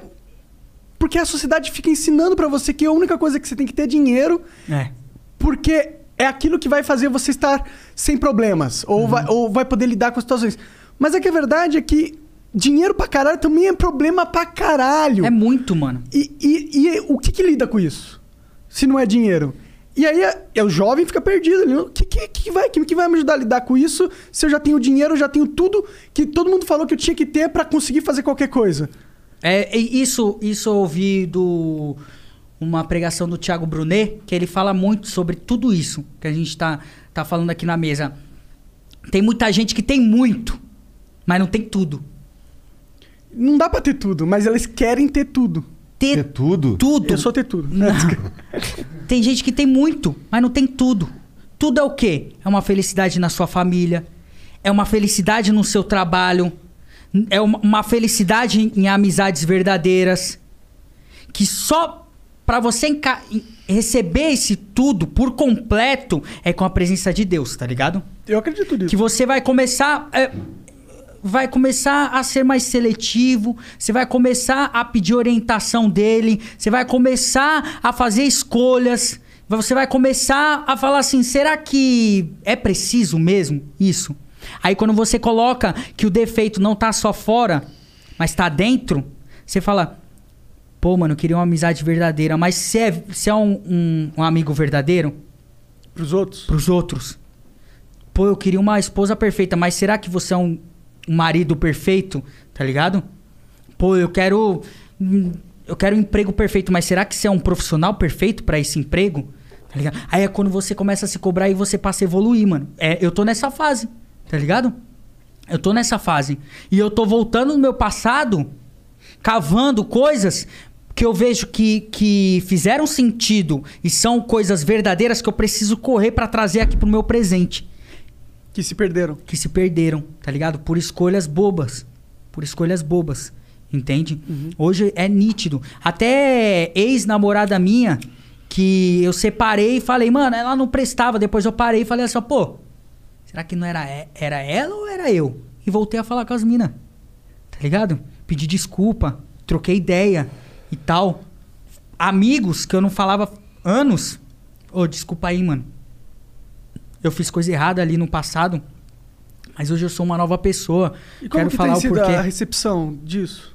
a sociedade fica ensinando pra você que a única coisa que você tem que ter é dinheiro. Porque é aquilo que vai fazer você estar sem problemas. Ou vai poder lidar com as situações. Mas a verdade é que dinheiro pra caralho também é problema pra caralho. É muito, mano. E o que lida com isso? Se não é dinheiro? E aí o jovem fica perdido. O que vai me ajudar a lidar com isso se eu já tenho dinheiro, eu já tenho tudo que todo mundo falou que eu tinha que ter pra conseguir fazer qualquer coisa? Isso eu ouvi uma pregação do Thiago Brunet, que ele fala muito sobre tudo isso que a gente tá falando aqui na mesa. Tem muita gente que tem muito, mas não tem tudo. Não dá pra ter tudo, mas eles querem ter tudo. Ter tudo? Tudo. Eu sou ter tudo. Tem gente que tem muito, mas não tem tudo. Tudo é o quê? É uma felicidade na sua família, é uma felicidade no seu trabalho, é uma felicidade em amizades verdadeiras, que só para você receber esse tudo por completo é com a presença de Deus, tá ligado? Eu acredito nisso. Que você vai começar a ser mais seletivo, você vai começar a pedir orientação dele, você vai começar a fazer escolhas, você vai começar a falar assim, será que é preciso mesmo isso? Aí quando você coloca que o defeito não tá só fora, mas tá dentro, você fala, pô, mano, eu queria uma amizade verdadeira, mas se é um amigo verdadeiro? Pros outros? Pros outros. Pô, eu queria uma esposa perfeita, mas será que você é um marido perfeito, tá ligado? Pô, eu quero um emprego perfeito, mas será que você é um profissional perfeito pra esse emprego? Tá ligado? Aí é quando você começa a se cobrar e você passa a evoluir, mano. Eu tô nessa fase, tá ligado? Eu tô nessa fase. E eu tô voltando no meu passado, cavando coisas que eu vejo que fizeram sentido e são coisas verdadeiras que eu preciso correr pra trazer aqui pro meu presente. Que se perderam. Que se perderam, tá ligado? Por escolhas bobas. Por escolhas bobas. Entende? Uhum. Hoje é nítido. Até ex-namorada minha, que eu separei e falei, mano, ela não prestava. Depois eu parei e falei assim, pô, será que não era ela ou era eu? E voltei a falar com as minas. Tá ligado? Pedi desculpa, troquei ideia e tal. Amigos que eu não falava anos. Ô, desculpa aí, mano. Eu fiz coisa errada ali no passado, mas hoje eu sou uma nova pessoa. E como que tem sido a recepção disso?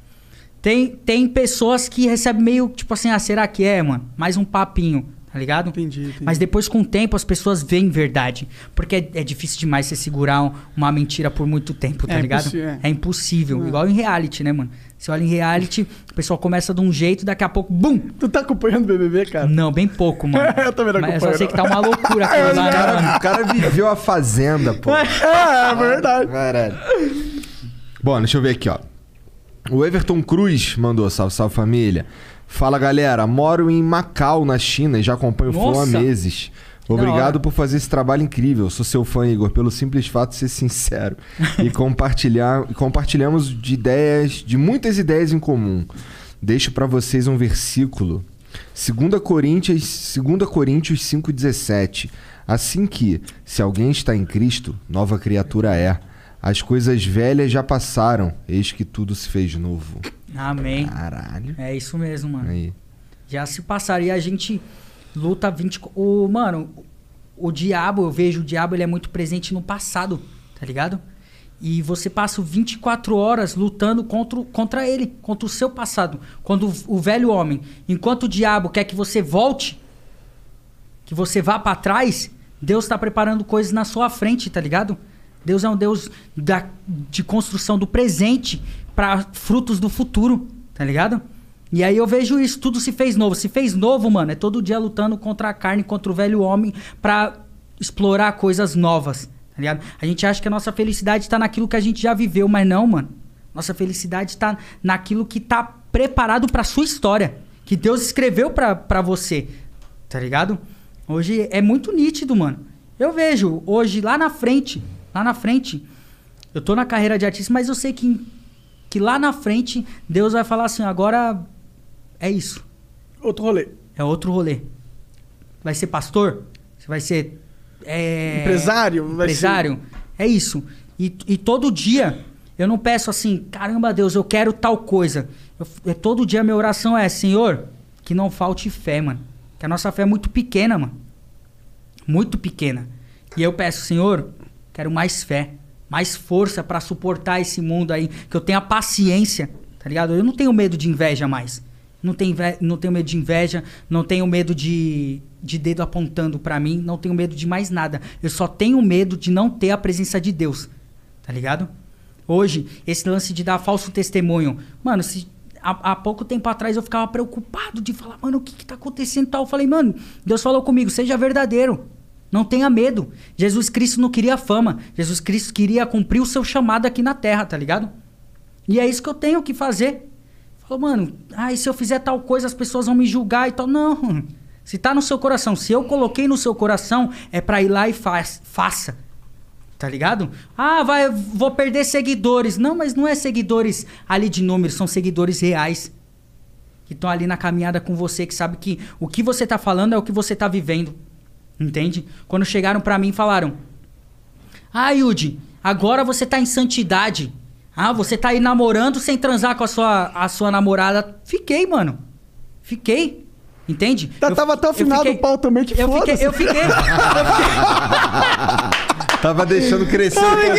Tem pessoas que recebem meio, tipo assim, será que é, mano? Mais um papinho, tá ligado? Entendi. Mas depois, com o tempo, as pessoas veem verdade. Porque é difícil demais você segurar uma mentira por muito tempo, tá ligado? É impossível. Igual em reality, né, mano? Você olha em reality, o pessoal começa de um jeito, daqui a pouco, bum! Tu tá acompanhando o BBB, cara? Não, bem pouco, mano. Eu também não acompanho. Mas eu só sei que tá uma loucura aquilo lá, né, mano? O cara viveu a Fazenda, pô. É verdade. Caralho. Bom, deixa eu ver aqui, ó. O Everton Cruz mandou, salve família. Fala, galera, moro em Macau, na China, e já acompanho o Flow há meses. Obrigado por fazer esse trabalho incrível. Sou seu fã, Igor, pelo simples fato de ser sincero. E compartilhamos de muitas ideias em comum. Deixo para vocês um versículo. 2 Coríntios 5,17. Assim que, se alguém está em Cristo, nova criatura é. As coisas velhas já passaram, eis que tudo se fez novo. Amém. Caralho. É isso mesmo, mano. Aí. Já se passaram. E a gente luta 20... Mano, o diabo, eu vejo o diabo, ele é muito presente no passado, tá ligado? E você passa 24 horas lutando contra ele, contra o seu passado, contra o velho homem. Enquanto o diabo quer que você volte, que você vá pra trás, Deus tá preparando coisas na sua frente, tá ligado? Deus é um Deus de construção do presente para frutos do futuro, tá ligado? E aí eu vejo isso, tudo se fez novo. Se fez novo, mano, é todo dia lutando contra a carne, contra o velho homem, pra explorar coisas novas, tá ligado? A gente acha que a nossa felicidade tá naquilo que a gente já viveu, mas não, mano. Nossa felicidade tá naquilo que tá preparado pra sua história, que Deus escreveu pra você, tá ligado? Hoje é muito nítido, mano. Eu vejo hoje, lá na frente, eu tô na carreira de artista, mas eu sei que lá na frente Deus vai falar assim, agora é isso. Outro rolê. É outro rolê. Vai ser pastor? Você vai ser... empresário? Empresário? É isso. E todo dia eu não peço assim, caramba Deus, eu quero tal coisa. Todo dia a minha oração é, Senhor, que não falte fé, mano. Que a nossa fé é muito pequena, mano. Muito pequena. E eu peço, Senhor, quero mais fé, mais força pra suportar esse mundo aí, que eu tenha paciência, tá ligado? Eu não tenho medo de inveja mais. Não tenho medo de inveja, não tenho medo de dedo apontando pra mim, não tenho medo de mais nada. Eu só tenho medo de não ter a presença de Deus, tá ligado? Hoje, esse lance de dar falso testemunho, mano, há pouco tempo atrás eu ficava preocupado de falar, mano, o que tá acontecendo e tal. Eu falei, mano, Deus falou comigo, seja verdadeiro, não tenha medo. Jesus Cristo não queria fama, Jesus Cristo queria cumprir o seu chamado aqui na terra, tá ligado? E é isso que eu tenho que fazer. Falou, mano, e se eu fizer tal coisa as pessoas vão me julgar e tal. Não, se tá no seu coração, se eu coloquei no seu coração, é pra ir lá e faça. Tá ligado? Vou perder seguidores. Não, mas não é seguidores ali de números, são seguidores reais. Que estão ali na caminhada com você, que sabe que o que você tá falando é o que você tá vivendo. Entende? Quando chegaram pra mim e falaram, Yudi, agora você tá em santidade. Você tá aí namorando sem transar com a sua namorada. Fiquei, mano. Fiquei. Entende? Tava até o final do pau também, que foda-se. Eu fiquei. Tava deixando crescer um pouquinho.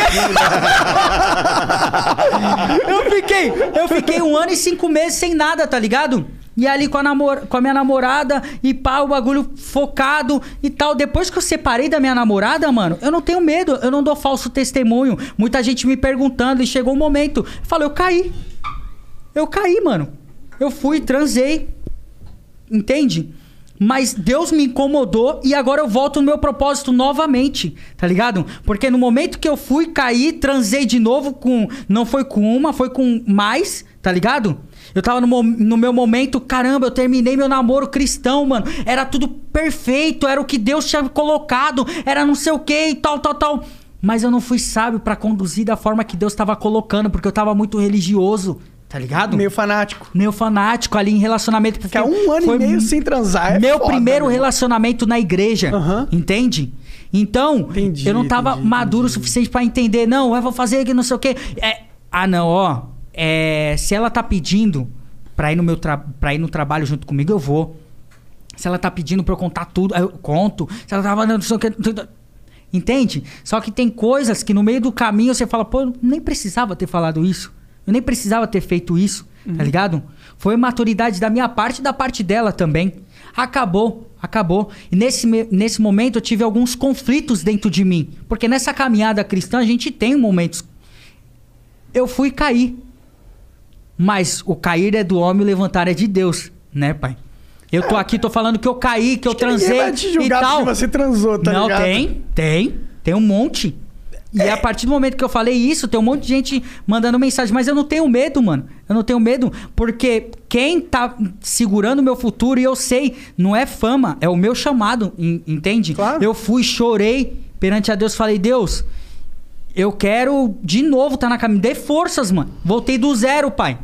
Eu fiquei 1 ano e 5 meses sem nada, tá ligado? E ali com a minha namorada e pá, o bagulho focado e tal. Depois que eu separei da minha namorada, mano, eu não tenho medo, eu não dou falso testemunho. Muita gente me perguntando e chegou um momento. Eu falo, eu caí. Eu caí, mano. Eu fui, transei. Entende? Mas Deus me incomodou e agora eu volto no meu propósito novamente, tá ligado? Porque no momento que eu fui, caí, transei de novo não foi com uma, foi com mais, tá ligado? Eu tava no meu momento, caramba, eu terminei meu namoro cristão, mano. Era tudo perfeito, era o que Deus tinha colocado, era não sei o que e tal. Mas eu não fui sábio pra conduzir da forma que Deus tava colocando, porque eu tava muito religioso, tá ligado? Meio fanático ali em relacionamento. Porque 1 ano e meio sem transar meu foda, primeiro relacionamento na igreja, entende? Então, eu não tava maduro o suficiente pra entender. Não, eu vou fazer que não sei o quê. Se ela tá pedindo pra ir no trabalho junto comigo, eu vou. Se ela tá pedindo pra eu contar tudo, eu conto. Se ela tá falando não sei o que... Entende? Só que tem coisas que no meio do caminho você fala, pô, eu nem precisava ter falado isso. Eu nem precisava ter feito isso, tá ligado? Foi maturidade da minha parte e da parte dela também. Acabou. E nesse momento eu tive alguns conflitos dentro de mim. Porque nessa caminhada cristã a gente tem momentos... Eu fui cair. Mas o cair é do homem, o levantar é de Deus, né, pai? Eu tô aqui, tô falando que eu caí, que eu transei vai te julgar e tal. Porque você transou, tá ligado? Não, tem um monte. E a partir do momento que eu falei isso, tem um monte de gente mandando mensagem. Mas eu não tenho medo, mano. Eu não tenho medo, porque quem tá segurando o meu futuro, e eu sei, não é fama, é o meu chamado, entende? Claro. Eu fui, chorei perante a Deus, falei, Deus, eu quero de novo tá na caminho. Dê forças, mano. Voltei do zero, pai.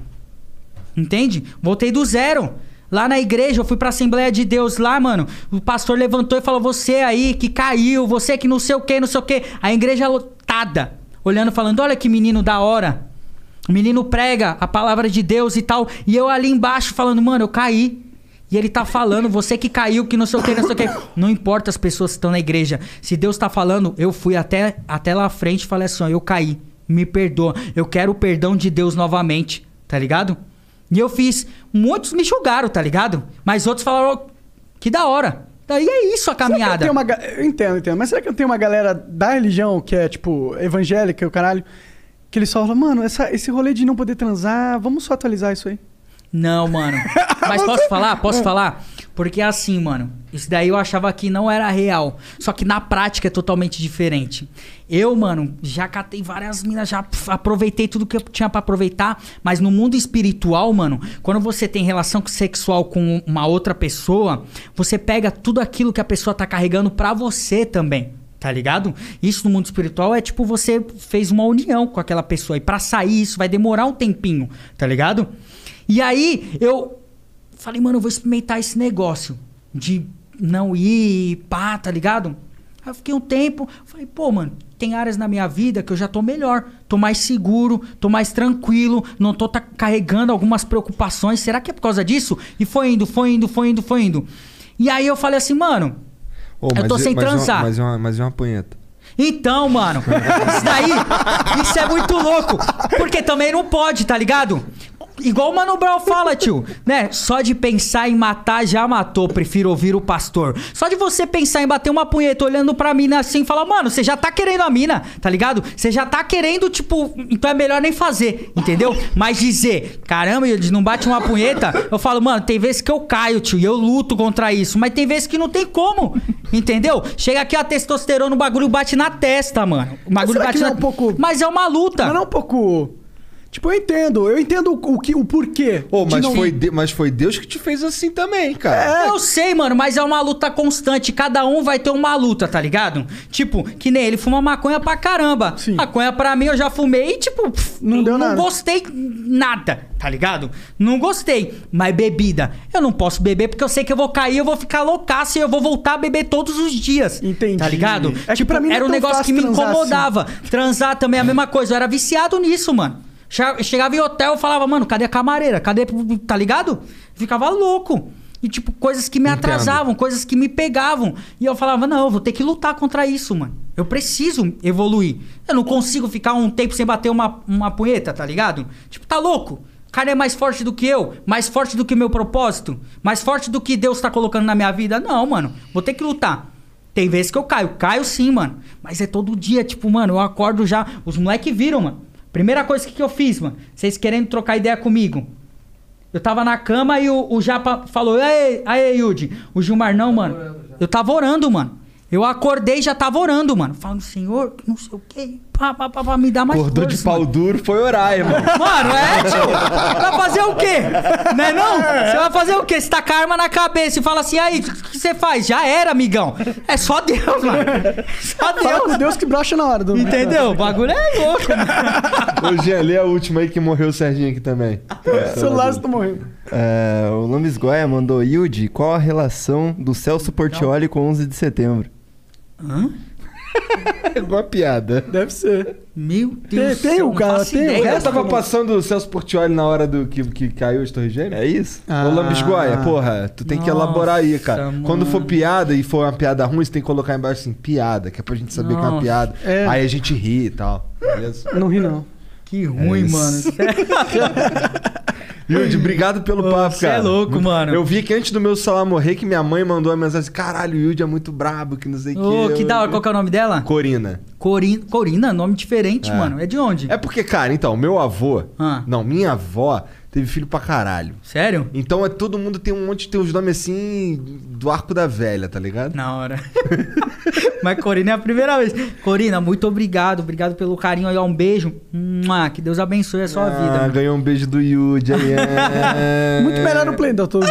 Entende? Voltei do zero. Lá na igreja, eu fui pra Assembleia de Deus lá, mano. O pastor levantou e falou, você aí que caiu, você que não sei o que, não sei o que. A igreja lotada, olhando, falando, olha que menino da hora. O menino prega a palavra de Deus e tal. E eu ali embaixo falando, mano, eu caí. E ele tá falando, você que caiu, que não sei o que, não sei o que. Não importa as pessoas que estão na igreja. Se Deus tá falando, eu fui até lá à frente e falei assim, ó, eu caí. Me perdoa. Eu quero o perdão de Deus novamente, tá ligado? E eu fiz. Muitos me julgaram, tá ligado? Mas outros falaram, que da hora. Daí é isso a caminhada. Eu entendo. Mas será que não tem uma galera da religião que é, tipo, evangélica, o caralho, que eles só falam, mano, esse rolê de não poder transar, vamos só atualizar isso aí? Não, mano. Mas posso falar? Porque assim, mano, isso daí eu achava que não era real. Só que na prática é totalmente diferente. Eu, mano, já catei várias minas, já aproveitei tudo que eu tinha pra aproveitar. Mas no mundo espiritual, mano, quando você tem relação sexual com uma outra pessoa, você pega tudo aquilo que a pessoa tá carregando pra você também. Tá ligado? Isso no mundo espiritual é tipo, você fez uma união com aquela pessoa. E pra sair isso vai demorar um tempinho, tá ligado? E aí, eu falei, mano, eu vou experimentar esse negócio de não ir, pá, tá ligado? Aí eu fiquei um tempo, falei, pô, mano, tem áreas na minha vida que eu já tô melhor, tô mais seguro, tô mais tranquilo, não tô carregando algumas preocupações, será que é por causa disso? E foi indo. E aí eu falei assim, mano, Eu tô sem transar. Mas e uma punheta? Então, mano, isso é muito louco. Porque também não pode, tá ligado? Igual o Mano Brown fala, tio, né? Só de pensar em matar, já matou, prefiro ouvir o pastor. Só de você pensar em bater uma punheta olhando pra mina assim e falar, mano, você já tá querendo a mina, tá ligado? Você já tá querendo, tipo, então é melhor nem fazer, entendeu? Mas dizer, caramba, ele não bate uma punheta, eu falo, mano, tem vezes que eu caio, tio, e eu luto contra isso, mas tem vezes que não tem como, entendeu? Chega aqui a testosterona, o bagulho bate na testa, mano. O bagulho bate na... Mas é uma luta. Mas não é um pouco... Tipo, eu entendo o porquê. Mas foi Deus que te fez assim também, cara. Eu sei, mano, mas é uma luta constante. Cada um vai ter uma luta, tá ligado? Tipo, que nem ele fuma maconha pra caramba. Sim. Maconha pra mim eu já fumei e, tipo, não deu nada. Não gostei nada, tá ligado? Não gostei. Mas bebida, eu não posso beber porque eu sei que eu vou cair, eu vou ficar loucaço e eu vou voltar a beber todos os dias. Entendi. Tá ligado? É que pra mim era um negócio que me incomodava. Assim. Transar também é a mesma coisa. Eu era viciado nisso, mano. Chegava em hotel, eu falava, mano, cadê a camareira? Cadê... Tá ligado? Ficava louco. E, tipo, coisas que me atrasavam, coisas que me pegavam. E eu falava, não, eu vou ter que lutar contra isso, mano. Eu preciso evoluir. Eu não consigo ficar um tempo sem bater uma punheta, tá ligado? Tipo, tá louco? O cara é mais forte do que eu, mais forte do que o meu propósito, mais forte do que Deus tá colocando na minha vida. Não, mano, vou ter que lutar. Tem vezes que eu caio sim, mano. Mas é todo dia, tipo, mano, eu acordo já... Os moleques viram, mano. Primeira coisa que eu fiz, mano. Vocês querendo trocar ideia comigo. Eu tava na cama e o Japa falou... Aí, Yudi. O Gilmar, não, mano. Eu tava orando, mano. Eu acordei e já tava orando, mano. Falando, Senhor, não sei o quê. Me dá mais Acordou força, de pau duro, foi orar, irmão. Mano, tio. Vai fazer o quê? Não é não? Você vai fazer o quê? Você tá com a arma na cabeça e fala assim, aí, o que você faz? Já era, amigão. É só Deus, mano. Só Deus. Fala com Deus que brocha na hora. Entendeu? O bagulho é louco, mano. Ô, Jean, lê a última aí que morreu o Serginho aqui também. O celular tá morrendo. O Lambis Goya mandou, Yudi, qual a relação do Celso Portiolli com 11 de setembro? Hã? É igual piada. Deve ser. Meu Deus. Tem o cara, tem o resto. Tava passando o Celso Portiolli na hora do que caiu as Torres Gêmeas? É isso? Ô, Lambis Goya, porra, tu tem que elaborar aí, cara. Mano. Quando for piada e for uma piada ruim, você tem que colocar embaixo assim, piada, que é pra gente saber que é uma piada. Aí a gente ri e tal. Beleza? Não ri, não. Que ruim, mano. Yudi, obrigado pelo papo, cara. Você é louco, mano. Eu vi que antes do meu celular morrer, que minha mãe mandou uma mensagem assim, caralho, o Yudi é muito brabo, que não sei o que. Que da hora. Qual que é o nome dela? Corina. Corina? Nome diferente, mano. É de onde? É porque, cara, então, meu avô... Não, minha avó teve filho pra caralho. Sério? Então todo mundo tem tem uns nomes assim do arco da velha, tá ligado? Na hora. Mas Corina é a primeira vez. Corina, muito obrigado. Obrigado pelo carinho aí. Um beijo. Que Deus abençoe a sua vida. Mano. Ganhou um beijo do Yudi aí. Muito melhor no Play, doutor.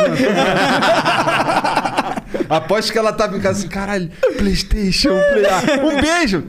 Aposto que ela tava em casa assim, caralho, PlayStation, um beijo!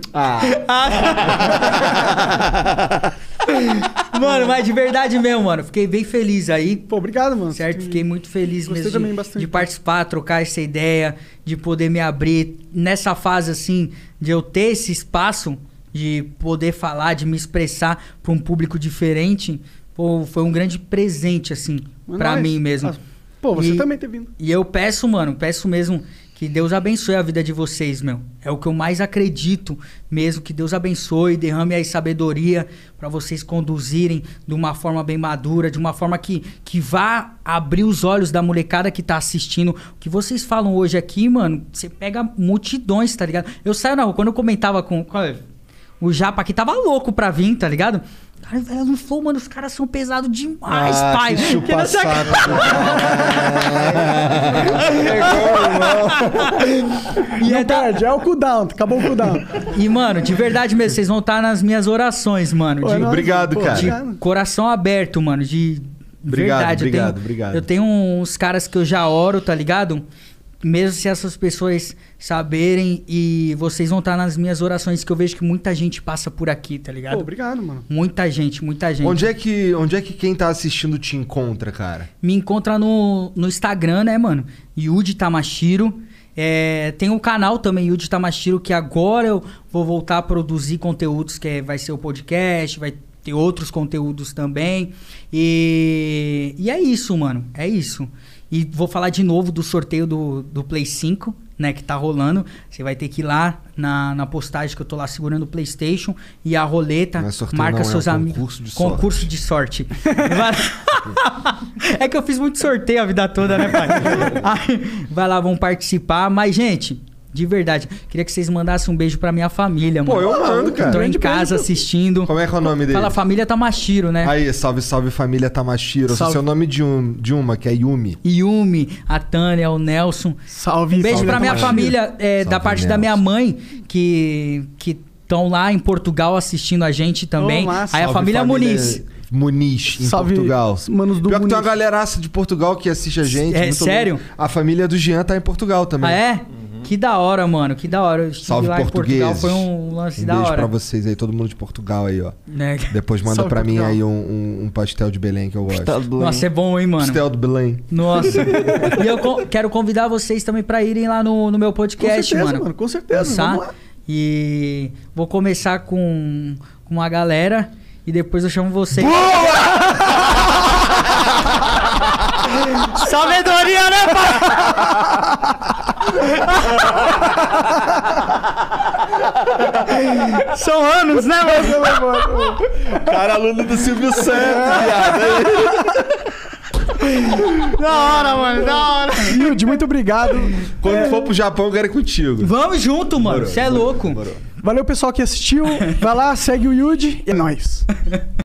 Mano, mas de verdade mesmo, mano. Fiquei bem feliz aí. Pô, obrigado, mano. Certo? Fiquei muito feliz mesmo de participar, trocar essa ideia, de poder me abrir nessa fase assim, de eu ter esse espaço, de poder falar, de me expressar pra um público diferente. Pô, foi um grande presente, assim, pra mim mesmo. Pô, você também ter vindo. E eu peço, mano, mesmo que Deus abençoe a vida de vocês, meu. É o que eu mais acredito mesmo, que Deus abençoe, derrame aí sabedoria pra vocês conduzirem de uma forma bem madura, de uma forma que vá abrir os olhos da molecada que tá assistindo. O que vocês falam hoje aqui, mano, você pega multidões, tá ligado? Eu saio na rua, quando eu comentava com... O Japa aqui tava louco pra vir, tá ligado? Cara, velho, não falou, mano, os caras são pesados demais, pai. Que chupa saco. Não perde, é o cooldown, acabou o cooldown. E, mano, de verdade mesmo, vocês vão estar nas minhas orações, mano. Obrigado, cara. De coração aberto, mano, de verdade. Obrigado. Eu tenho uns caras que eu já oro, tá ligado? Mesmo se essas pessoas saberem, e vocês vão estar nas minhas orações, que eu vejo que muita gente passa por aqui, tá ligado? Pô, obrigado, mano. Muita gente. Onde é que quem tá assistindo te encontra, cara? Me encontra no Instagram, né, mano? Yudi Tamashiro. Tem um canal também, Yudi Tamashiro, que agora eu vou voltar a produzir conteúdos, vai ser o podcast, vai ter outros conteúdos também. E é isso, mano. É isso. E vou falar de novo do sorteio do Play 5, né, que tá rolando. Você vai ter que ir lá na postagem que eu tô lá segurando o PlayStation e a roleta, marca seus amigos. Concurso de sorte. É que eu fiz muito sorteio a vida toda, né, pai? Aí, vai lá, vão participar. Mas, gente, de verdade, queria que vocês mandassem um beijo pra minha família, mano. Pô, eu mando, cara. Tô em casa assistindo. Como é que é o nome dele? Fala família Tamashiro, né? Aí, salve, salve família Tamashiro. Esse é o nome de uma, que é Yumi. Yumi, a Tânia, o Nelson. Salve, um beijo salve pra minha família, da parte Nelson. Da minha mãe, que estão lá em Portugal assistindo a gente também. Aí a família Muniz. Muniz, em salve, Portugal. Manos do Pior Muniz. que tem uma galeraça de Portugal que assiste a gente. É sério? A família do Jean tá em Portugal também. Ah, é? Que da hora, mano. Que da hora. Eu estive salve lá portugueses. Em Portugal, foi um lance da hora. Um beijo pra vocês aí, todo mundo de Portugal aí, ó. Né? Depois manda salve pra Portugal. mim aí um pastel de Belém que eu gosto. Nossa, é bom, hein, mano? Pastel do Belém. Nossa. E eu quero convidar vocês também pra irem lá no meu podcast, com certeza, mano. Com certeza, vamos lá. E vou começar com uma galera e depois eu chamo vocês. Sabedoria, né, pai? São anos, né, mano? Cara, aluno do Silvio Santos, viado. Da hora, mano, da hora. Yudi, muito obrigado. Quando for pro Japão, eu quero ir contigo. Vamos junto, mano. Você é louco. Valeu, pessoal que assistiu. Vai lá, segue o Yudi. É nóis.